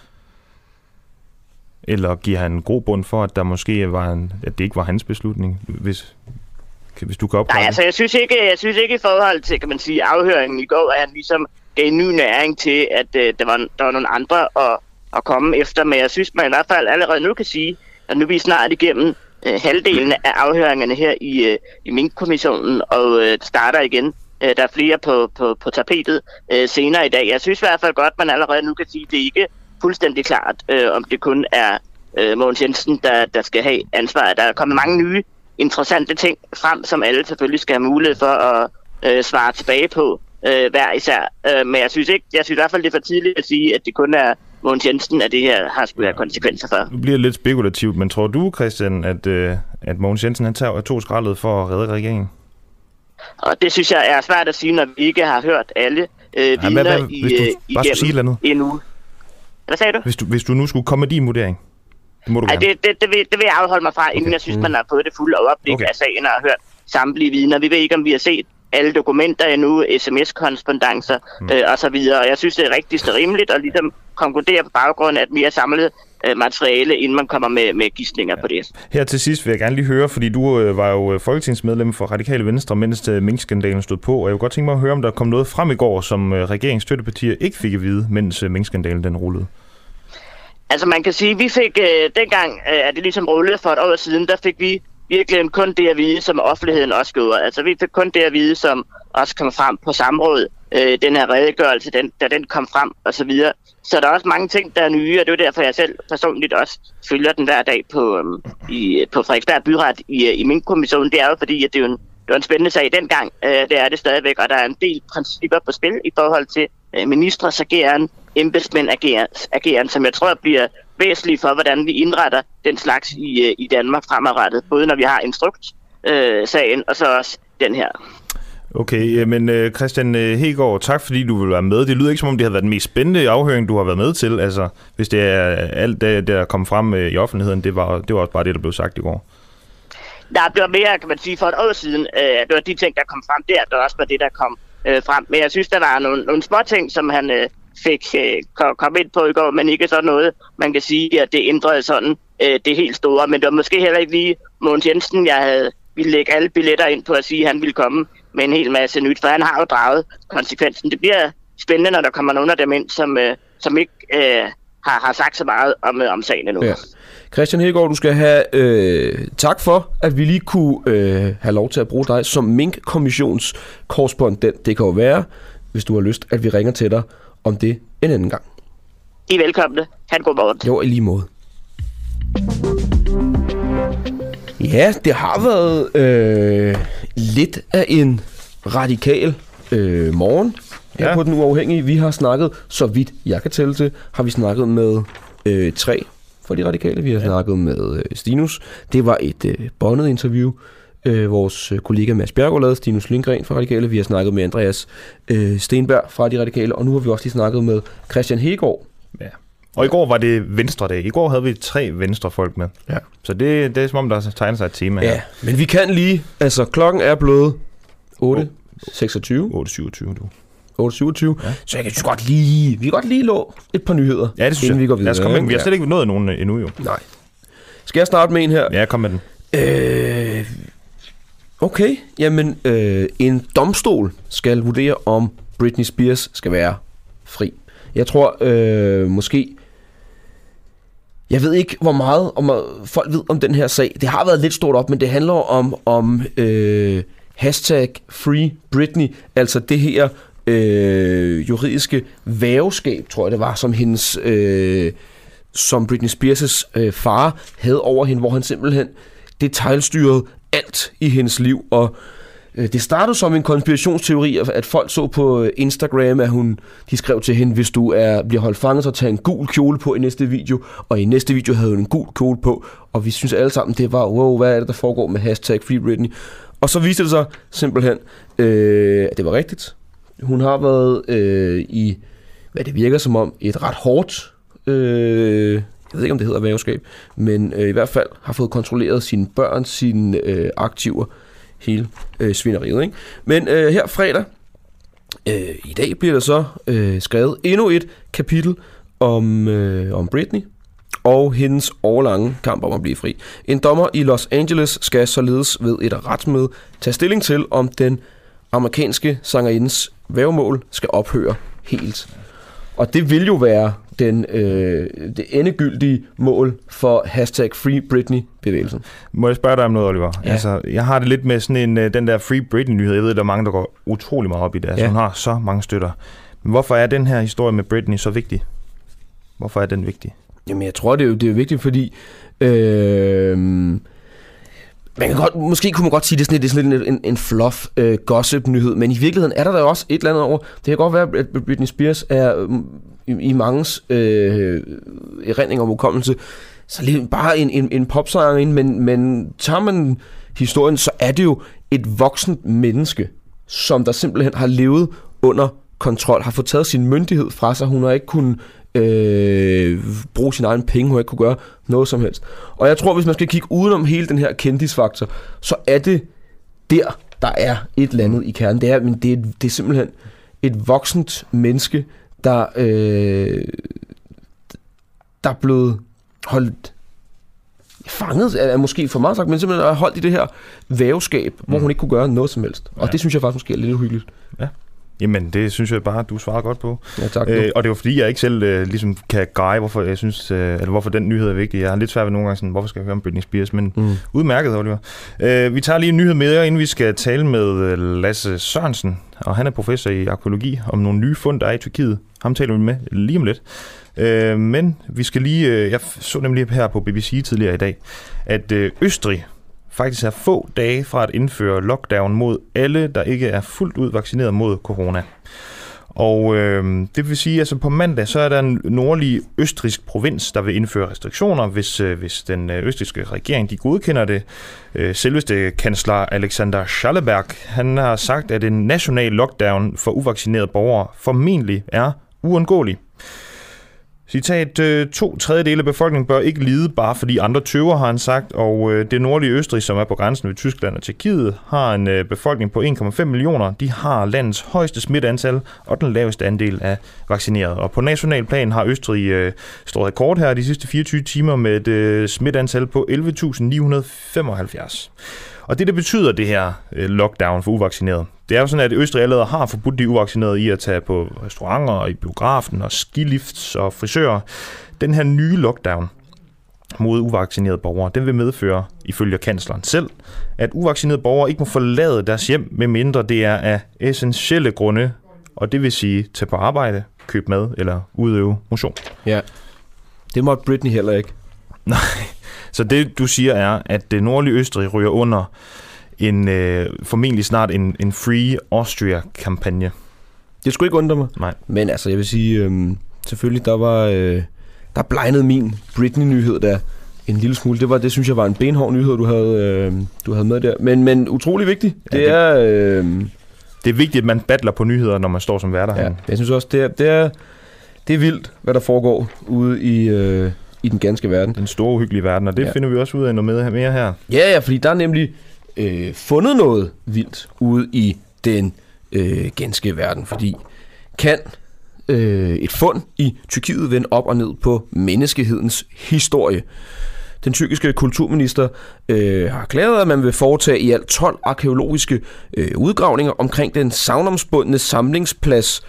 Speaker 1: Eller giver han en god bund for, at der måske var en, at det ikke var hans beslutning, hvis, hvis du kan opklare?
Speaker 16: Nej, altså jeg synes ikke, jeg synes ikke i forhold til, kan man sige, afhøringen i går, at han ligesom gav en ny næring til, at øh, der, var, der var nogle andre at, at komme efter. Men jeg synes, man i hvert fald allerede nu kan sige, at nu er vi snart igennem øh, halvdelen af afhøringerne her i, øh, i Minkkommissionen, og øh, starter igen. Øh, der er flere på, på, på tapetet øh, senere i dag. Jeg synes i hvert fald godt, at man allerede nu kan sige, at det ikke fuldstændig klart, øh, om det kun er øh, Mogens Jensen, der, der skal have ansvaret. Der er kommet mange nye interessante ting frem, som alle selvfølgelig skal have mulighed for at øh, svare tilbage på øh, hver især. Øh, men jeg synes ikke, jeg synes i hvert fald, det er for tidligt at sige, at det kun er Mogens Jensen, at det her har skulle have konsekvenser for.
Speaker 1: Nu bliver det lidt spekulativt, men tror du, Christian, at, øh, at Mogens Jensen han tager to skraldet for at redde regeringen?
Speaker 16: Og det synes jeg er svært at sige, når vi ikke har hørt alle øh, vidner ja, i,
Speaker 1: hvis du bare skulle sige noget
Speaker 16: endnu. Hvad sagde du?
Speaker 1: Hvis du, hvis du nu skulle komme med din vurdering. Det må du
Speaker 16: Ej, det, det, det, vil, det vil jeg afholde mig fra, inden okay. jeg synes, man har fået det fulde overblik okay. af sagen og har hørt samtlige vidner. Vi ved ikke, om vi har set alle dokumenter endnu, sms-korrespondancer mm. øh, og så videre. Og jeg synes, det er rigtigst og rimeligt at ligesom konkludere på baggrund af, at vi har samlet øh, materiale, inden man kommer med, med gidsninger ja. på det.
Speaker 1: Her til sidst vil jeg gerne lige høre, fordi du øh, var jo folketingsmedlem for Radikale Venstre, mens øh, minkskandalen stod på, og jeg kunne godt tænke mig at høre, om der kom noget frem i går, som øh, regeringsstøttepartier ikke fik at vide, mens øh, minkskandalen den rullede.
Speaker 16: Altså man kan sige, at vi fik øh, dengang, øh, at det ligesom rullede for et år siden, der fik vi virkelig kun det at vide, som offentligheden også gjorde. Altså vi fik kun det at vide, som også kom frem på samråd. Øh, den her redegørelse, den, da den kom frem og så videre. Så der er også mange ting, der er nye, og det er derfor, jeg selv personligt også følger den hver dag på, um, i, på Frederiksberg Byret i, i Minkkommissionen. Det er jo fordi, at det er jo en, det var en spændende sag dengang. Øh, det er det stadigvæk, og der er en del principper på spil i forhold til øh, ministres ageren, embedsmænd ageren, som jeg tror bliver væsentligt for, hvordan vi indretter den slags i, i Danmark fremadrettet. Både når vi har instrukt-sagen, øh, og så også den her.
Speaker 1: Okay, men Christian Hegaard, tak fordi du vil være med. Det lyder ikke som om det har været den mest spændende afhøring, du har været med til. Altså, hvis det er alt det, der kom frem i offentligheden, det var, det var også bare det, der blev sagt i går.
Speaker 16: Der blev mere, kan man sige, for et år siden. Øh, det var de ting, der kom frem der, der også var det, der kom øh, frem. Men jeg synes, der var nogle, nogle små ting, som han øh, fik øh, kom, kom ind på i går, men ikke sådan noget, man kan sige, at det ændrede sådan øh, det helt store. Men det var måske heller ikke lige Mogens Jensen, jeg havde ville lægge alle billetter ind på at sige, at han ville komme med en hel masse nyt, for han har jo draget konsekvensen. Det bliver spændende, når der kommer nogle af dem ind, som, øh, som ikke øh, har, har sagt så meget om, øh, om sagen endnu. Ja.
Speaker 2: Christian Hegaard, du skal have øh, tak for, at vi lige kunne øh, have lov til at bruge dig som Mink-kommissionskorrespondent. Det kan jo være, hvis du har lyst, at vi ringer til dig om det en anden gang.
Speaker 16: I er velkomne. Han går morgen.
Speaker 2: Jo, i lige måde. Ja, det har været øh, lidt af en radikal øh, morgen her ja. på Den Uafhængige. Vi har snakket, så vidt jeg kan tælle til, har vi snakket med øh, tre fra de radikale. Vi har ja. snakket med øh, Stinus. Det var et øh, båndet interview. Øh, vores kollega Mads Bjergaard lavede, Stinus Lindgren fra Radikale. Vi har snakket med Andreas øh, Stenberg fra de radikale. Og nu har vi også lige snakket med Christian Hegaard.
Speaker 1: Ja. Og i går var det Venstre-dag. I går havde vi tre Venstre-folk med. Ja. Så det, det er som om, der tegner sig et tema her.
Speaker 2: Ja, men vi kan lige... Altså, klokken er blevet otte seksogtyve.
Speaker 1: otte syvogtyve, du.
Speaker 2: otte syvogtyve. Ja. Så jeg kan jo godt lige... Vi kan godt lige lå et par nyheder.
Speaker 1: Ja, det synes jeg. Vi går videre. Lad os komme ind. Vi har slet ikke nået nogen endnu, jo.
Speaker 2: Nej. Skal jeg starte med en her?
Speaker 1: Ja, kom med den.
Speaker 2: Øh... Okay. Jamen, øh, en domstol skal vurdere, om Britney Spears skal være fri. Jeg tror øh, måske... Jeg ved ikke, hvor meget om, folk ved om den her sag. Det har været lidt stort op, men det handler om, om øh, hashtag Free Britney. Altså det her øh, juridiske væveskab, tror jeg det var, som hendes... Øh, som Britney Spears' øh, far havde over hende, hvor han simpelthen detailstyrede alt i hendes liv, og det startede som en konspirationsteori, at folk så på Instagram, at hun, de skrev til hende, hvis du er, bliver holdt fanget, så tag en gul kjole på i næste video. Og i næste video havde hun en gul kjole på, og vi synes alle sammen, det var, wow, hvad er det, der foregår med hashtag Free Britney? Og så viste det sig simpelthen, øh, at det var rigtigt. Hun har været øh, i, hvad det virker som om, et ret hårdt, øh, jeg ved ikke, om det hedder væveskab, men øh, i hvert fald har fået kontrolleret sine børn, sine øh, aktiver, hele øh, svineriet, ikke? Men øh, her fredag, øh, i dag bliver der så øh, skrevet endnu et kapitel om, øh, om Britney og hendes årlange kamp om at blive fri. En dommer i Los Angeles skal således ved et retsmøde tage stilling til, om den amerikanske sangerindens vævemål skal ophøre helt. Og det vil jo være den, øh, det endegyldige mål for hashtag Free Britney-bevægelsen.
Speaker 1: Må jeg spørge dig om noget, Oliver? Ja. Altså, jeg har det lidt med sådan en, den der Free Britney-nyhed. Jeg ved, der er mange, der går utrolig meget op i det. Altså, ja. Hun har så mange støtter. Men hvorfor er den her historie med Britney så vigtig? Hvorfor er den vigtig?
Speaker 2: Jamen, jeg tror, det er jo, det er vigtigt, fordi... Øh, man kan godt, måske kunne man godt sige, at det er sådan, det er sådan lidt en, en fluff øh, gossip-nyhed, men i virkeligheden er der da også et eller andet over. Det kan godt være, at Britney Spears er øh, i, i mangens øh, erindring om udkommelse, så lidt bare en, en, en popsanger, men, men tager man historien, så er det jo et voksent menneske, som der simpelthen har levet under kontrol, har fået taget sin myndighed fra sig, hun har ikke kunnet øh, bruge sin egen penge, hun har ikke kunne gøre noget som helst. Og jeg tror, hvis man skal kigge udenom hele den her kendisfaktor, så er det der, der er et eller andet i kernen. Det er, men det er, det er simpelthen et voksent menneske, der, øh, der er blevet holdt fanget, er måske for meget sagt, men simpelthen er holdt i det her væveskab, mm. hvor hun ikke kunne gøre noget som helst. Og ja. Det synes jeg faktisk måske er lidt uhyggeligt.
Speaker 1: Ja. Jamen, det synes jeg bare, du svarer godt på.
Speaker 2: Ja, tak.
Speaker 1: Øh, og det var fordi, jeg ikke selv øh, ligesom kan greje, hvorfor jeg synes, øh, eller hvorfor den nyhed er vigtig. Jeg har lidt svært ved nogle gange sådan, hvorfor skal jeg høre om Britney Spears, men mm. udmærket, Oliver. Øh, vi tager lige en nyhed med jer, inden vi skal tale med Lasse Sørensen, og han er professor i arkæologi, om nogle nye fund, der er i Tyrkiet. Ham taler vi med lige om lidt. Øh, men vi skal lige, øh, jeg så nemlig her på B B C tidligere i dag, at øh, Østrig faktisk er få dage fra at indføre lockdown mod alle, der ikke er fuldt ud vaccineret mod corona. Og øh, det vil sige, at altså på mandag, så er der en nordlig østrigsk provins, der vil indføre restriktioner, hvis, øh, hvis den østrigske regering de godkender det. Øh, selveste kansler Alexander Schallenberg, han har sagt, at en national lockdown for uvaccinerede borgere formentlig er uundgåelig. Citat, to tredjedele af befolkningen bør ikke lide, bare fordi andre tøver, har han sagt, og det nordlige Østrig, som er på grænsen ved Tyskland og Tjekkiet, har en befolkning på en komma fem millioner. De har landets højeste smitteantal og den laveste andel af vaccinerede. Og på national plan har Østrig stået rekord her de sidste fireogtyve timer med et smitteantal på elleve tusind ni hundrede femoghalvfjerds. Og det, der betyder det her lockdown for uvaccinerede, det er jo sådan, at Østrig allerede har forbudt de uvaccinerede i at tage på restauranter og i biografen og skilifts og frisører. Den her nye lockdown mod uvaccinerede borgere, den vil medføre, ifølge kansleren selv, at uvaccinerede borgere ikke må forlade deres hjem, medmindre det er af essentielle grunde, og det vil sige tage på arbejde, købe mad eller udøve motion.
Speaker 2: Ja, det måtte Britney heller ikke.
Speaker 1: Nej, så det du siger er, at det nordlige Østrig ryger under en øh, formentlig snart en, en Free Austria-kampagne.
Speaker 2: Det skulle ikke undre mig.
Speaker 1: Nej.
Speaker 2: Men altså, jeg vil sige, øh, selvfølgelig, der var øh, der blegnede min Britney-nyhed der en lille smule. Det var, det synes jeg var en benhård nyhed, du havde, øh, du havde med der. Men, men utrolig vigtigt. Det, ja, det er... Øh,
Speaker 1: det er vigtigt, at man battler på nyheder, når man står som værter.
Speaker 2: Ja, jeg synes også, det er, det er, det er vildt, hvad der foregår ude i... Øh, i den ganske verden.
Speaker 1: Den store uhyggelige verden, og det ja. finder vi også ud af noget mere her.
Speaker 2: Ja, ja, fordi der er nemlig øh, fundet noget vildt ude i den øh, ganske verden, fordi kan øh, et fund i Tyrkiet vende op og ned på menneskehedens historie. Den tyrkiske kulturminister øh, har erklæret, at man vil foretage i alt tolv arkæologiske øh, udgravninger omkring den sagnomspundne samlingsplads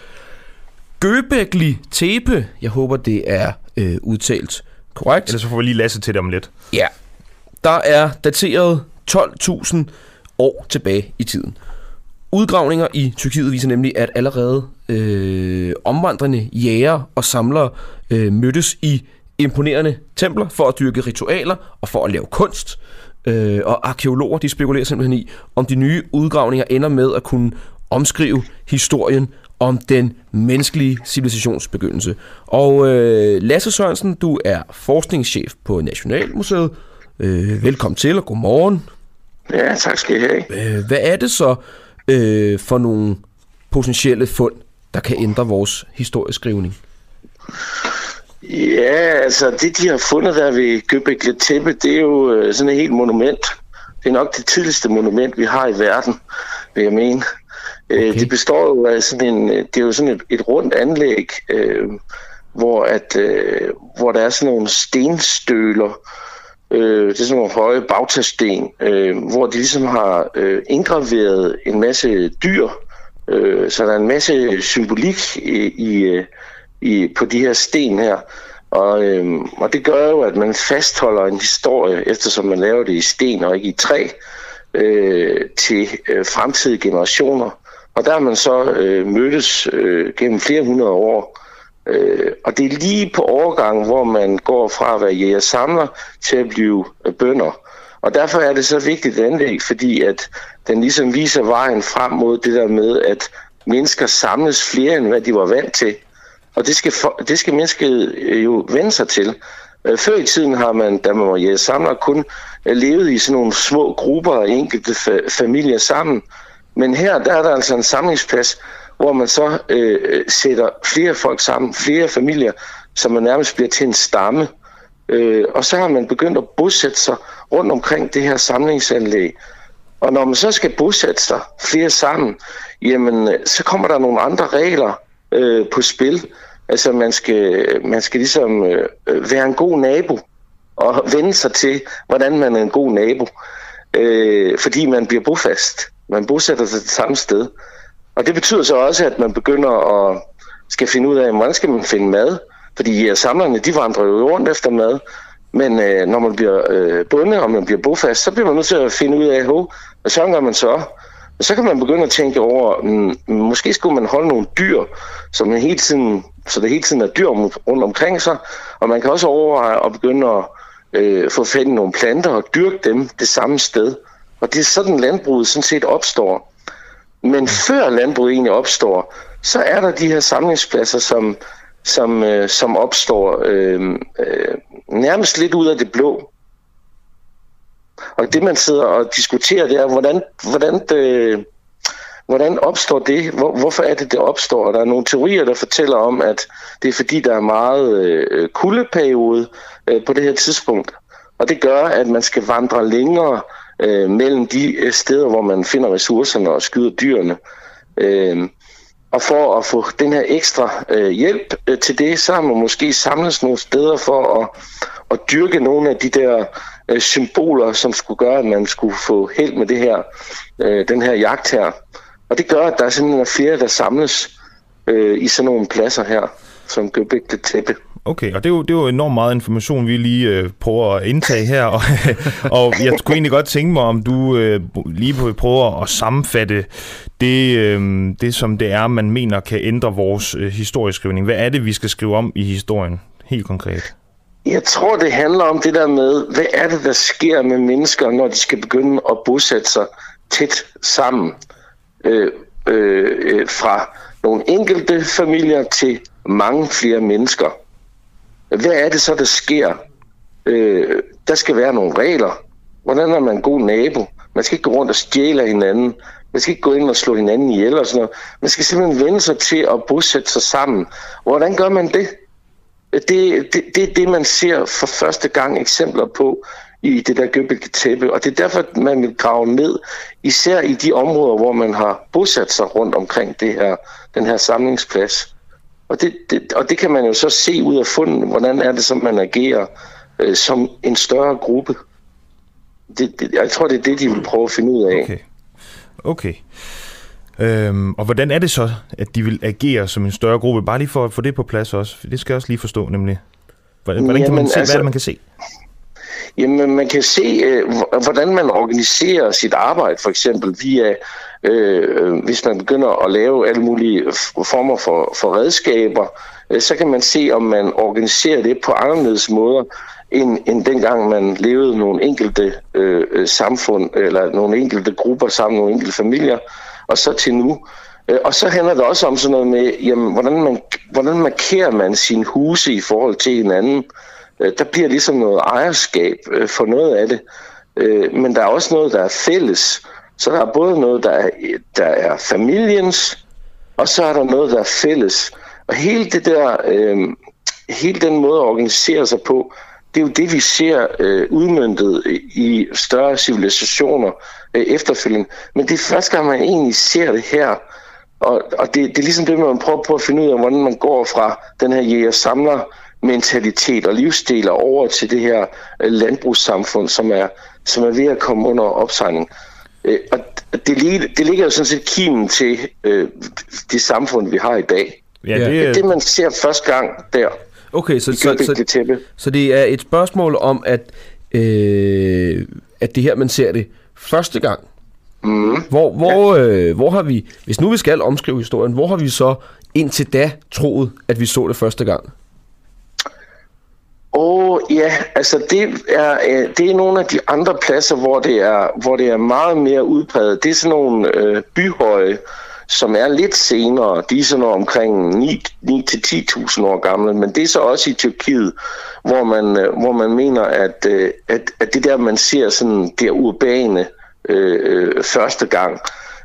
Speaker 2: Göbekli Tepe. Jeg håber, det er øh, udtalt korrekt.
Speaker 1: Ellers så får vi lige Lasse til det om lidt.
Speaker 2: Ja. Der er dateret tolv tusind år tilbage i tiden. Udgravninger i Tyrkiet viser nemlig, at allerede øh, omvandrende jægere og samlere øh, mødtes i imponerende templer for at dyrke ritualer og for at lave kunst. Øh, og arkæologer, de spekulerer simpelthen i, om de nye udgravninger ender med at kunne omskrive historien om den menneskelige civilisationsbegyndelse. Og øh, Lasse Sørensen, du er forskningschef på Nationalmuseet. Øh, velkommen til, og godmorgen.
Speaker 17: Ja, tak skal I have.
Speaker 2: Øh, hvad er det så øh, for nogle potentielle fund, der kan ændre vores historieskrivning?
Speaker 17: Ja, altså det, de har fundet der ved Göbekli Tepe, det er jo øh, sådan et helt monument. Det er nok det tidligste monument, vi har i verden, vil jeg mene. Okay. Det består jo af sådan en, det er jo sådan et, et rundt anlæg, øh, hvor, at, øh, hvor der er sådan nogle stenstøler, øh, det er sådan nogle høje bagtasten, øh, hvor de ligesom har øh, indgraveret en masse dyr, øh, så der er en masse symbolik i, i, i, på de her sten her. Og, øh, og det gør jo, at man fastholder en historie, eftersom man laver det i sten og ikke i træ, øh, til øh, fremtidige generationer. Og der har man så øh, mødtes øh, gennem flere hundrede år Øh, og det er lige på overgangen, hvor man går fra at være jæger-samler til at blive øh, bønder. Og derfor er det så vigtigt et anlæg, fordi at den ligesom viser vejen frem mod det der med, at mennesker samles flere, end hvad de var vant til. Og det skal, for, det skal mennesket jo vende sig til. Før i tiden har man, da man var jæger-samler, kun levet i sådan nogle små grupper af enkelte fa- familier sammen. Men her der er der altså en samlingsplads, hvor man så øh, sætter flere folk sammen, flere familier, så man nærmest bliver til en stamme. Øh, og så har man begyndt at bosætte sig rundt omkring det her samlingsanlæg. Og når man så skal bosætte sig flere sammen, jamen så kommer der nogle andre regler øh, på spil. Altså man skal, man skal ligesom øh, være en god nabo og vende sig til, hvordan man er en god nabo. Øh, fordi man bliver bofast. Man bosætter sig det samme sted. Og det betyder så også, at man begynder at skal finde ud af, hvordan skal man finde mad. Fordi ja, samlerne, de vandrer jo rundt efter mad. Men øh, når man bliver øh, bundet, og man bliver bofast, så bliver man nødt til at finde ud af, hvad så gør man så? Og så kan man begynde at tænke over, mm, måske skulle man holde nogle dyr, så, man hele tiden, så det hele tiden er dyr rundt omkring sig. Og man kan også overveje at begynde at øh, få fat i nogle planter og dyrke dem det samme sted. Og det er sådan, landbruget sådan set opstår. Men før landbruget egentlig opstår, så er der de her samlingspladser, som, som, øh, som opstår øh, øh, nærmest lidt ud af det blå. Og det man sidder og diskuterer, det er, hvordan, hvordan, det, hvordan opstår det? Hvor, hvorfor er det, det opstår? Og der er nogle teorier, der fortæller om, at det er fordi, der er meget øh, kuldeperiode øh, på det her tidspunkt. Og det gør, at man skal vandre længere øh, mellem de øh, steder, hvor man finder ressourcerne og skyder dyrene. Øh, og for at få den her ekstra øh, hjælp øh, til det, så har man måske samlet nogle steder for at, at dyrke nogle af de der øh, symboler, som skulle gøre, at man skulle få held med det her, øh, den her jagt her. Og det gør, at der simpelthen er flere, der samles øh, i sådan nogle pladser her, som Göbekli Tepe.
Speaker 1: Okay, og det er, jo, det er jo enormt meget information, vi lige øh, prøver at indtage her, og, og jeg skulle egentlig godt tænke mig, om du øh, lige prøver at sammenfatte det, øh, det, som det er, man mener kan ændre vores øh, historieskrivning. Hvad er det, vi skal skrive om i historien, helt konkret?
Speaker 17: Jeg tror, det handler om det der med, hvad er det, der sker med mennesker, når de skal begynde at bosætte sig tæt sammen. Øh, øh, fra nogle enkelte familier til mange flere mennesker. Hvad er det så, der sker? Øh, der skal være nogle regler. Hvordan er man en god nabo? Man skal ikke gå rundt og stjæle hinanden. Man skal ikke gå ind og slå hinanden ihjel og sådan noget. Man skal simpelthen vende sig til at bosætte sig sammen. Hvordan gør man det? Det, det, det er det, man ser for første gang eksempler på i det der Göbekli Tepe. Og det er derfor, man vil grave ned, især i de områder, hvor man har bosat sig rundt omkring det her, den her samlingsplads. Og det, det, og det kan man jo så se ud af fundet, hvordan er det, som man agerer øh, som en større gruppe. Det, det, jeg tror, det er det, de vil prøve at finde ud af.
Speaker 1: Okay. Okay. Øhm, og hvordan er det så, at de vil agere som en større gruppe? Bare lige for at få det på plads også. Det skal jeg også lige forstå, nemlig. Hvordan, hvordan kan man se, altså, hvad er det, man kan se?
Speaker 17: Jamen, man kan se, øh, hvordan man organiserer sit arbejde, for eksempel via, øh, hvis man begynder at lave alle mulige former for, for redskaber, øh, så kan man se, om man organiserer det på anderledes måder, end, end dengang man levede nogle enkelte øh, samfund, eller nogle enkelte grupper sammen, nogle enkelte familier, og så til nu. Og så handler det også om sådan noget med, jamen, hvordan, man, hvordan markerer man sine huse i forhold til hinanden. Der bliver ligesom noget ejerskab for noget af det, men der er også noget, der er fælles. Så der er både noget, der er, der er familiens, og så er der noget, der er fælles. Og hele det der, øh, hele den måde at organisere sig på, det er jo det, vi ser øh, udmøntet i større civilisationer øh, efterfølgende. Men det er første gang, man egentlig ser det her. Og, og det, det er ligesom det, man prøver på at finde ud af, hvordan man går fra den her jæger-samler mentalitet og livsstil over til det her øh, landbrugssamfund, som er, som er ved at komme under opsejling. Øh, og det, det ligger jo sådan set kimen til øh, det samfund, vi har i dag. Ja, det, det er det, man ser første gang der.
Speaker 2: Okay, så, så, så, så det er et spørgsmål om, at, øh, at det her, man ser det første gang. Mm. Hvor, hvor, ja. øh, hvor har vi, hvis nu vi skal omskrive historien, hvor har vi så indtil da troet, at vi så det første gang?
Speaker 17: Åh, oh, ja, altså det er, det er nogle af de andre pladser, hvor det er, hvor det er meget mere udpræget. Det er sådan nogle øh, byhøje, som er lidt senere. De er sådan noget omkring ni til ti tusind år gamle, men det er så også i Tyrkiet, hvor man, øh, hvor man mener, at, øh, at, at det der, man ser sådan det urbane øh, første gang.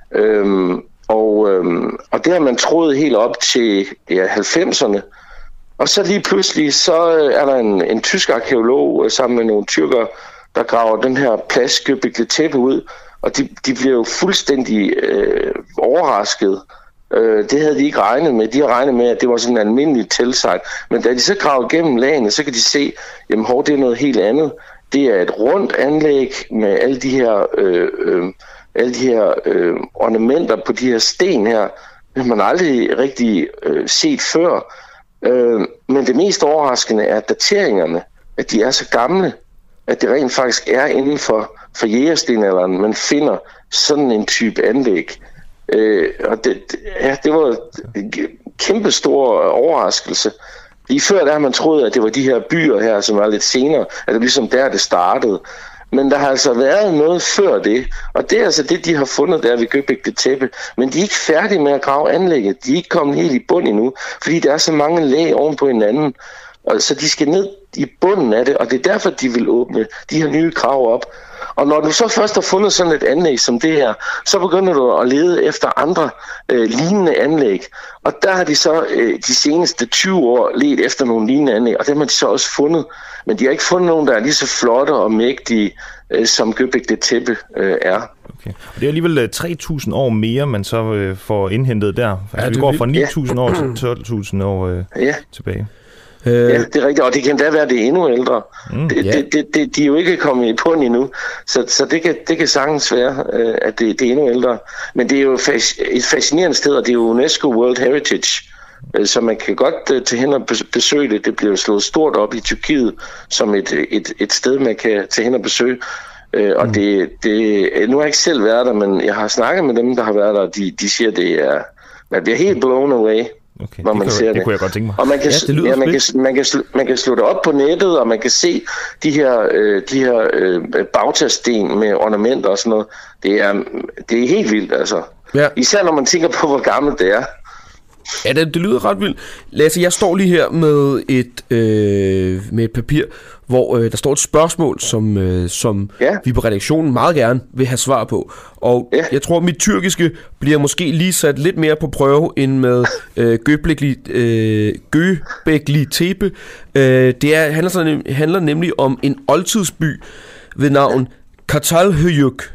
Speaker 17: Øhm, og, øhm, og det har man troet helt op til ja, halvfemserne. Og så lige pludselig, så er der en, en tysk arkeolog sammen med nogle tyrkere, der graver den her plads Göbekli Tepe ud, og de, de bliver jo fuldstændig øh, overrasket. Øh, det havde de ikke regnet med. De har regnet med, at det var sådan en almindelig teltsite. Men da de så graver gennem lagene, så kan de se, jamen hov, det er noget helt andet. Det er et rundt anlæg med alle de her, øh, øh, alle de her øh, ornamenter på de her sten her. Det har man aldrig rigtig øh, set før. Øh, men det mest overraskende er dateringerne, at de er så gamle, at det rent faktisk er inden for, for jægerstenalderen, man finder sådan en type anlæg. Øh, og det, ja, det var en kæmpe stor overraskelse. Lige før der har man troet, at det var de her byer her, som var lidt senere, at det ligesom der, det startede. Men der har altså været noget før det, og det er altså det, de har fundet der ved Göbekli Tepe. Men de er ikke færdige med at grave anlægget. De er ikke kommet helt i bund endnu, fordi der er så mange lag oven på hinanden. Og så de skal ned i bunden af det, og det er derfor, de vil åbne de her nye krav op. Og når du så først har fundet sådan et anlæg som det her, så begynder du at lede efter andre øh, lignende anlæg. Og der har de så øh, de seneste tyve år ledt efter nogle lignende anlæg, og dem har de så også fundet. Men de har ikke fundet nogen, der er lige så flotte og mægtige, øh, som Göbekli Tepe øh, er.
Speaker 1: Okay. Og det er alligevel tre tusind år mere, man så øh, får indhentet der. Altså, ja, vi går fra ni tusind ja. år til tolv tusind år øh, ja. tilbage.
Speaker 17: Ja, det er rigtigt, og det kan da være, at det er endnu ældre. Mm, det, yeah. det, det, det, de er jo ikke kommet i pund endnu, så, så det, kan, det kan sagtens være, at det, det er endnu ældre. Men det er jo et fascinerende sted, og det er jo UNESCO World Heritage, så man kan godt tage hen og besøge det. Det bliver slået stort op i Tyrkiet som et, et, et sted, man kan tage hen og besøge. Og mm. det, det, nu har jeg ikke selv været der, men jeg har snakket med dem, der har været der, de, de siger, det er, man bliver helt blown away.
Speaker 1: Okay,
Speaker 17: hvor
Speaker 1: det,
Speaker 17: man
Speaker 1: kan,
Speaker 17: ser
Speaker 1: det,
Speaker 17: det.
Speaker 1: det kunne jeg godt tænke mig.
Speaker 17: Og man kan,
Speaker 1: ja,
Speaker 17: ja, man, kan, man, kan, man kan slå det op på nettet, og man kan se de her, øh, de her øh, bautasten med ornamenter og sådan noget. Det er, det er helt vildt, altså. Ja. Især når man tænker på, hvor gammelt det er.
Speaker 2: Ja, det, det lyder ret vildt. Lasse, jeg står lige her med et, øh, med et papir, hvor øh, der står et spørgsmål, som, øh, som ja. vi på redaktionen meget gerne vil have svar på. Og ja. jeg tror, at mit tyrkiske bliver måske lige sat lidt mere på prøve end med øh, Göbekli, øh, Göbekli Tepe. Øh, det er, handler, sådan, handler nemlig om en oldtidsby ved navn Çatalhöyük.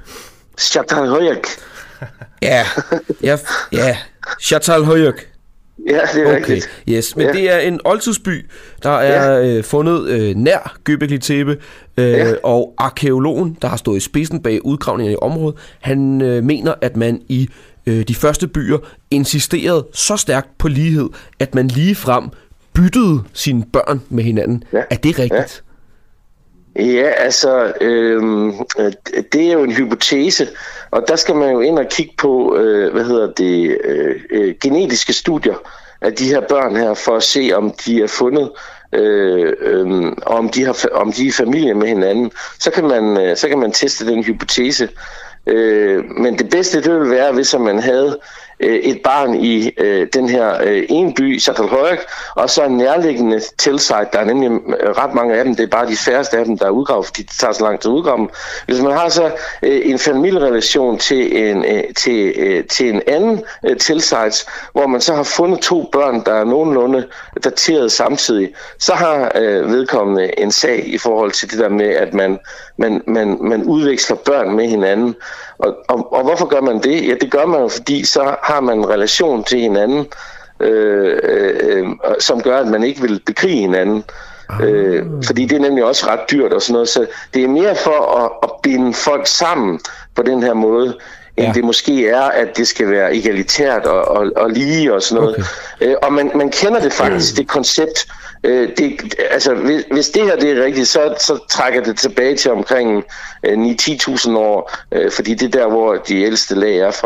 Speaker 17: Çatalhöyük.
Speaker 2: Ja, ja, ja. Çatalhöyük.
Speaker 17: Ja, det er
Speaker 2: okay.
Speaker 17: rigtigt.
Speaker 2: Yes, men ja. det er en oldtidsby, der er ja. øh, fundet øh, nær Göbekli Tepe, øh, ja. og arkeologen, der har stået i spidsen bag udgravningen i området, han øh, mener, at man i øh, de første byer insisterede så stærkt på lighed, at man ligefrem byttede sine børn med hinanden. Ja. Er det rigtigt?
Speaker 17: Ja. Ja, altså, øh, det er jo en hypotese, og der skal man jo ind og kigge på, øh, hvad hedder det, øh, øh, genetiske studier af de her børn her, for at se, om de er fundet, øh, øh, og om de, har, om de er i familie med hinanden. Så kan man, øh, så kan man teste den hypotese. Øh, men det bedste, det ville være, hvis man havde øh, et barn i øh, den her øh, ene by, Çatalhöyük, og så en nærliggende teltsite. Der er nemlig ret mange af dem, det er bare de færreste af dem, der er udgravet, fordi det tager så lang tid at udgrave dem. Hvis man har så øh, en familierelation til en, øh, til, øh, til en anden øh, teltsite, hvor man så har fundet to børn, der er nogenlunde dateret samtidig, så har øh, vedkommende en sag i forhold til det der med, at man, man, man, man udveksler børn med hinanden. Og, og, og hvorfor gør man det? Ja, det gør man jo, fordi så har man en relation til hinanden, øh, øh, som gør, at man ikke vil bekrige hinanden. Ah. Øh, fordi det er nemlig også ret dyrt og sådan noget. Så det er mere for at, at binde folk sammen på den her måde, end ja. det måske er, at det skal være egalitært og, og, og lige og sådan noget. Okay. Øh, og man, man kender det faktisk, det koncept. Øh, det, altså, hvis, hvis det her det er rigtigt, så, så trækker det tilbage til omkring øh, ni til ti tusind år, øh, fordi det er der, hvor de ældste lag er fra,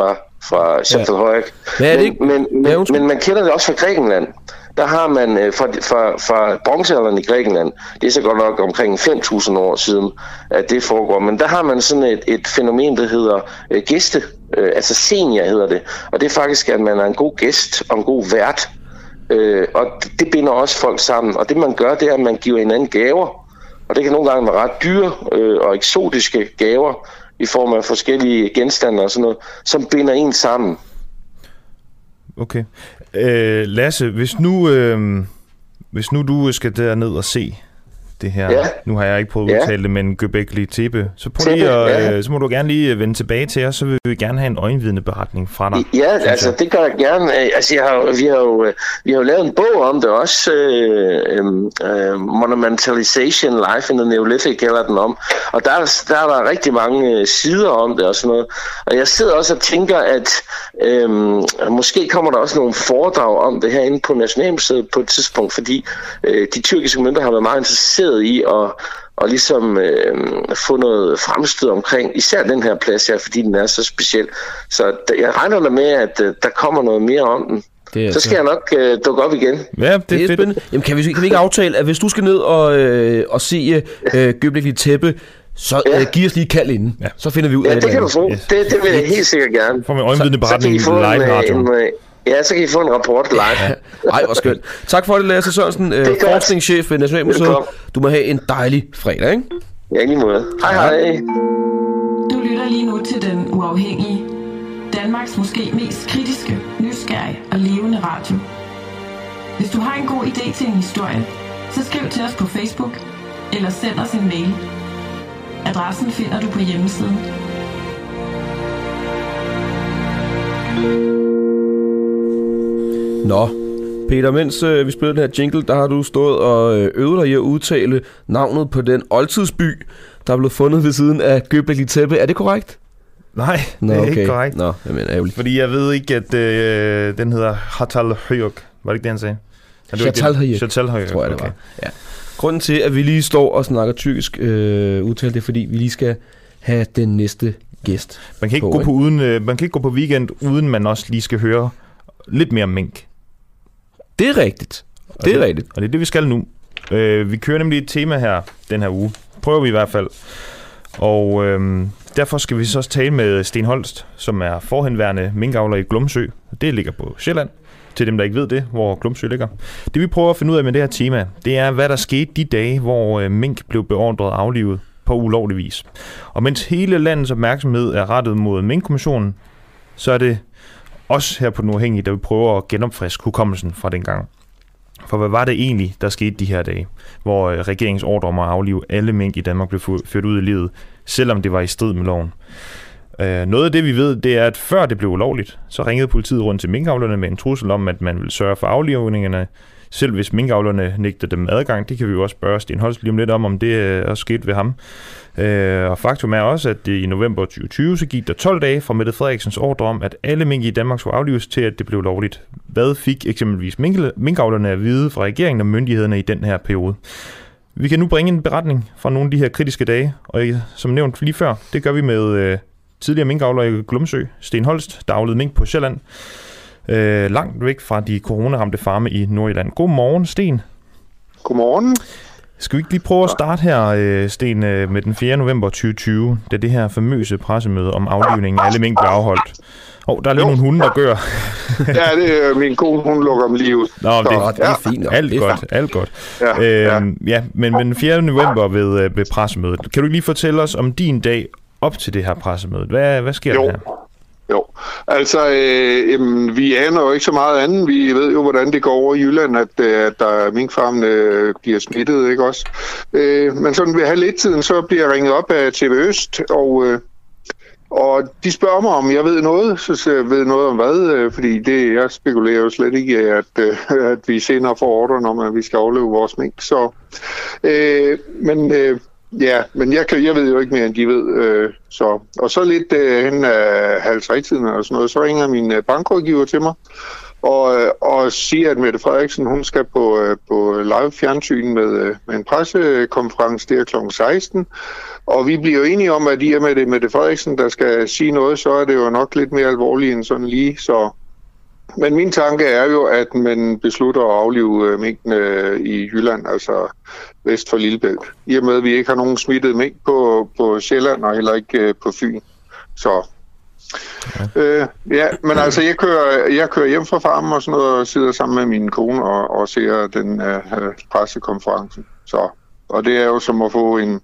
Speaker 17: fra Châtellerault.
Speaker 2: Ja.
Speaker 17: Men, men, men, ja, men man kender det også fra Grækenland. Der har man øh, fra, fra, fra bronzealderen i Grækenland, det er så godt nok omkring fem tusind år siden, at det foregår, men der har man sådan et, et fænomen, der hedder øh, gæste, øh, altså senior hedder det, og det er faktisk, at man er en god gæst og en god vært, øh, og det binder også folk sammen, og det man gør, det er, at man giver hinanden gaver, og det kan nogle gange være ret dyre øh, og eksotiske gaver, i form af forskellige genstande og sådan noget, som binder en sammen.
Speaker 1: Okay. Øh, Lasse, hvis nu, øh, hvis nu du skal derned og se det her, ja. Nu har jeg ikke prøvet at udtale ja. det, men Göbekli Tepe, så, prøv lige at, ja. så må du gerne lige vende tilbage til os, så vil vi gerne have en øjenvidneberetning fra dig.
Speaker 17: Ja, altså jeg. det gør jeg gerne. Altså, jeg har, vi, har jo, vi har jo lavet en bog om det også, uh, uh, Monumentalization, Life in the Neolithic kalder den om, og der, der er der rigtig mange sider om det og sådan noget. Og jeg sidder også og tænker, at um, måske kommer der også nogle foredrag om det herinde på Nationalmuseet på et tidspunkt, fordi uh, de tyrkiske myndigheder har været meget interesseret i at og ligesom øh, få noget fremstød omkring, især den her plads her, fordi den er så speciel. Så jeg regner da med, at øh, der kommer noget mere om den. Så skal jeg nok øh, dukke op igen.
Speaker 1: Ja, det, det er
Speaker 2: spændende. Jamen kan vi, kan vi ikke aftale, at hvis du skal ned og, øh, og se øh, Göbekli Tepe, så øh, ja. giv os lige kald inden. Ja. Så finder vi ud
Speaker 17: ja,
Speaker 2: af det.
Speaker 17: Ja, det kan du få. Yes. Det, det vil jeg helt sikkert gerne.
Speaker 1: Får vi øjenvidneberetning i live-radio.
Speaker 17: Ja, så kan I få en rapport live. Ja.
Speaker 2: Ej, hvor skønt. Tak for det, Lasse Sørensen, øh, forskningschef ved Nationalmuseet. Du må have en dejlig fredag, ikke?
Speaker 17: Ja, i lige måde. Hej, hej.
Speaker 7: Du lytter lige nu til Den Uafhængige. Danmarks måske mest kritiske, nysgerrige og levende radio. Hvis du har en god idé til en historie, så skriv til os på Facebook eller send os en mail. Adressen finder du på hjemmesiden.
Speaker 2: Nå, Peter, mens øh, vi spillede den her jingle, der har du stået og øh, øvet dig i at udtale navnet på den oldtidsby, der er blevet fundet ved siden af Göbekli Tepe. Er det korrekt?
Speaker 1: Nej, Nå, det er okay. ikke korrekt.
Speaker 2: Nå, jamen, ærgerligt.
Speaker 1: Fordi jeg ved ikke, at øh, den hedder Çatalhöyük. Var det ikke det, han sagde?
Speaker 2: Çatalhöyük,
Speaker 1: Çatalhöyük,
Speaker 2: tror jeg, det
Speaker 1: okay.
Speaker 2: var. Ja. Grunden til, at vi lige står og snakker tyrkisk øh, udtale, det er, fordi vi lige skal have den næste gæst.
Speaker 1: Man kan ikke, på, gå, på uden, øh, man kan ikke gå på weekend, uden man også lige skal høre lidt mere mink.
Speaker 2: Det er rigtigt. Det er
Speaker 1: det,
Speaker 2: rigtigt.
Speaker 1: Og det er det, vi skal nu. Øh, vi kører nemlig et tema her den her uge. Prøver vi i hvert fald. Og øh, derfor skal vi så også tale med Sten Holst, som er forhenværende minkavler i Glumsø. Det ligger på Sjælland. Til dem, der ikke ved det, hvor Glumsø ligger. Det vi prøver at finde ud af med det her tema, det er, hvad der skete de dage, hvor øh, mink blev beordret aflivet på ulovlig vis. Og mens hele landets opmærksomhed er rettet mod Minkkommissionen, så er det os her på Den Uafhængige, der vil prøve at genopfriske hukommelsen fra dengang. For hvad var det egentlig, der skete de her dage, hvor øh, regeringens ordre om at aflive alle mink i Danmark blev ført ud i livet, selvom det var i strid med loven? Øh, noget af det, vi ved, det er, at før det blev ulovligt, så ringede politiet rundt til minkavlerne med en trussel om, at man ville sørge for aflivningerne, selv hvis minkavlerne nægtede dem adgang. Det kan vi jo også spørge Sten Holst lige om lidt om, om det er også sket ved ham. Øh, og faktum er også, at i november tyve tyve, så gik der tolv dage fra Mette Frederiksens ordre om, at alle mink i Danmark skulle aflives, til at det blev lovligt. Hvad fik eksempelvis minkavlerne at vide fra regeringen og myndighederne i den her periode? Vi kan nu bringe en beretning fra nogle af de her kritiske dage, og som nævnt lige før, det gør vi med øh, tidligere minkavler i Glumsø, Sten Holst, der avlede mink på Sjælland, øh, langt væk fra de coronaramte farme i Nordjylland. Godmorgen, Sten.
Speaker 18: Godmorgen.
Speaker 1: Skal vi ikke lige prøve at starte her, Sten, med den fjerde november tyve tyve, da det her famøse pressemøde om aflivningen af alle mink blev afholdt? Åh, oh, der er lige jo. nogle hunde, der gør.
Speaker 18: Ja, det er min kone, hun lukker om livet.
Speaker 1: Nå, det, det er ja. fint. Alt godt, fint. alt godt. Ja, øhm, ja. ja men, men den fjerde november ved, ved pressemødet. Kan du lige fortælle os om din dag op til det her pressemøde? Hvad, hvad sker
Speaker 18: jo.
Speaker 1: der her?
Speaker 18: Jo, altså øh, jamen, vi aner jo ikke så meget andet. Vi ved jo, hvordan det går over i Jylland, at, at der minkfarmene øh, bliver smittet, ikke også? Øh, men sådan ved halvtiden, så bliver jeg ringet op af T V Øst, og, øh, og de spørger mig, om jeg ved noget. Så jeg ved noget om hvad, øh, fordi det, jeg spekulerer jo slet ikke i, at, øh, at vi senere får ordren om, at vi skal overleve vores mink. Så, øh, men... Øh, Ja, men jeg, kan, jeg ved jo ikke mere, end de ved. Øh, så. Og så lidt øh, hen af halv tre-tiden eller sådan noget, så ringer min øh, bankrådgiver til mig og, og siger, at Mette Frederiksen hun skal på, på live fjernsyn med, med en pressekonference der klokken seksten. Og vi bliver jo enige om, at i og med det Mette Frederiksen, der skal sige noget, så er det jo nok lidt mere alvorligt end sådan lige. Så. Men min tanke er jo, at man beslutter at aflive minkene i Jylland, altså vest for Lillebælt. I og med, at vi ikke har nogen smittet mink på, på Sjælland og heller ikke på Fyn. Så ja, øh, ja men altså, jeg kører, jeg kører hjem fra farmen og sådan noget, og sidder sammen med min kone og, og ser den uh, pressekonferencen. Så, og det er jo som at få en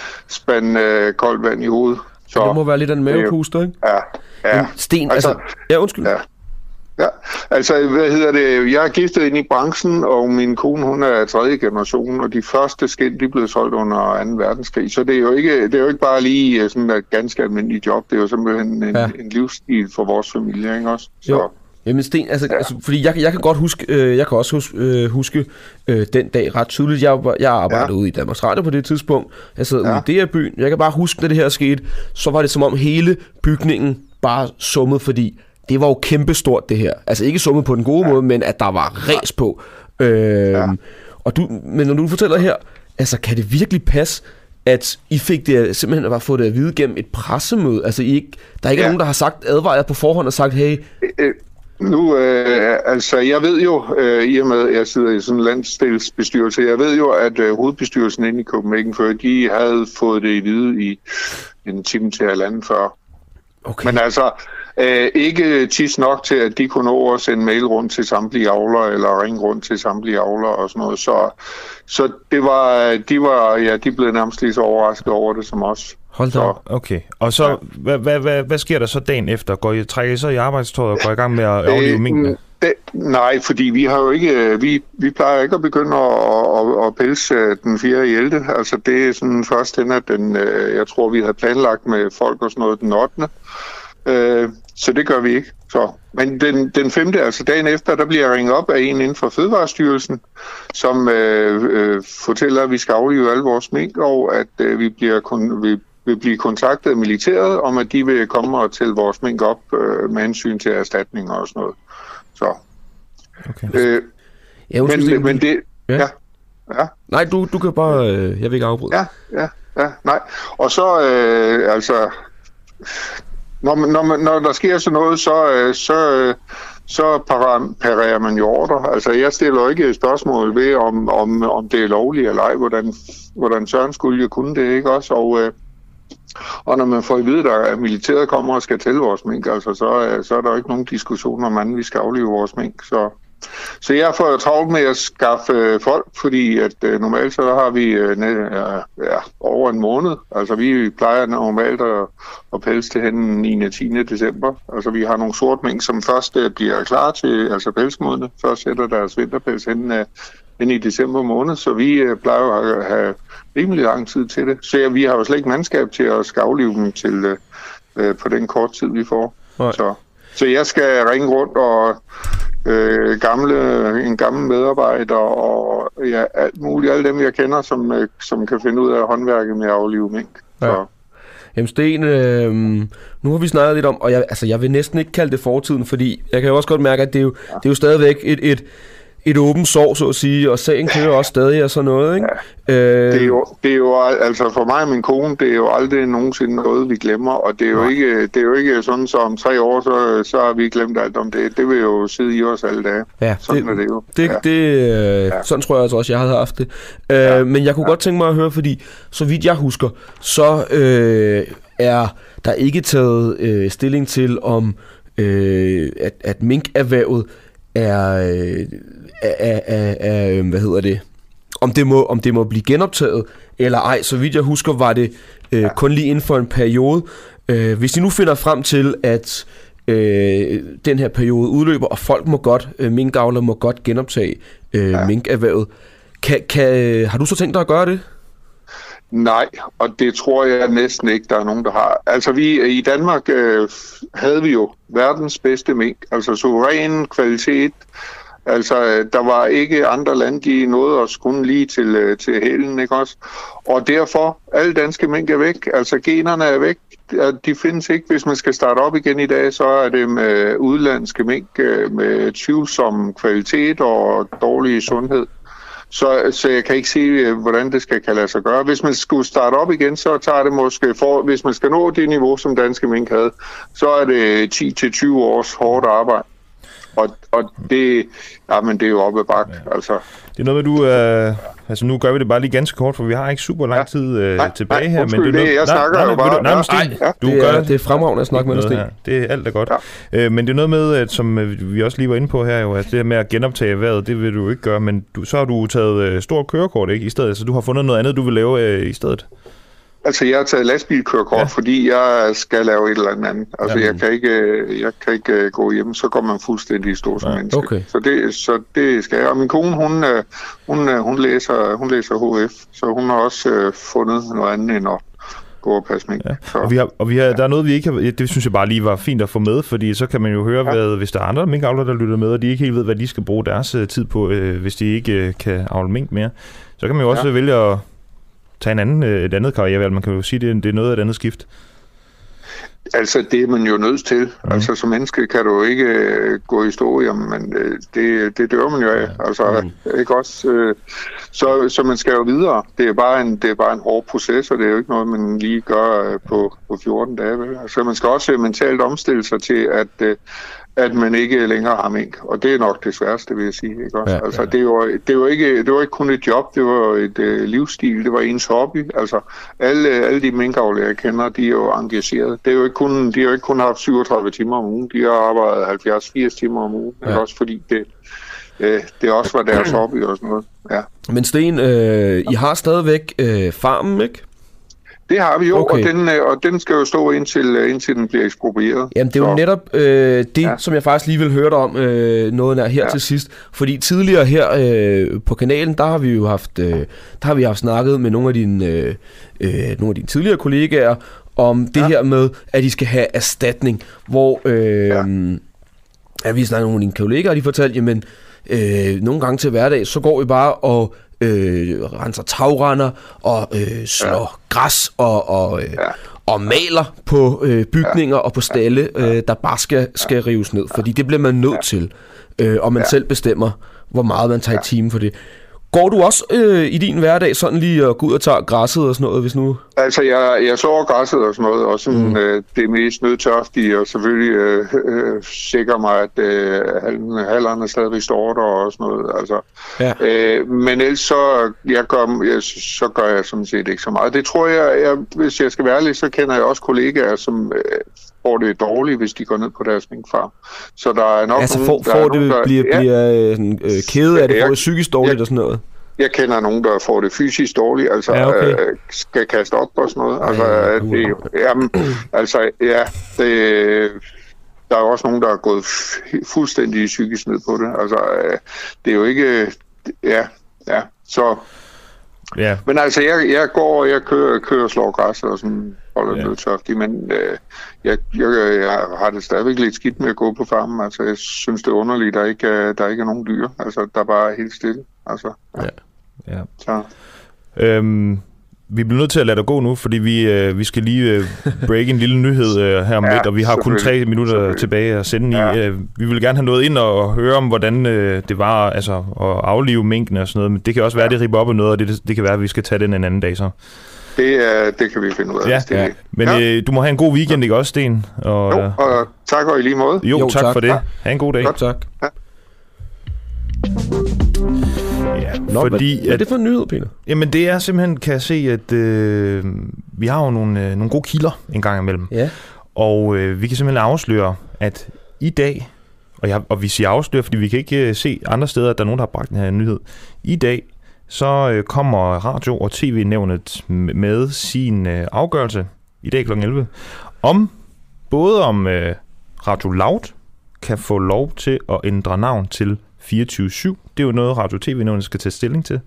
Speaker 18: spand uh, koldt vand i hovedet. Så,
Speaker 2: det må være lidt af en mavepuster, ikke?
Speaker 18: Ja, ja.
Speaker 2: Men Sten, altså, altså... Ja, undskyld.
Speaker 18: Ja. Ja, altså, hvad hedder det, jeg er giftet ind i branchen, og min kone, hun er tredje generation, og de første skind, de blev solgt under anden verdenskrig, så det er jo ikke, det er jo ikke bare lige sådan et ganske almindeligt job, det er jo simpelthen en, ja. en livsstil for vores familie, ikke også? Så.
Speaker 2: Jo. Jamen Sten, altså, ja. altså fordi jeg, jeg kan godt huske, øh, jeg kan også huske, øh, huske øh, den dag ret tydeligt. Jeg, jeg arbejdede ja. ude i Danmarks Radio på det tidspunkt, jeg sad ja. ude i D R-byen, jeg kan bare huske, når det her skete, så var det som om hele bygningen bare summede, fordi det var jo kæmpestort det her. Altså ikke summet på den gode ja. måde, men at der var ræs på. Øh, ja. Og du, men når du fortæller her, altså kan det virkelig passe, at I fik det simpelthen bare fået det at vide gennem et pressemøde? Altså I ikke, der er ikke ja. nogen, der har sagt advaret på forhånd og sagt, hey...
Speaker 18: Øh, nu, øh, altså jeg ved jo, øh, i og med at jeg sidder i sådan en landsdelsbestyrelse, jeg ved jo, at øh, hovedbestyrelsen inde i Copenhagen før, de havde fået det at vide i en time til halvanden før. Okay. Men altså... Øh, ikke tis nok til, at de kunne nå at sende mail rundt til samtlige avlere, eller ringe rundt til samtlige avlere og sådan noget. Så, så det var, de var, ja, de blev nærmest lige så overrasket over det som os.
Speaker 1: Hold da. Okay. Og så, ja. hvad, hvad, hvad, hvad sker der så dagen efter? Går I, trækker I så i arbejdstøjet og går i gang med at aflive minkene?
Speaker 18: Det, nej, fordi vi har jo ikke, vi, vi plejer ikke at begynde at, at, at pelse den fjerde ellevte Altså det er sådan først den, at den, jeg tror, vi havde planlagt med folk og sådan noget den ottende Øh, så det gør vi ikke. Så. Men den, den femte, altså dagen efter, der bliver jeg ringet op af en inden for Fødevarestyrelsen, som øh, øh, fortæller, at vi skal aflive alle vores mink, og at øh, vi bliver kun, vi vil blive kontaktet af militæret, om at de vil komme og tælle vores mink op øh, med hensyn til erstatninger og sådan noget. Så. Okay. Øh,
Speaker 2: ja,
Speaker 18: men, det, men det... Ja. Ja, ja.
Speaker 2: Nej, du, du kan bare... Øh, jeg vil ikke afbryde.
Speaker 18: Ja, ja, ja, nej. Og så, øh, altså... Når, man, når, man, når der sker sådan noget, så, så, så parerer man jo ordre. Altså, jeg stiller jo ikke spørgsmål ved, om, om, om det er lovligt eller ej, hvordan, hvordan Søren skulle jo kunne det, ikke også? Og, og når man får at vide, at militæret kommer og skal tælle vores mink, altså, så, så er der jo ikke nogen diskussion om, hvordan vi skal aflive vores mink. Så, så jeg får jo travlt med at skaffe folk, fordi at øh, normalt så har vi øh, ja, ja, over en måned. Altså vi plejer normalt at, at pelse til hen niende og tiende december. Altså vi har nogle sort mink, som først øh, bliver klar til altså pelsmåned. Først sætter deres vinterpels hen, øh, hen i december måned, så vi øh, plejer at have rimelig lang tid til det. Så ja, vi har jo slet ikke mandskab til at skaffe dem til øh, på den kort tid, vi får. Så, så jeg skal ringe rundt og Øh, gamle, en gammel medarbejder og ja, alt muligt, alle dem jeg kender, som, øh, som kan finde ud af håndværket med at aflive mink. Ja. Så.
Speaker 2: Jamen Sten, øh, nu har vi snakket lidt om, og jeg, altså, jeg vil næsten ikke kalde det fortiden, fordi jeg kan jo også godt mærke, at det er jo, ja. det er jo stadigvæk et, et, et åbent sår, så at sige, og sagen kører også stadig og sådan noget, ikke?
Speaker 18: Ja. Øh, det, er jo, det er jo, altså for mig og min kone, det er jo aldrig nogensinde noget, vi glemmer, og det er jo, ja. ikke, det er jo ikke sådan, så om tre år, så, så har vi glemt alt om det. Det vil jo sidde i os alle dage.
Speaker 2: Ja,
Speaker 18: sådan
Speaker 2: det,
Speaker 18: er det jo.
Speaker 2: Det,
Speaker 18: ja.
Speaker 2: det, øh, ja. Sådan tror jeg altså også, jeg havde haft det. Øh, ja. Men jeg kunne ja. godt tænke mig at høre, fordi så vidt jeg husker, så øh, er der ikke taget øh, stilling til, om øh, at, at minkerhvervet er, øh, er, er, er, hvad hedder det, om det må, om det må blive genoptaget eller ej. Så vidt jeg husker, var det øh, ja. kun lige inden for en periode. Øh, hvis I nu finder frem til, at øh, den her periode udløber, og folk må godt, øh, minkavlere må godt genoptage øh, ja. minkerhvervet, kan, kan, har du så tænkt dig at gøre det?
Speaker 18: Nej, og det tror jeg næsten ikke, der er nogen, der har. Altså vi i Danmark øh, havde vi jo verdens bedste mink, altså suveræn kvalitet. Altså der var ikke andre lande, de nåede os kun lige til, til hælen, ikke også? Og derfor, alle danske mink er væk, altså generne er væk. de findes ikke. Hvis man skal starte op igen i dag, så er det med udlandske mink med tvivlsom kvalitet og dårlig sundhed. Så, så jeg kan ikke se, hvordan det skal kan lade sig gøre. Hvis man skulle starte op igen, så tager det måske, for, hvis man skal nå det niveau, som danske mink havde, så er det ti til tyve års hårdt arbejde. Og, og det, ja, men det er jo oppe ad bakke, ja. Altså.
Speaker 1: Det er noget med, du... Øh, altså, nu gør vi det bare lige ganske kort, for vi har ikke super lang tid øh,
Speaker 18: nej,
Speaker 1: tilbage
Speaker 18: nej,
Speaker 1: her.
Speaker 18: Undskyld,
Speaker 1: men det er noget,
Speaker 18: jeg snakker
Speaker 1: nej,
Speaker 18: jo
Speaker 1: nej,
Speaker 18: bare...
Speaker 1: Nej, men Sten,
Speaker 2: ja,
Speaker 1: du
Speaker 2: det,
Speaker 1: gør...
Speaker 2: Er, det er fremragende at snakke med dig, Sten.
Speaker 1: Her. Det er alt er godt. Ja. Øh, men det er noget med, at, som vi også lige var inde på her, jo, at det her med at genoptage vejret, det vil du ikke gøre, men du, så har du taget øh, stort kørekort, ikke, i stedet, så du har fundet noget andet, du vil lave øh, i stedet.
Speaker 18: Altså, jeg har taget lastbilkørekort, ja. Fordi jeg skal lave et eller andet. Altså, Jamen. jeg kan ikke, jeg kan ikke gå hjem, så går man fuldstændig i stå som ja. menneske. Okay. Så, det, så det skal jeg. Og min kone, hun, hun, hun, læser, hun læser H F, så hun har også uh, fundet noget andet end at gå og passe mink.
Speaker 1: Ja. Og, vi har, og vi har, der er noget, vi ikke har... Det synes jeg bare lige var fint at få med, fordi så kan man jo høre, ja. hvad, hvis der er andre minkavlere, der lytter med, og de ikke helt ved, hvad de skal bruge deres tid på, øh, hvis de ikke øh, kan avle mink mere. Så kan man jo også ja. vælge at tage en anden, et andet karrierevalg. Man kan jo sige, det er noget af et andet skift.
Speaker 18: Altså, det er man jo nødt til. Mm. Altså, som menneske kan du ikke uh, gå i stå, men uh, det, det dør man jo af. Ja. Altså, mm. ikke også? Uh, så, så man skal jo videre. Det er, bare en, det er bare en hård proces, og det er jo ikke noget, man lige gør uh, på, på fjorten dage. Vel? Altså, man skal også mentalt omstille sig til, at uh, at man ikke længere har mink. Og det er nok det sværeste, vil jeg sige. Ikke også? Ja, altså, ja. Det, var, det, var ikke, det var ikke kun et job, det var et uh, livsstil, det var ens hobby. Altså, alle, alle de minkavlere, jeg kender, de er jo engageret. Det er jo ikke kun, de har jo ikke kun haft syvogtredive timer om ugen, de har arbejdet halvfjerds til firs timer om ugen. Ja. Ikke også fordi det, øh, det også var deres hobby og sådan noget. Ja.
Speaker 2: Men Sten, øh, I har stadigvæk øh, farmen, ikke?
Speaker 18: Det har vi jo, okay. og, den, og den skal jo stå indtil, indtil den bliver eksproprieret.
Speaker 2: Jamen, det er jo så. netop øh, det, ja. som jeg faktisk lige vil høre dig om øh, noget der her ja. til sidst. Fordi tidligere her øh, på kanalen, der har vi jo haft, øh, der har vi haft snakket med nogle af dine, øh, øh, nogle af dine tidligere kollegaer om det ja. her med, at de skal have erstatning. Hvor øh, ja. Ja, vi snakker med nogle af dine kollegaer, og de fortalte, jamen, øh, nogle gange til hverdag, så går vi bare og Øh, renser tagrender og øh, slår ja. græs og, og, øh, ja. og maler på øh, bygninger ja. og på stalle, øh, der bare skal, skal rives ned, fordi det bliver man nødt ja. til, øh, og man ja. selv bestemmer, hvor meget man tager ja. i timen for det. Går du også øh, i din hverdag sådan lige at gå ud og tage græsset og sådan noget, hvis nu?
Speaker 18: Altså, jeg, jeg slår græsset og sådan noget, og sådan, mm. øh, det mest nødtørftige, og selvfølgelig øh, øh, sikrer mig, at øh, hallerne stadig står der og sådan noget. Altså. Ja. Øh, men ellers så, jeg gør, jeg, så gør jeg sådan set ikke så meget. Det tror jeg, jeg, hvis jeg skal være ærlig, så kender jeg også kollegaer, som øh, får det dårligt, hvis de går ned på deres minkfarm. Så der er nok
Speaker 2: altså,
Speaker 18: nogen,
Speaker 2: for,
Speaker 18: der
Speaker 2: får
Speaker 18: er
Speaker 2: det,
Speaker 18: nogen, der,
Speaker 2: bliver,
Speaker 18: ja.
Speaker 2: bliver sådan, øh, kede af det, får det psykisk dårligt
Speaker 18: jeg,
Speaker 2: og sådan noget?
Speaker 18: Jeg kender nogen, der får det fysisk dårligt, altså ja, okay. øh, skal kaste op og sådan noget. Altså, ja, det, jamen, altså ja, det, der er også nogen, der er gået fuldstændig psykisk ned på det. Altså, øh, det er jo ikke, ja, ja, så...
Speaker 1: Ja.
Speaker 18: Men altså, jeg, jeg går og jeg kører, kører og slår græs og sådan holder ja. nødtørftigt, men øh, jeg, jeg, jeg har det stadigvæk lidt skidt med at gå på farmen. Altså, jeg synes, det er underligt, der ikke er, der ikke er nogen dyr. Altså, der bare er helt stille. Altså, ja.
Speaker 1: ja. Så. Øhm, vi bliver nødt til at lade dig gå nu, fordi vi, øh, vi skal lige øh, break en lille nyhed øh, her om ja, lidt, og vi har kun tre minutter tilbage at sende ja. i. Øh, vi vil gerne have noget ind og høre om, hvordan øh, det var altså, at aflive minkene og sådan noget, men det kan også være, ja. det ripper op af noget, og det, det kan være, at vi skal tage den en anden dag så.
Speaker 18: Det, øh, det kan vi finde ud af.
Speaker 1: Ja, ja. Men ja. øh, du må have en god weekend, ikke også, Sten? Og,
Speaker 18: jo, og tak og i lige måde.
Speaker 1: Jo, jo tak, tak for det. Ja. Ha' en god dag.
Speaker 2: Godt, tak. Ja.
Speaker 1: Ja, Nå, fordi,
Speaker 2: hvad, hvad er det for en nyhed, Peter?
Speaker 1: Jamen, det er simpelthen, kan jeg se, at øh, vi har jo nogle, øh, nogle gode kilder en gang imellem.
Speaker 2: Ja.
Speaker 1: Og øh, vi kan simpelthen afsløre, at i dag, og, jeg, og vi siger afsløre, fordi vi kan ikke øh, se andre steder, at der er nogen, der har bragt den her nyhed. I dag, så øh, kommer Radio- og T V-nævnet med sin øh, afgørelse, i dag klokken elleve, om både om øh, Radio Loud kan få lov til at ændre navn til fireogtyve syv. Det er jo noget, Radio- og T V-nævnet skal tage stilling til.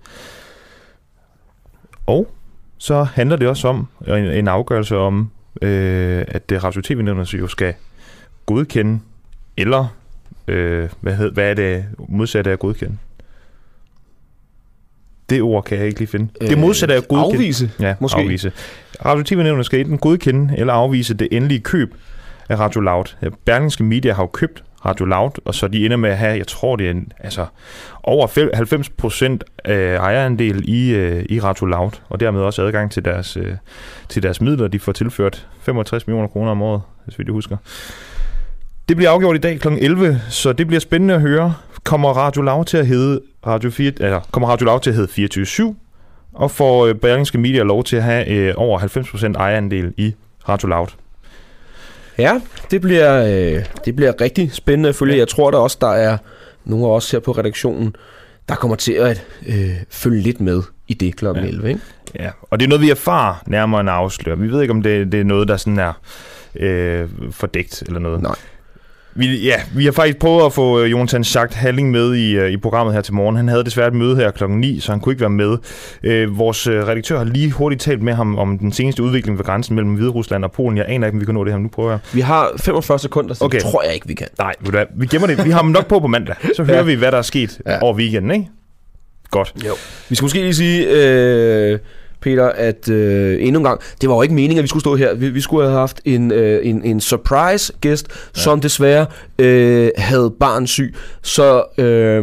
Speaker 1: Og så handler det også om en, en afgørelse om, øh, at det Radio- og T V-nævnet jo skal godkende, eller øh, hvad, hed, hvad er det modsatte af godkende? Det ord kan jeg ikke lige finde. Det modsatte er godkende.
Speaker 2: Afvise?
Speaker 1: Ja,
Speaker 2: måske.
Speaker 1: Afvise. Radio- og T V-nævnet skal enten godkende eller afvise det endelige køb af Radio Loud. Berlingske Media har jo købt Radio Loud, og så de ender med at have, jeg tror det er en, altså, over halvfems procent ejerandel i, øh, i Radio Loud, og dermed også adgang til deres, øh, til deres midler. De får tilført femogtres millioner kroner om året, hvis vi det husker. Det bliver afgjort i dag klokken elleve, så det bliver spændende at høre. Kommer Radio Loud til at hedde Radio fire, eller kommer Radio Loud til at hedde fireogtyve syv, og får Berlingske Media lov til at have øh, over halvfems procent ejerandel i Radio Loud.
Speaker 2: Ja, det bliver, øh, det bliver rigtig spændende at følge. Jeg tror da også, der er nogle af os her på redaktionen, der kommer til at øh, følge lidt med i det klokken
Speaker 1: ja.
Speaker 2: elleve. Ikke?
Speaker 1: Ja, og det er noget, vi erfarer nærmere end afslører. Vi ved ikke, om det, det er noget, der sådan er øh, fordækt eller noget.
Speaker 2: Nej.
Speaker 1: Vi, ja, vi har faktisk prøvet at få Jonathan Schacht Halling med i, i programmet her til morgen. Han havde desværre et møde her klokken ni, så han kunne ikke være med. Øh, vores redaktør har lige hurtigt talt med ham om den seneste udvikling ved grænsen mellem Hviderusland og Polen. Jeg aner ikke, om vi kan nå det her. Nu prøver jeg.
Speaker 2: Vi har femogfyrre sekunder, så okay. Det tror jeg ikke, vi kan.
Speaker 1: Nej, vi gemmer det. Vi har dem nok på på mandag. Så hører ja. vi, hvad der er sket ja. over weekenden, ikke? Godt.
Speaker 2: Jo. Vi skal måske lige sige... Øh Peter, at øh, endnu en gang, det var jo ikke meningen, at vi skulle stå her. Vi, vi skulle have haft en, øh, en, en surprise gæst, ja. som desværre øh, havde barn syg. Så øh,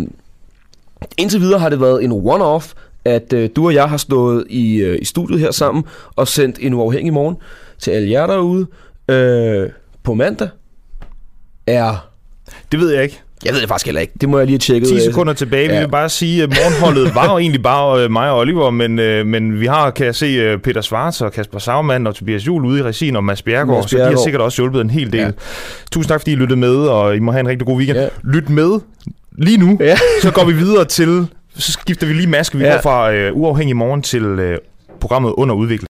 Speaker 2: indtil videre har det været en one-off, at øh, du og jeg har stået i, øh, i studiet her sammen og sendt en uafhængig morgen til alle jer derude. Øh, på mandag er...
Speaker 1: Det ved jeg ikke.
Speaker 2: Jeg ved det faktisk heller ikke. Det må jeg lige have tjekket.
Speaker 1: ti sekunder tilbage. Ja. Vi vil bare sige, at morgenholdet var jo egentlig bare mig og Oliver, men, men vi har, kan jeg se, Peter Schwarz og Kasper Saumann og Tobias Juhl ude i regien og Mads Bjerregaard, Mads Bjerregaard, så de har sikkert også hjulpet en hel del. Ja. Tusind tak, fordi I lyttede med, og I må have en rigtig god weekend. Ja. Lyt med lige nu, ja. Så går vi videre til, så skifter vi lige maske. Vi ja. går fra uh, uafhængig morgen til uh, programmet Under Udvikling.